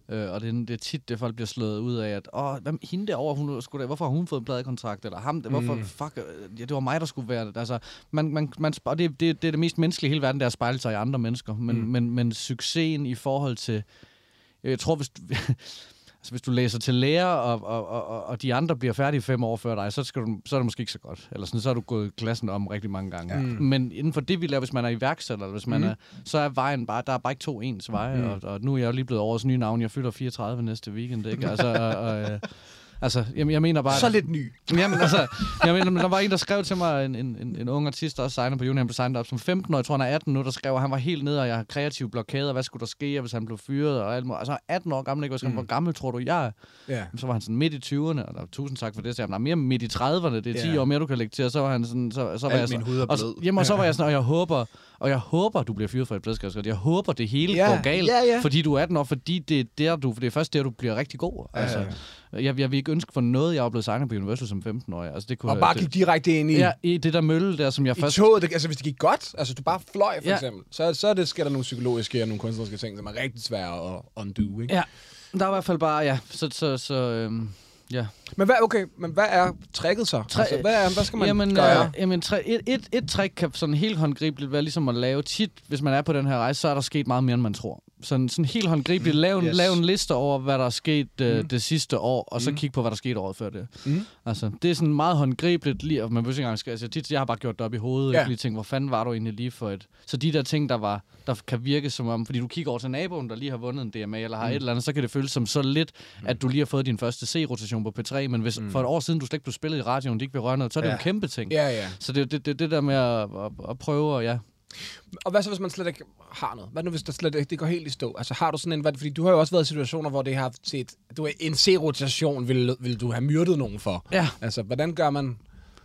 Øh, og det, er- det er tit, det folk bliver slået ud af, at åh, hvem, hende derovre, hun, skulle da, hvorfor har hun fået en pladekontrakt? Eller ham, hvorfor, Mm. fuck, øh, ja, det var mig, der skulle være det. Altså, man, man, man, og det, det, det er det mest menneskelige i hele verden, det er at spejle sig i andre mennesker. Men, Mm. men, men succesen i forhold til, jeg tror, hvis du, altså, hvis du læser til lærer, og, og, og, og de andre bliver færdige fem år før dig, så, skal du, så er det måske ikke så godt. Eller sådan, så har du gået klassen om rigtig mange gange. Ja. Men inden for det, vi laver, hvis man er iværksætter, eller hvis man Mm. er, så er vejen bare, der er bare ikke to ens veje. Mm. Og, og nu er jeg jo lige blevet årets nye navn. Jeg fylder fireogtredive næste weekend, ikke? Altså, og, og, øh, altså jamen, jeg mener bare... Så lidt ny. Jamen, altså, jeg mener, der var en, der skrev til mig, en, en, en, en ung artist, der også signer på Juni, han blev signet op som femten år, jeg tror, han er atten nu, der skrev, at han var helt nede, og jeg har kreativ blokade, og hvad skulle der ske, hvis han blev fyret, og alt muligt. Altså, atten år gammel, ikke? Mm. Hvor gammel tror du, jeg er? Ja. Så var han sådan midt i tyverne, og der, tusind tak for det, så jeg, mere midt i trediverne, det er ti Ja. år mere, du kan lægge til, og så var han sådan, så, så var Alt jeg min sådan, hud er og, så, blød. jamen, og så var jeg sådan, og jeg håber, og jeg håber, du bliver fyret for et pladskabsskrift. Jeg håber, det hele Ja. går galt, Ja, ja. fordi du er atten år, fordi det er, der, du, det er først der, du bliver rigtig god. Altså, Ja, ja. jeg, jeg vil ikke ønske for noget, jeg er blevet signet på Universal som femten-årig. Altså, det kunne, Og bare det, gik direkte ind i, ja, i det der mølle der, som jeg i først... toget. Det, altså, hvis det gik godt, altså du bare fløj, for Ja. eksempel, så, så er det, sker der nogle psykologiske og nogle kunstneriske ting, som er rigtig svære at undo, ikke? Ja, der er i hvert fald bare, ja, så, så, så øhm, ja. Men hvad, okay, men hvad er tricket så? Tre- altså, hvad, er, hvad skal man jamen, gøre? Øh, jamen, tre, et, et, et trick kan sådan helt håndgribeligt være ligesom at lave tit, hvis man er på den her rejse, så er der sket meget mere, end man tror. Sådan, sådan helt håndgribeligt, lave en, yes. lave en liste over, hvad der er sket øh, Mm. det sidste år, og så Mm. kigge på, hvad der skete året før det. Mm. Altså, det er sådan meget håndgribeligt, lige, og man vil ikke engang, altså, tit, jeg har bare gjort det op i hovedet, Ja. ja. Lige tænkt, hvor fanden var du egentlig lige for et... Så de der ting, der var, der kan virke som om, fordi du kigger over til naboen, der lige har vundet en D M A, eller har mm. et eller andet, så kan det føles som så lidt, at du lige har fået din første C-rotation på P tre, men hvis mm. for et år siden, du slet ikke blev spillet i radioen, de ikke vil røre noget, så er det Ja. jo en kæmpe ting. Ja, ja. Så det er det, det, det der med at, at, at prøve, og ja. Og hvad så, hvis man slet ikke har noget? Hvad nu, hvis der slet ikke, det går helt i stå? Altså, har du sådan en... Hvad, fordi du har jo også været i situationer, hvor det har set... Du er en C-rotation, vil, vil du have myrdet nogen for. Ja. Altså, hvordan gør man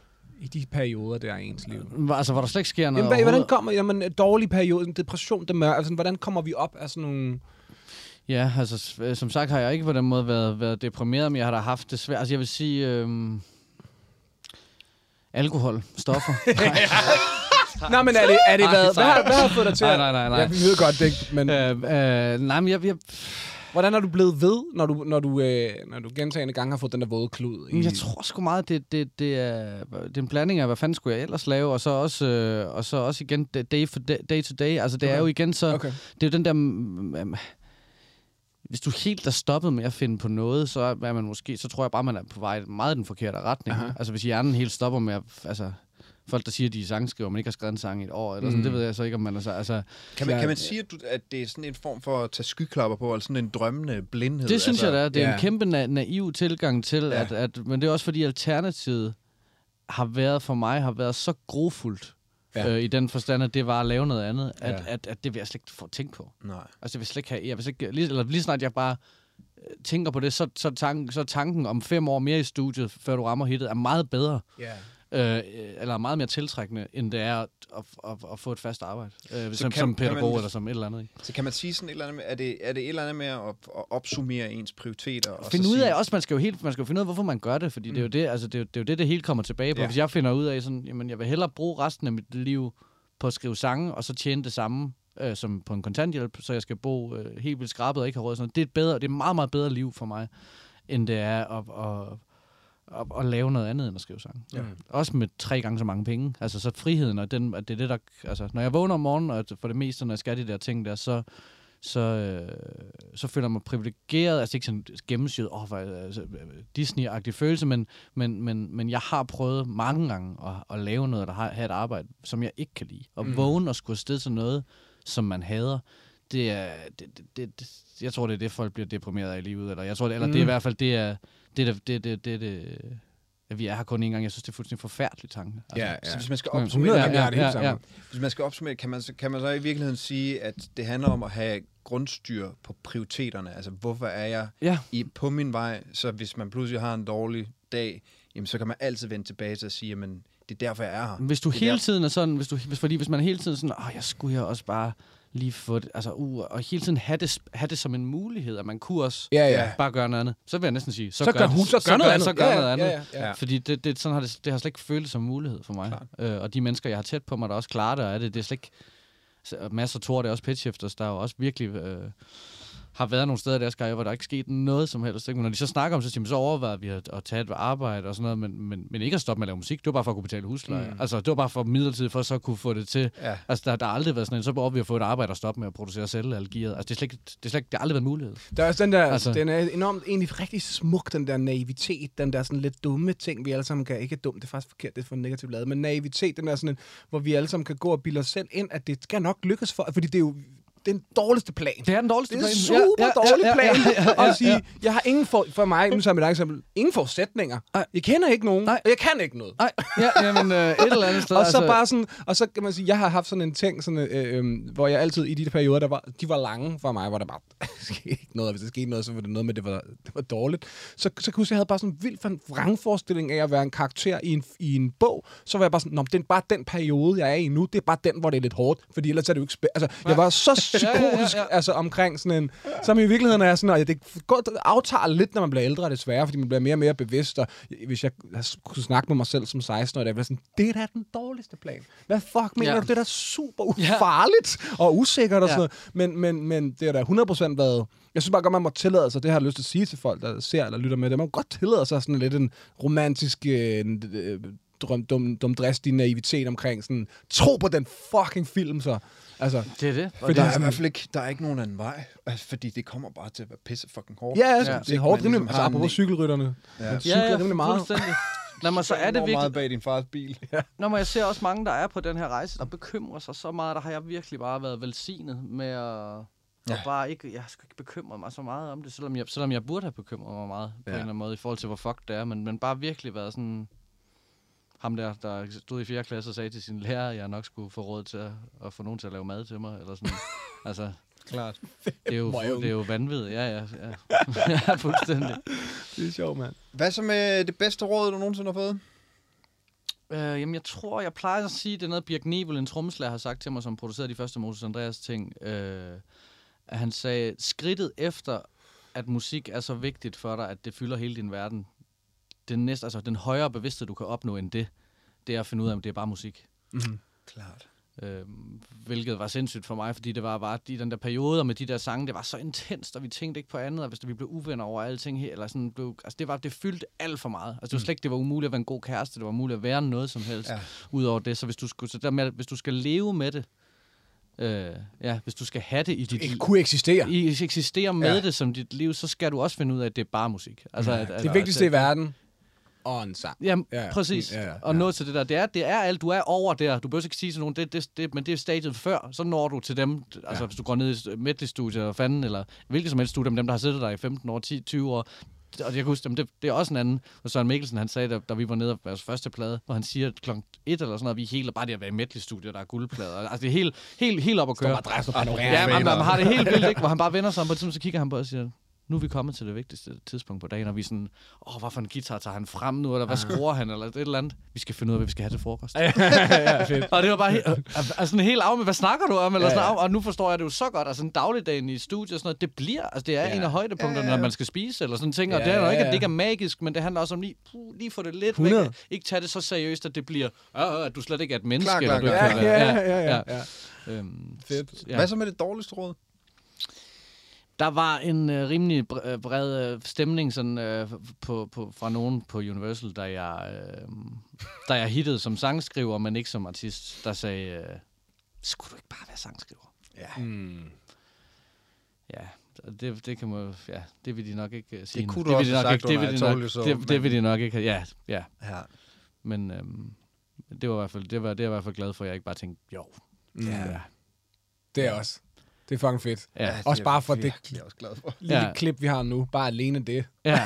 i de perioder, der er i ens liv? Altså, hvor der slet ikke sker noget Jamen, hvad, hvordan overhovedet. kommer... Jamen, en dårlig periode, en depression, det mørke. Altså, hvordan kommer vi op af sådan nogle... Ja, altså, s- øh, som sagt har jeg ikke på den måde været, været deprimeret, men jeg har da haft det svært. Altså, jeg vil sige... Øhm, alkohol, stoffer. Nå, men er det, er det Ej, hvad, hvad, har, sejt. hvad har fået dig til Nej, at- nej, nej, nej. Jeg ved godt det ikke, men øh, øh, nej, men jeg... jeg hvordan er du blevet ved, når du, når du, øh, når du gentagne gange har fået den der våde klud? Men jeg tror sgu meget, det, det, det, er, det er en blanding af, hvad fanden skulle jeg ellers lave, og så også, øh, og så også igen day, for day, day to day. Altså, det Okay. er jo igen så... Okay. Det er jo den der... mm, mm, hvis du helt er stoppet med at finde på noget, så er man måske... Så tror jeg bare, man er på vej meget i den forkerte retning. Aha. Altså, hvis hjernen helt stopper med at... Altså, folk, der siger, at de er sangskriver, man ikke har skrevet en sang i et år, eller sådan, Mm. det ved jeg så ikke, om man er så... Altså, Kan man, Ja. kan man sige, at, du, at det er sådan en form for at tage skyklapper på, eller sådan en drømmende blindhed? det synes altså, jeg, det er. Det er ja. en kæmpe na- naiv tilgang til, Ja. at, at... Men det er også fordi, alternativet har været for mig, har været så grofuldt. Ja. Øh, I den forstand, at det var at lave noget andet, at, Ja. at, at det vil jeg slet ikke få tænkt på. Nej. Altså, jeg vil slet ikke have... Jeg vil slet ikke, lige, eller lige snart jeg bare øh, tænker på det, så, så, tanken, så tanken om fem år mere i studiet, før du rammer hittet, er meget bedre. Ja. Øh, eller meget mere tiltrækkende, end det er at, at, at, at få et fast arbejde. Øh, som, kan- som kan pædagog man- eller som et eller andet. Ikke? Så kan man sige sådan et eller andet med, er det, er det et eller andet med at, at opsummere ens prioriteter? Og Finde så ud sige, af også, man skal jo helt, man skal jo finde ud af, hvorfor man gør det, fordi mm. det er jo det, altså det er jo, det er jo det, det hele kommer tilbage på. Ja. Ja. Hvis jeg finder ud af sådan, jamen jeg vil hellere bruge resten af mit liv på at skrive sange, og så tjene det samme øh, som på en kontanthjælp, så jeg skal bo øh, helt vildt skrabet og ikke have råd. Sådan noget. Det er et bedre, det er et meget, meget bedre liv for mig, end det er at, at, at, at lave noget andet end at skrive sange. Ja. Også med tre gange så mange penge. Altså så friheden, og den, at det er det, der... Altså, når jeg vågner om morgenen, og for det meste, når jeg skal de der ting der, så, så, øh, så føler jeg mig privilegeret. Altså ikke sådan gennemsyret, åh, oh, altså, Disney-agtig følelse, men, men, men, men jeg har prøvet mange gange at, at lave noget, der har, have et arbejde, som jeg ikke kan lide. Og Mm. mm. vågne og skulle afsted til noget, som man hader, det er... Det, det, det, det, jeg tror, det er det, folk bliver deprimeret af i livet. Eller, jeg tror, det, eller mm. det er i hvert fald, det er... Det, det, det, det, det, det at vi er her kun en gang. Jeg synes, det er fuldstændig forfærdeligt tanke. Altså, Ja, Så ja. hvis man skal Ja, opsummere, hundrede kan, gange er det ja, helt ja, sammen. hvis man skal opsummere kan, man, så, kan man så i virkeligheden sige, at det handler om at have grundstyr på prioriteterne. Altså, hvorfor er jeg Ja. i, på min vej? Så hvis man pludselig har en dårlig dag, jamen, så kan man altid vende tilbage til at sige, jamen, det er derfor, jeg er her. Hvis du Det er hele der- tiden er sådan, hvis du, hvis, fordi hvis man hele tiden er sådan, åh, jeg skulle jo også bare lige få det, altså, uh, og hele tiden have det, have det som en mulighed, at man kunne også Ja, ja. bare gøre noget andet. Så vil jeg næsten sige, så, Så gør hun, så gør noget andet. Så gør Ja, ja, noget andet. ja, ja, ja. Fordi det, det, sådan har det, det har slet ikke føltes som mulighed for mig. Øh, og de mennesker, jeg har tæt på mig, der også klarer det, og er det, det er slet ikke... Så, Mads og Thor, det er også pitchhifters, der er jo også virkelig... Øh, har været nogle steder i deres karriere, hvor der ikke skete noget som helst. Ikke? Men når de så snakker om, så siger man, så overvejer vi at, at tage et arbejde og sådan noget, men, men, men ikke at stoppe med at lave musik. Det var bare for at kunne betale husleje. Mm. Altså, det var bare for midlertidigt, for at så kunne få det til. Ja. Altså, der, der har aldrig været sådan en, så behøver vi at få et arbejde og stoppe med at producere selv eller gearet. Altså, det er slet ikke, det er slet ikke, det har aldrig været en mulighed. Der er også den der, altså, den er enormt, egentlig rigtig smuk, den der naivitet, den der sådan lidt dumme ting, vi alle sammen kan, ikke er dumt, det er faktisk forkert, det er for negativt lavet, men naivitet, den der sådan en, hvor vi alle sammen kan gå og bilde os selv ind, at det skal nok lykkes for, fordi det er jo den dårligste plan. Det er den dårligste plan. Det er en super ja, ja, dårlig ja, ja, plan. Ja, ja, ja, ja. Og sige, jeg har ingen for, for mig, nu som et eksempel, ingen forudsætninger. Ej. Jeg kender ikke nogen, Nej. og jeg kan ikke noget. Nej, ja, jamen, øh, et eller andet sted. Og så altså... bare sådan, og så kan man sige, jeg har haft sådan en ting, sådan, øh, øh, hvor jeg altid i de der perioder, der var, de var lange for mig, hvor der bare skete ikke noget, og hvis der skete noget, så var det noget med, det var, det var dårligt. Så, så kunne jeg, jeg havde bare sådan en vild vrangforestilling af at være en karakter i en, i en bog, så var jeg bare sådan, nå, det er bare den periode, jeg er i nu, det er bare den, hvor det er lidt hårdt, fordi ellers er det jo ikke spæ- Altså, jeg var så psykotisk, ja, ja, ja. Altså omkring sådan en, som i virkeligheden er sådan, og det går aftager lidt, når man bliver ældre, desværre, fordi man bliver mere og mere bevidst, og hvis jeg kunne snakke med mig selv som seksten-årig, det er sådan, det er da den dårligste plan. Hvad fuck mener ja. du? Det er da super ufarligt ja. og usikkert og ja. sådan noget. Men, men, men det er da hundrede procent været, jeg synes bare godt, man må tillade sig, det har jeg lyst til at sige til folk, der ser eller lytter med det, man må godt tillade sig sådan lidt en romantisk en, drøm, dum, dumdristig naivitet omkring sådan, tro på den fucking film, så. Altså, det er det. Fordi der er i hvert fald ikke, der er ikke nogen anden vej, altså, fordi det kommer bare til at være pisse fucking hårdt. Ja, altså, ja. det er hårdt. Ligesom, altså, apropos cykelrytterne. Ja, ja, ja, ja meget. Nå, men så er det virkelig meget bag din fars bil. Ja. Nå, men jeg ser også mange, der er på den her rejse, der bekymrer sig så meget. Der har jeg virkelig bare været velsignet med at... Ja. Og bare ikke, jeg skal ikke bekymre mig så meget om det, selvom jeg, selvom jeg burde have bekymret mig meget ja. på en eller anden måde, i forhold til, hvor fuck det er, men, men bare virkelig været sådan... Ham der, der stod i fjerde klasse og sagde til sin lærer, at jeg nok skulle få råd til at, at få nogen til at lave mad til mig, eller sådan. Altså, klart. Det er jo, det er jo vanvittigt. Ja, ja, ja. Ja, fuldstændig. Det er sjovt, mand. Hvad så med det bedste råd, du nogensinde har fået? Øh, jamen, jeg tror, jeg plejer at sige, det er noget, Birk Nebel, en trommeslager, har sagt til mig, som producerede de første Moses Andreas ting. Øh, at han sagde, skridtet efter, at musik er så vigtigt for dig, at det fylder hele din verden, den næste, altså den højere bevidsthed, du kan opnå end det, det er at finde ud af, om det er bare musik. Mm-hmm. Klart. Øhm, hvilket var sindssygt for mig, fordi det var bare i den der periode med de der sange, det var så intenst, og vi tænkte ikke på andet, og hvis vi blev uvenner over alting her, eller sådan blev, altså det var, det fyldte alt for meget. Altså det var slet ikke, det var umuligt at være en god kæreste, det var umuligt at være noget som helst, ja. Udover det, så hvis du skulle, så der med, hvis du skal leve med det, øh, ja, hvis du skal have det i dit liv, kunne eksistere, i, eksistere med ja. det som dit liv, så skal du også finde ud af, at det er bare musik. Altså, ja. at, at, det vigtigste at, i verden. Og en sang. Ja, ja, præcis. Ja, ja. Og noget til det der. Det er, det er alt. Du er over der. Du behøver ikke sige til nogen, det, det, det, men det er stadiet før. Så når du til dem. Altså, ja. Hvis du går ned i medley-studiet og fanden, eller hvilket som helst studie, dem, der har siddet der i femten år, ti, tyve år. Og jeg kan huske dem, det, det er også en anden. Og Søren Mikkelsen, han sagde, da, da vi var nede af vores første plade, hvor han siger, at klokken et eller sådan noget, vi er helt, bare det at være i medley-studiet, der er guldplader. Altså, det er helt, helt, helt op at køre. Ja, man, man har det helt vildt, ikke? Hvor han bare vender sig om på et tidspunkt, så kigger han på og siger, nu er vi kommet til det vigtigste tidspunkt på dagen, og vi er sådan, åh, hvad for en guitar tager han frem nu, eller hvad skruer han, eller et eller andet. Vi skal finde ud af, hvad vi skal have til frokost. Ja, ja, fedt. Og det var bare helt, altså helt af med, hvad snakker du om, eller ja, ja. Sådan, og nu forstår jeg det jo så godt, altså en dagligdagen i studiet og sådan noget, det bliver, altså det er ja. en af højdepunkterne, ja, ja. når man skal spise, eller sådan ting, og ja, det er jo ikke, at det ikke er magisk, men det handler også om lige, puh, lige få det lidt hundrede væk, ikke tage det så seriøst, at det bliver, øh, at du slet ikke er et menneske, klar, klar, eller klar. du ja, ja, ja, ja, ja. ja. Øhm, fedt. Ja. Hvad så med det dårligste råd? Der var en øh, rimelig bred, bred øh, stemning sådan, øh, på, på, fra nogen på Universal, da jeg, øh, da jeg hittede som sangskriver, men ikke som artist, der sagde, øh, skulle du ikke bare være sangskriver? Ja. Mm. Ja, det, det kan man, ja, det vil de nok ikke uh, sige. Det kunne du det også have sagt, det vil de nok, så, det, det vil de nok ikke, ja, ja. ja. Men øh, det var i hvert fald, det var, det var i hvert fald glad for, at jeg ikke bare tænkte, jo. Mm. Ja. Det er også. Det er fucking fedt. Ja, også bare for det også glad for. lille ja. klip, vi har nu. Bare alene det. Ja.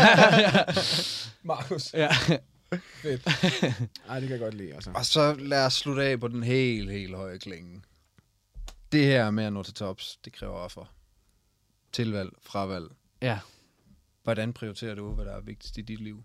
Markus. Ja. Fedt. Ej, det kan jeg godt lide. Altså. Og så lad os slutte af på den helt, helt høje klinge. Det her med at nå til tops, det kræver offer. Tilvalg, fravalg. Ja. Hvordan prioriterer du, hvad der er vigtigst i dit liv?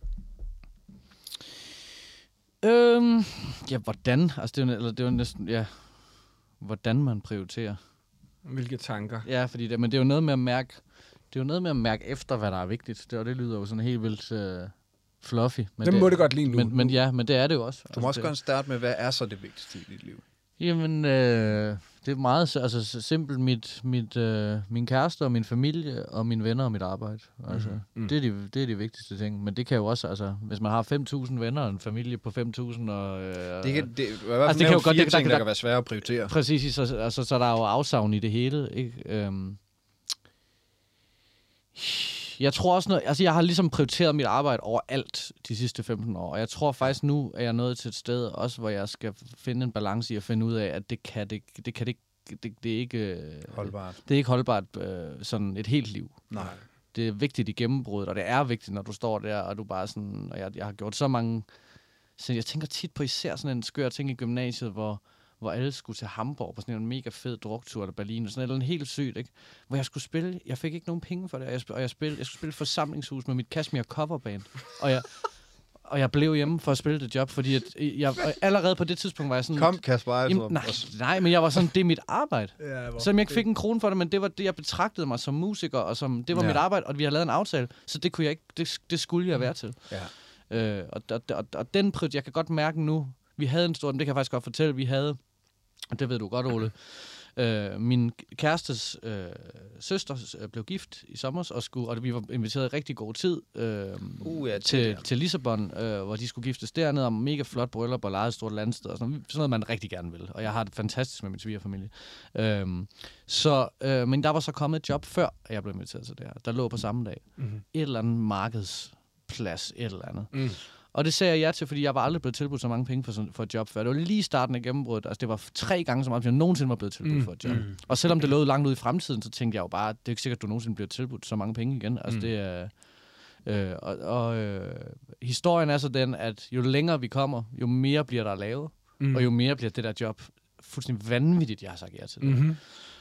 Øhm, ja, hvordan? Altså, det er jo, eller det er jo næsten, ja, hvordan man prioriterer. Hvilke tanker? Ja, fordi det, men det er jo noget med at mærke, det er jo noget med at mærke efter, hvad der er vigtigt. Det, og det lyder jo sådan helt vildt øh, fluffy. Men det må det godt lige nu. Men, men ja, men det er det jo også. Du må altså, også det, gerne starte med, hvad er så det vigtigste i dit liv? Jamen, øh, det er meget altså, så simpelt. Mit, mit, øh, min kæreste og min familie og mine venner og mit arbejde. Altså, mm. det, er de, det er de vigtigste ting. Men det kan jo også, altså, hvis man har fem tusind venner og en familie på fem tusind og... Øh, det kan, det, i hvert fald altså, det kan jo godt... Det, det, ting, der, der kan være svære at prioritere. Præcis, så, altså, så der er jo afsavn i det hele, ikke? Øhm, Jeg tror også noget, altså jeg har ligesom prioriteret mit arbejde over alt de sidste femten år, og jeg tror faktisk nu er jeg nået til et sted også, hvor jeg skal finde en balance i at finde ud af, at det kan det, det kan det, det, det er ikke holdbart. Det er ikke holdbart øh, sådan et helt liv. Nej. Det er vigtigt i gennembruddet, og det er vigtigt, når du står der, og du bare sådan, og jeg, jeg har gjort så mange, så jeg tænker tit på især sådan en skør ting i gymnasiet, hvor hvor alle skulle til Hamburg på sådan en mega fed druktur eller Berlin, og sådan noget helt sygt, ikke? Hvor jeg skulle spille, jeg fik ikke nogen penge for det, og jeg, og jeg, spillede, jeg skulle spille forsamlingshus med mit Kashmir coverband, og jeg, og jeg blev hjemme for at spille det job, fordi at jeg, allerede på det tidspunkt var jeg sådan... Kom, Kasper Ejlstrup. Nej, nej, men jeg var sådan, det er mit arbejde. Ja, selvom jeg ikke fik en krone for det, men det var det, jeg betragtede mig som musiker, og som, det var ja. mit arbejde, og vi har lavet en aftale, så det kunne jeg ikke, det, det skulle jeg være til. Ja. Øh, og, og, og, og den prøvede, jeg kan godt mærke nu, vi havde en stor, det kan jeg faktisk godt fortælle, vi havde, det ved du godt, Ole. Øh, min kærestes øh, søster øh, blev gift i sommer, og, skulle, og vi var inviteret i rigtig god tid øh, uh, ja, til, til Lissabon, øh, hvor de skulle giftes dernede, og mega flot bryllup og lege et stort landsted, og sådan noget, sådan noget, man rigtig gerne vil. Og jeg har det fantastisk med min svigerfamilie. Øh, så, øh, men der var så kommet et job før, at jeg blev inviteret til det her. Der lå på samme dag. Mm-hmm. Et eller andet markedsplads, et eller andet. Mm. Og det sagde jeg ja til, fordi jeg var aldrig blevet tilbudt så mange penge for, for et job før. Det var lige starten af gennembruddet. Altså, det var tre gange så meget, som jeg nogensinde var blevet tilbudt mm. for et job. Mm. Og selvom det lå langt ud i fremtiden, så tænkte jeg jo bare, at det er ikke sikkert, at du nogensinde bliver tilbudt så mange penge igen. Altså, mm. det er... Øh, og og øh, historien er så den, at jo længere vi kommer, jo mere bliver der lavet, mm. og jo mere bliver det der job fuldstændig vanvittigt, jeg har sagt ja til det. Mm-hmm.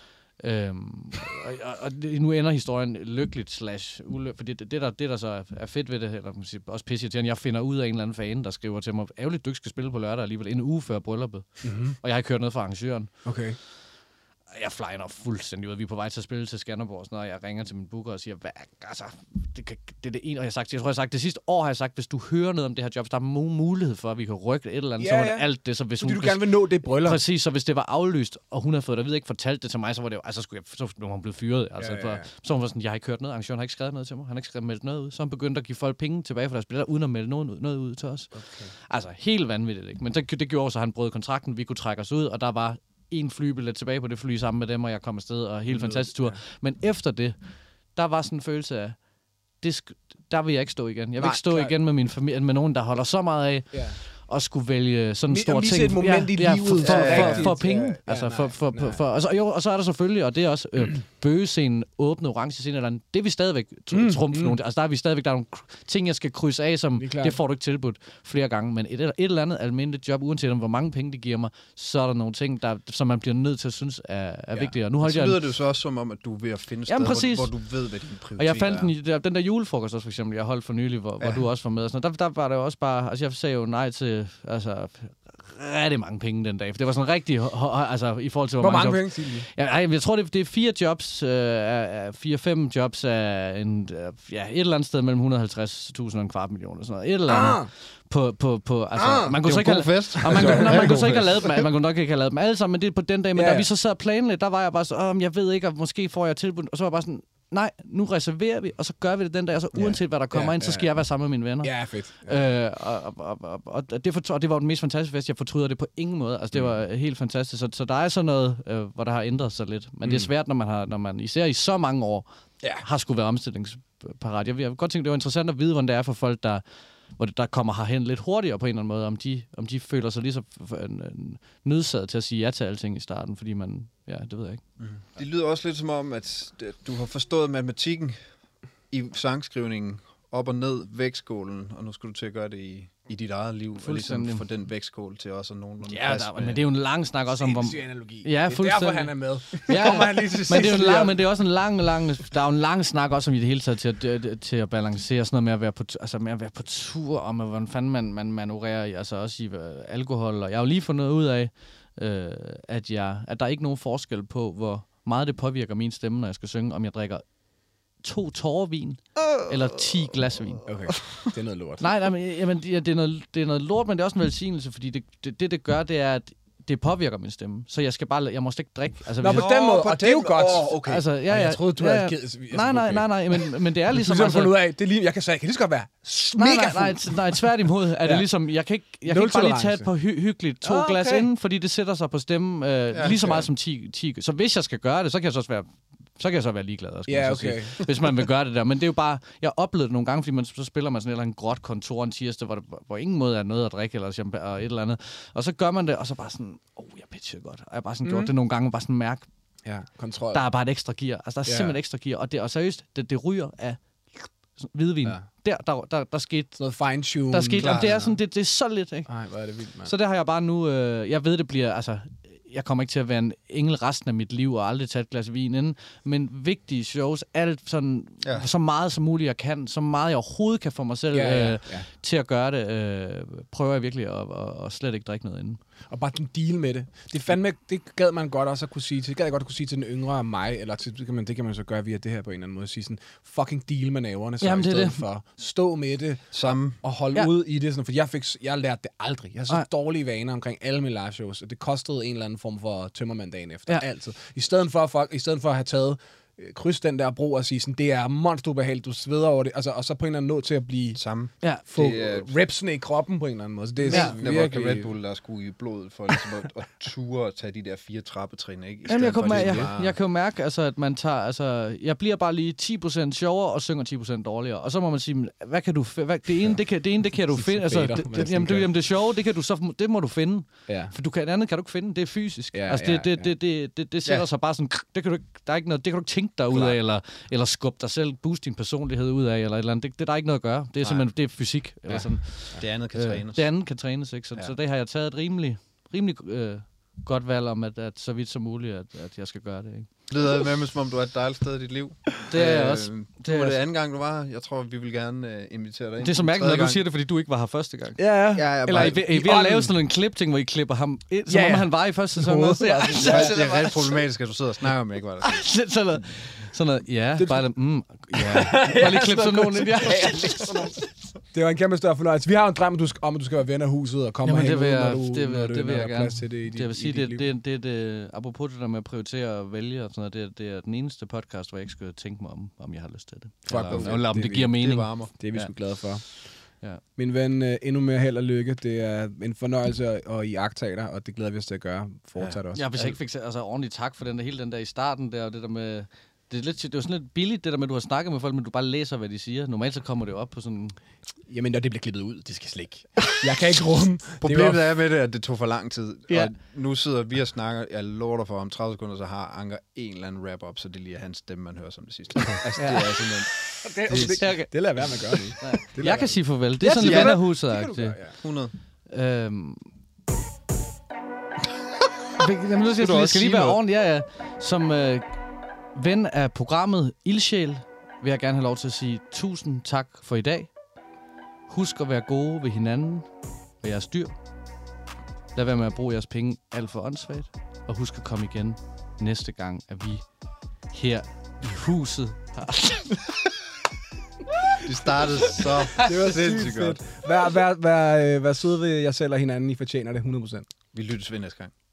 Øhm, og, og, og nu ender historien lykkeligt slash ulyk, fordi det, det, der, det der så er, er fedt ved det, eller man siger, også pisse til, jeg finder ud af en eller anden fan, der skriver til mig, ærgerligt, du ikke skal spille på lørdag alligevel, en uge før brylluppet. Mm-hmm. Og jeg har ikke hørt noget fra arrangøren. Okay. Jeg flyer fuldstændig ud. Vi er på vej til at spille til Skanderborg, og sådan noget, og jeg ringer til min booker og siger, hvad, altså, det, det, det er det ene, og jeg har sagt, jeg tror, jeg har sagt, det sidste år har jeg sagt, hvis du hører noget om det her job, så der er mulighed for, at vi kan rykke et eller andet, ja, så var det ja. alt det, så hvis fordi hun... du gerne vil nå det bryllup. Præcis, så hvis det var aflyst, og hun havde fået det, jeg ved ikke, fortalt det til mig, så var det jo, altså, skulle jeg, så var hun blevet fyret, altså, ja, ja, ja. For, så hun var sådan, jeg har ikke hørt noget, arrangøren har ikke skrevet noget til mig, han har ikke skrevet meldt noget ud, så han begyndte at give folk penge tilbage for deres billetter, uden at melde noget, noget ud til os. Okay. Altså, helt vanvittigt, ikke? Men det, det gjorde så, han brød kontrakten, vi kunne trække os ud, og der var en flybillet tilbage på det fly sammen med dem, og jeg kom afsted, og helt fantastisk tur. Ja. Men efter det, der var sådan en følelse af, det sk- der vil jeg ikke stå igen. Jeg vil Nej, ikke stå klar. igen med min familie, med nogen, der holder så meget af, ja. og skulle vælge sådan en stor ting. Et moment ja, i livet. Ja, for, for, ja, for, for penge. Ja, altså, nej, for, for, for, for, og, så, jo, og så er der selvfølgelig, og det er også øh, bøgescenen, åbne orange scene, eller det er vi stadigvæk mm, trumfe mm. nogle. Altså der er vi stadigvæk, der er nogle ting, jeg skal krydse af, som det, det får du ikke tilbudt flere gange. Men et, et eller andet almindeligt job, uanset om hvor mange penge det giver mig, så er der nogle ting, der, som man bliver nødt til at synes er, er ja. vigtige. Og nu så lyder jeg, det jo så også som om, at du er ved at finde Jamen, steder, hvor, hvor du ved, hvad din prioritet er. Og jeg fandt den, der, den der julefrokost også, for eksempel, jeg holdt for nylig, hvor, ja. hvor du også var med. Og sådan, der, der var det jo også bare, altså jeg sagde jo nej til, altså rigtig mange penge den dag. For det var sådan rigtig, altså i forhold til hvor, hvor mange, mange jobs. penge, ja, jeg, jeg tror, det, det er fire jobs, øh, fire-fem jobs af en, øh, ja, et eller andet sted mellem et hundrede og halvtreds tusind og en kvart million og sådan noget. Et eller andet. Ah. På, på, på, altså, ah, man kunne så ikke have, fest. Og man, nej, man kunne så ikke have lavet dem, man kunne nok ikke have lavet dem alle sammen, men det er på den dag, men ja, ja. da vi så sad og planlagde, der var jeg bare så, åh, jeg ved ikke, og måske får jeg tilbud, og så var jeg bare sådan, nej, nu reserverer vi, og så gør vi det den dag, og så uanset hvad der kommer ja, ind, så skal ja. jeg være sammen med mine venner. Ja, fedt. Ja. Øh, og, og, og, og, det for, og det var den mest fantastiske fest, jeg fortryder det på ingen måde, altså det var mm. helt fantastisk, så, så der er sådan noget, øh, hvor der har ændret sig lidt, men mm. det er svært, når man har, når man især i så mange år, ja. har skulle være omstillingsparat. Jeg, jeg vil godt tænke, det var interessant at vide, hvordan det er for folk, der hvor det, der kommer herhen lidt hurtigere på en eller anden måde, om de, om de føler sig lige så nødsaget til at sige ja til alting i starten, fordi man, ja, det ved jeg ikke. Mm. Det lyder også lidt som om, at du har forstået matematikken i sangskrivningen op og ned vægtskålen, og nu skal du til at gøre det i, i dit eget liv, og ligesom få den vægtskål til også nogenlunde ja, der, men det er jo en lang snak også om... Sindssyg analogi. Ja, det er derfor, han er med. Ja, han lige til men, det er en lang, men det er også en lang, lang... Der er jo en lang snak også om i det hele taget til at, til at balancere sådan noget med at være på, altså med at være på tur, og med hvordan fanden man, man manøvrerer i, altså også i uh, alkohol. Og jeg har jo lige fundet ud af, uh, at, jeg, at der er ikke nogen forskel på, hvor meget det påvirker min stemme, når jeg skal synge, om jeg drikker to tårervin uh, eller ti glas vin. Okay, det er noget lort. nej, nej, men jamen, det, er, det, er noget, det er noget lort, men det er også en velsignelse, fordi det, det, det, det gør, det er, at det påvirker min stemme. Så jeg skal bare, jeg må ikke drikke. Altså, Nå, hvis på jeg, den måde, på og det er jo den- godt. Åh, okay. altså, ja, ja, Jeg troede, du ja, havde ja. givet... Altså, Nej, nej, okay. nej, nej, men, men det er Du ligesom... har Altså, fundet ud af, det er lige, jeg kan sige, jeg kan lige så godt være nej, mega nej, nej, fuld. t- nej, tværtimod er det Ja. ligesom, jeg kan ikke, jeg kan Nul ikke bare lige tage tolerance. et par hy- hyggeligt to Ah, okay. glas inden, fordi det sætter sig på stemmen øh, ja, lige så okay. meget som ti, ti. Så hvis jeg skal gøre det, så kan jeg så også være så kan jeg så være ligeglad, skal Ja, man så okay. sige, hvis man vil gøre det der. Men det er jo bare, jeg oplevede det nogle gange, fordi man, så spiller man sådan et eller andet gråt kontor en tirsdag, hvor, det, hvor ingen måde er noget at drikke eller champagne og et eller andet. Og så gør man det, og så bare sådan, åh, oh, jeg pitchede godt. Og jeg har bare sådan mm. gjort det nogle gange, og bare sådan mærke, Ja, kontrol. der er bare et ekstra gear. Altså, der er Ja. simpelthen ekstra gear. Og, det, og seriøst, det, det ryger af hvidvin. Ja. Der, der, der, der skete, Sådan noget fine-tune. der skete, klar, jamen, det er ja. sådan, det, det er så lidt, ikke? Nej, hvor er det vildt, mand. Så der har jeg bare nu, øh, jeg ved, det bliver, altså, jeg kommer ikke til at være en engel resten af mit liv og aldrig tage et glas vin inden, men vigtige shows, alt sådan, Ja. ja. så meget som muligt jeg kan, så meget jeg overhovedet kan få mig selv Ja, ja, øh, ja. til at gøre det, øh, prøver jeg virkelig at, at, at slet ikke drikke noget inden. Og bare den deal med det. Det fandme, det gad man godt også at kunne sige til, det gad jeg godt at kunne sige til den yngre mig, eller til, det, kan man, det kan man så gøre via det her på en eller anden måde, sige sådan, fucking deal med naverne, så Jamen, i det er stedet det. for stå med det, Samme. og holde Ja. ud i det, sådan, for jeg fik, jeg lærte det aldrig. Jeg har så Nej. dårlige vaner omkring alle mine live shows, og det kostede en eller anden form for tømmermand dagen efter, Ja. altid. I stedet for, folk, i stedet for at have taget øh, kryds den der bro og sige sådan, det er monsterubehageligt, du sveder over det, altså, og så på en eller anden nå til at blive, Samme. Ja, få Det er- repsene i kroppen på en eller anden måde. Så det er Ja. ja. Det var virkelig... Red Bull, der skulle i blodet for ligesom at, at ture og tage de der fire trappetrin, ikke? I Jamen, jeg, stedet for, kan, at jeg, det jeg, bare- jeg kan jo mærke, altså, at man tager, altså, jeg bliver bare lige ti procent sjovere og synger ti procent dårligere. Og så må man sige, hvad kan du, fi- hvad, det ene, det kan, det ene, det kan du finde, altså, Fader, det, man det, næsten jamen, det, kan. jamen, det sjove, det kan du så, det må du finde. Ja. For du kan, det andet kan du ikke finde, det er fysisk. Ja, altså, ja, det, det, ja. det, det, det, det sætter Ja. sig bare sådan, det kan du ikke, der er ikke noget, det kan du ikke tænke dig ud Klar. af, eller, eller skubbe dig selv, booste din personlighed ud af, eller et eller andet. Det, det er der ikke noget at gøre. Det er simpelthen, det er fysik. Eller sådan. Det andet kan Øh, trænes. det andet kan trænes, ikke? Så, Ja. så det har jeg taget et rimelig, rimelig øh, godt valg om, at, at så vidt som muligt, at, at jeg skal gøre det, ikke? Det lyder med, som om du er et dejligt sted i dit liv. Det er jeg Øh, også. Det Det er var det jeg anden gang, du var her. Jeg tror, vi vil gerne uh, invitere dig ind. Det er så en mærkeligt, tredje når du gang. siger det, fordi du ikke var her første gang. Ja, ja. Ja, jeg Eller bare, I, I, I ved at lave sådan en klip-ting, hvor I klipper ham ind, som Ja, ja. om han var i første sæson. Hovedet Også. Ja, var så, ja, så, det er rigtig problematisk, at du sidder og snakker om, ikke var det? sådan noget, sådan noget, ja, Det- bare lidt, mm, ja. Bare lige klippe sådan nogen ind, ja. Det var en kæmpe større fornøjelse. Vi har jo en drøm om, at du skal, om, at du skal være ven af huset og komme Jamen, og det hænge vil ud, jeg, når du, det vil, når du, det vil når jeg der er gerne. plads til det i dit, Det vil sige, i dit det, liv. det, det, det, apropos det der med at prioritere og vælge og sådan noget, det, det er den eneste podcast, hvor jeg ikke skal tænke mig om, om jeg har lyst til det. Fuck, Eller, hvor fedt. eller om Det det, er giver vi- mening. Det varmer. Det er vi Ja. sgu glade for. Ja. Min ven, øh, endnu mere held og lykke. Det er en fornøjelse at, at iagttage dig, og det glæder vi os til at gøre fortsat også. Ja, hvis jeg ikke fik altså, ordentligt tak for den der, hele den der i starten der, og det der med... Det er, lidt, det er jo sådan lidt billigt, det der med, at du har snakket med folk, men du bare læser, hvad de siger. Normalt så kommer det jo op på sådan... Jamen, når det bliver klippet ud, det skal slet ikke. Jeg kan ikke rumme. Problemet det er med det, at det tog for lang tid. Ja. Og nu sidder vi og snakker, jeg lover dig for, om tredive sekunder, så har Anker en eller anden wrap-up, så det lige er hans stemme, man hører som det sidste. Altså, det er simpelthen... det, det, det, Okay. det lader være med at gøre det. Nej. Det lader Jeg kan sige farvel. Det er Ja, sådan sig lidt farvel. vennerhuset. Det kan du gøre, ja. hundrede. Øhm... Jeg er nødt til Skal du at også skal lige sige være noget? ordentlig. Ja, ja. Som øh, ven af programmet Ildsjæl vil jeg gerne have lov til at sige tusind tak for i dag. Husk at være gode ved hinanden og jeres dyr. Lad være med at bruge jeres penge alt for åndssvagt. Og husk at komme igen næste gang, at vi her i huset har... Det startede så Det var sindssygt sygt godt. fedt. Vær, vær, vær, øh, vær søde ved jer selv og hinanden. I fortjener det hundrede procent. Vi lyttes ved næste gang.